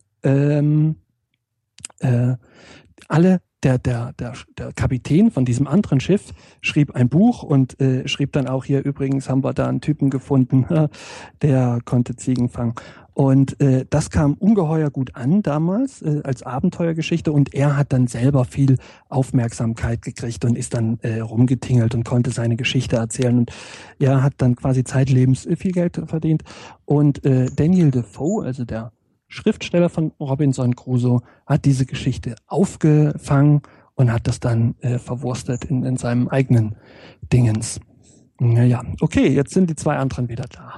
der Kapitän von diesem anderen Schiff schrieb ein Buch und schrieb dann auch hier, übrigens haben wir da einen Typen gefunden, der konnte Ziegen fangen. Und das kam ungeheuer gut an damals als Abenteuergeschichte und er hat dann selber viel Aufmerksamkeit gekriegt und ist dann rumgetingelt und konnte seine Geschichte erzählen. Und er hat dann quasi zeitlebens viel Geld verdient. Und Daniel Defoe, also der Schriftsteller von Robinson Crusoe, hat diese Geschichte aufgefangen und hat das dann verwurstet in seinem eigenen Dingens. Naja, okay, jetzt sind die zwei anderen wieder da.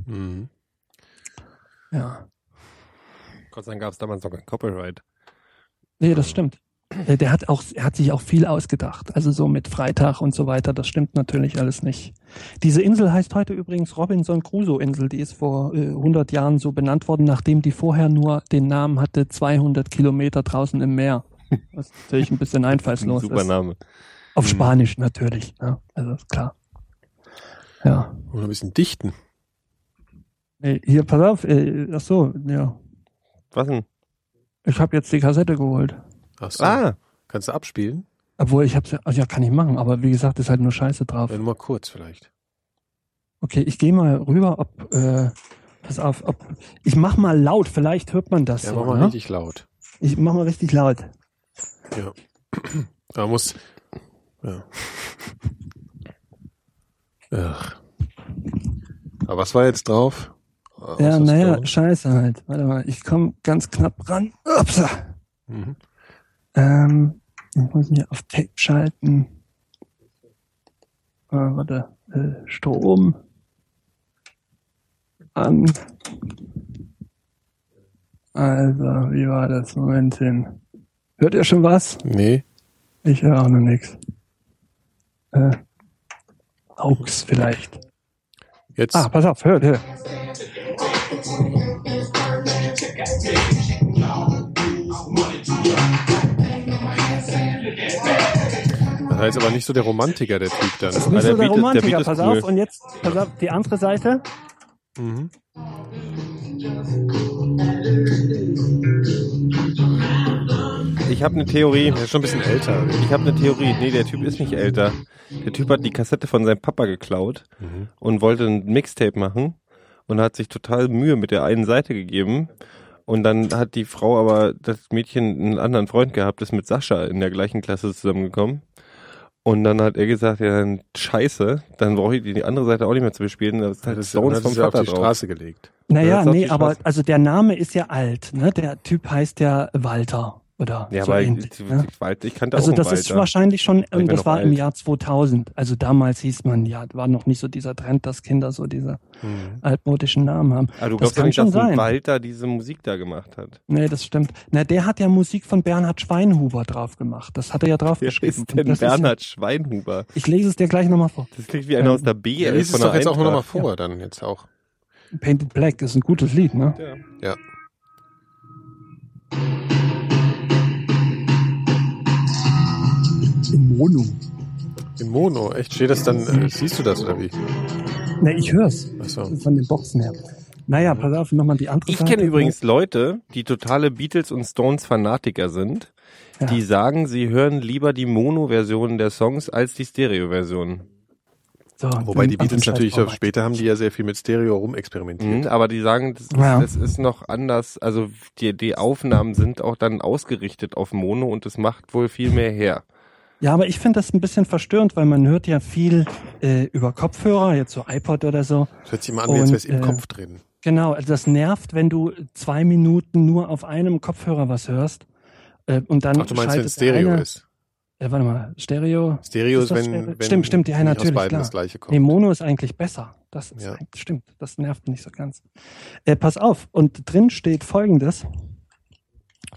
Ja. Gott sei Dank gab es damals noch kein Copyright. Nee, das stimmt. Er hat sich auch viel ausgedacht. Also so mit Freitag und so weiter, das stimmt natürlich alles nicht. Diese Insel heißt heute übrigens Robinson Crusoe Insel. Die ist vor 100 Jahren so benannt worden, nachdem die vorher nur den Namen hatte 200 Kilometer draußen im Meer. Was natürlich ein bisschen einfallslos ist. Super Name. Auf Spanisch natürlich. Ja, also ist klar. Ja. Oder ein bisschen dichten. Hier, pass auf. Ach so, ja. Was denn? Ich habe jetzt die Kassette geholt. Ach so. Kannst du abspielen? Obwohl, ich hab's ja, kann ich machen, aber wie gesagt, ist halt nur Scheiße drauf. Ja, nur mal kurz vielleicht. Okay, ich gehe mal rüber, pass auf, ich mach mal laut, vielleicht hört man das Ja, so. mach mal Ne? richtig laut. Ich mach mal richtig laut. Ja. Da muss, ja. Ach. Aber was war jetzt drauf? Ja, Außer naja, Stone? Scheiße halt. Warte mal, ich komme ganz knapp ran. Upsa. Mhm. Ich muss mich auf Tape schalten. Warte, Strom an. Also, wie war das? Momentchen. Hört ihr schon was? Nee. Ich höre auch noch nichts. Aux vielleicht. Jetzt. Pass auf, hör. Das heißt aber nicht so der Romantiker, der Typ dann. Das ist nicht der so der Beat ist- Romantiker, der Beat ist pass cool. auf. Und jetzt, pass auf, die andere Seite. Mhm. Ich habe eine Theorie. Der ist schon ein bisschen älter. Ich habe eine Theorie. Nee, der Typ ist nicht älter. Der Typ hat die Kassette von seinem Papa geklaut und wollte ein Mixtape machen und hat sich total Mühe mit der einen Seite gegeben. Und dann hat die Frau aber, das Mädchen, einen anderen Freund gehabt, ist mit Sascha in der gleichen Klasse zusammengekommen. Und dann hat er gesagt, ja, dann scheiße, dann brauche ich die andere Seite auch nicht mehr zu bespielen. Das ist halt Stones vom ist ja auf Vater die drauf. Straße gelegt. Naja, das ist auf nee, die aber Straße. also der Name ist ja alt, ne? Der Typ heißt ja Walter oder Ja, so aber ähnlich. Ne? ich kannte Also auch das einen ist Walter. wahrscheinlich schon, bin das noch war im alt. Jahr 2000. Also damals hieß man, ja, war noch nicht so dieser Trend, dass Kinder so diese altmodischen Namen haben. Aber du Das glaubst ja kann nicht, schon dass ein sein. Walter diese Musik da gemacht hat. Nee, das stimmt. Na, der hat ja Musik von Bernhard Schweinhuber drauf gemacht. Das hat er ja drauf Wer geschrieben. ist denn Und das Bernhard Schweinhuber? ich lese es dir gleich nochmal vor. Das klingt wie einer aus der B. Ja, lies es von doch der jetzt auch nochmal Eintracht. vor, dann jetzt auch. Painted Black ist ein gutes Lied, ne? Ja. Ja. In Mono. In Mono, echt? Steht das dann, siehst du das oder wie? Ne, ich hör's. Ach so. Von den Boxen her. Naja, pass auf, nochmal die andere Ich Seite. kenne übrigens Leute, die totale Beatles- und Stones-Fanatiker sind, Ja. die sagen, sie hören lieber die Mono-Version der Songs als die Stereo-Version. So, Wobei die dann- Beatles dann natürlich scheiß auch drauf. später haben die ja sehr viel mit Stereo rumexperimentiert. Aber die sagen, Ja. das ist noch anders. Also die Aufnahmen sind auch dann ausgerichtet auf Mono und es macht wohl viel mehr her. Ja, aber ich finde das ein bisschen verstörend, weil man hört ja viel über Kopfhörer, jetzt so iPod oder so. Das hört sich immer an, wie als wäre es Und, im Kopf drin. Genau, also das nervt, wenn du 2 Minuten nur auf einem Kopfhörer was hörst. Und dann Ach, du meinst, wenn es schaltet der Stereo eine, ist. Warte mal, Stereo? Stereo ist, das wenn, Stereo? wenn Stimmt, ja, nicht natürlich, aus beiden klar. das gleiche kommt. Nee, Mono ist eigentlich besser. Das ist Ja. stimmt, das nervt nicht so ganz. Pass auf, und drin steht Folgendes.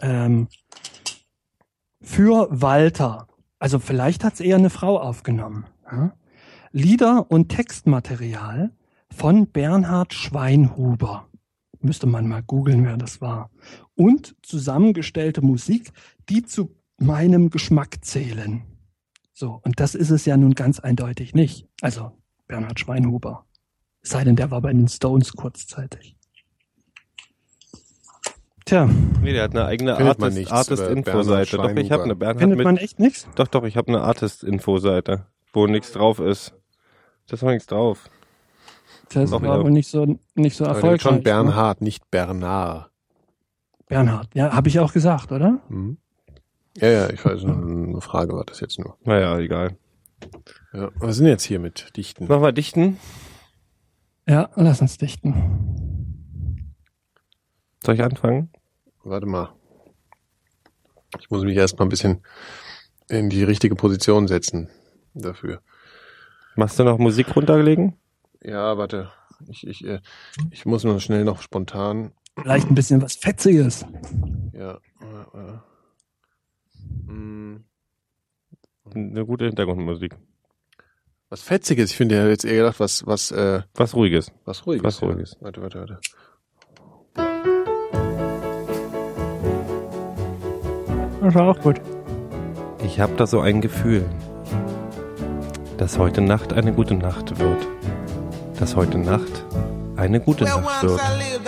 Für Walter. Also vielleicht hat es eher eine Frau aufgenommen. Ja? Lieder und Textmaterial von Bernhard Schweinhuber. Müsste man mal googeln, wer das war. Und zusammengestellte Musik, die zu meinem Geschmack zählen. So, und das ist es ja nun ganz eindeutig nicht. Also Bernhard Schweinhuber. Es sei denn, der war bei den Stones kurzzeitig. Tja. Nee, der hat eine eigene Artist-Info-Seite. Doch, ich habe eine Bernhard Findet man echt nichts? Doch, ich habe eine Artist-Info-Seite, wo nichts drauf ist. Da ist noch nichts drauf. Das Doch, war ja. wohl nicht so erfolgreich. Schon Bernhard, nicht Bernard. Bernhard, ja, habe ich auch gesagt, oder? Mhm. Ja, ich weiß, eine Frage war das jetzt nur. Naja, egal. Ja, was sind jetzt hier mit Dichten? Machen wir Dichten? Ja, lass uns dichten. Soll ich anfangen? Warte mal. Ich muss mich erst mal ein bisschen in die richtige Position setzen dafür. Machst du noch Musik runterlegen? Ja, warte. Ich muss nur schnell noch spontan. Vielleicht ein bisschen was Fetziges. Ja. Eine gute Hintergrundmusik. Was Fetziges. Ich finde ja jetzt eher gedacht, was Ruhiges. was Ruhiges. Was Ruhiges. Ja. Warte. Das war auch gut. Ich habe da so ein Gefühl, dass heute Nacht eine gute Nacht wird. Dass heute Nacht eine gute Nacht wird.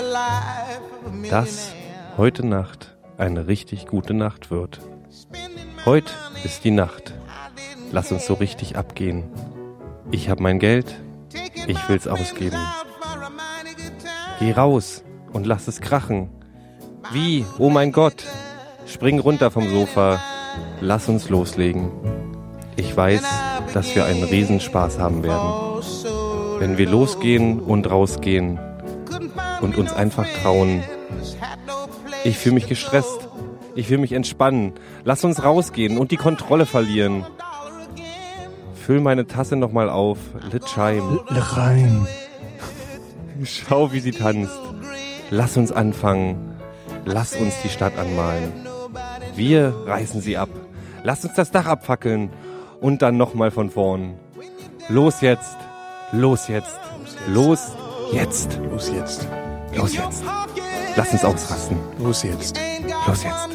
Dass heute Nacht eine richtig gute Nacht wird. Heute ist die Nacht. Lass uns so richtig abgehen. Ich hab mein Geld, ich will's ausgeben. Geh raus und lass es krachen. Wie? Oh mein Gott! Spring runter vom Sofa. Lass uns loslegen. Ich weiß, dass wir einen Riesenspaß haben werden. Wenn wir losgehen und rausgehen und uns einfach trauen. Ich fühle mich gestresst. Ich will mich entspannen. Lass uns rausgehen und die Kontrolle verlieren. Füll meine Tasse nochmal auf. Lit Chime. Rein. Schau, wie sie tanzt. Lass uns anfangen. Lass uns die Stadt anmalen. Wir reißen sie ab. Lass uns das Dach abfackeln. Und dann nochmal von vorn. Los jetzt. Los jetzt. Los jetzt. Los jetzt. Los jetzt. Lass uns ausrasten. Los jetzt. Los jetzt.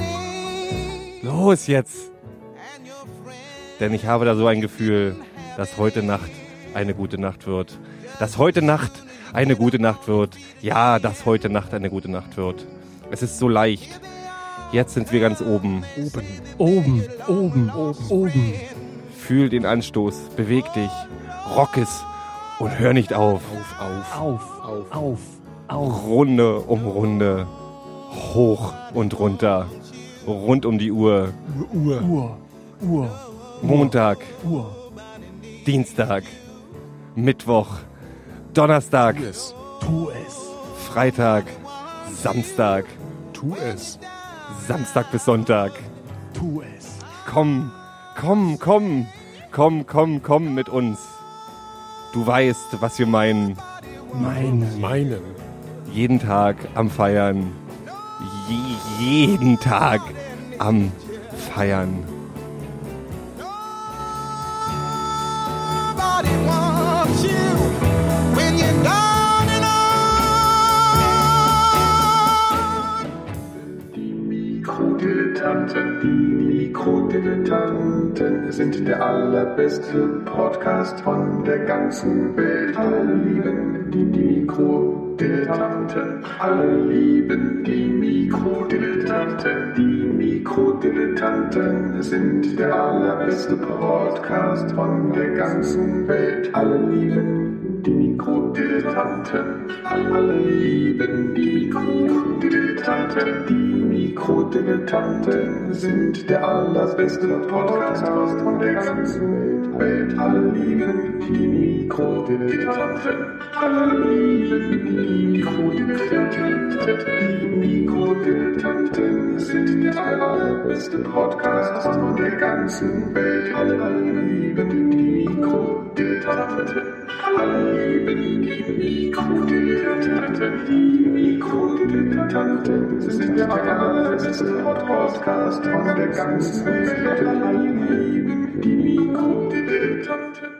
Los jetzt. Denn ich habe da so ein Gefühl, dass heute Nacht eine gute Nacht wird. Dass heute Nacht eine gute Nacht wird. Ja, dass heute Nacht eine gute Nacht wird. Es ist so leicht. Jetzt sind wir ganz oben. Oben. Fühl den Anstoß. Beweg dich. Rock es. Und hör nicht auf. Auf. Runde um Runde. Hoch und runter. Rund um die Uhr. Uhr. Montag. Dienstag. Mittwoch. Donnerstag. Tu es. Freitag. Samstag. Tu es. Samstag bis Sonntag. Tu es. Komm mit uns. Du weißt, was wir meinen. Meinen. Jeden Tag am Feiern. Jeden Tag am Feiern. Nobody wants you when you're down and Die Mikrodilettanten sind der allerbeste Podcast von der ganzen Welt. Alle lieben die Mikrodilettanten. Alle lieben die Mikrodilettanten. Die Mikrodilettanten sind der allerbeste Podcast von der ganzen Welt. Alle lieben die Mikrodilettanten. Alle lieben die Mikrodilettanten. Die Mikrodilettanten sind der allerbeste Podcast von der ganzen Welt. Alle lieben die Mikrodilettanten. Alle lieben die Mikrodilettanten. Die Mikrodilettanten sind der allerbeste Podcast von der ganzen Welt. Alle lieben die Mikrodilettanten. Alle lieben die Mikrodilettanten. Mikrodilettanten sind der allerbeste Podcast von der ganzen Welt. Die Mikrodilettanten.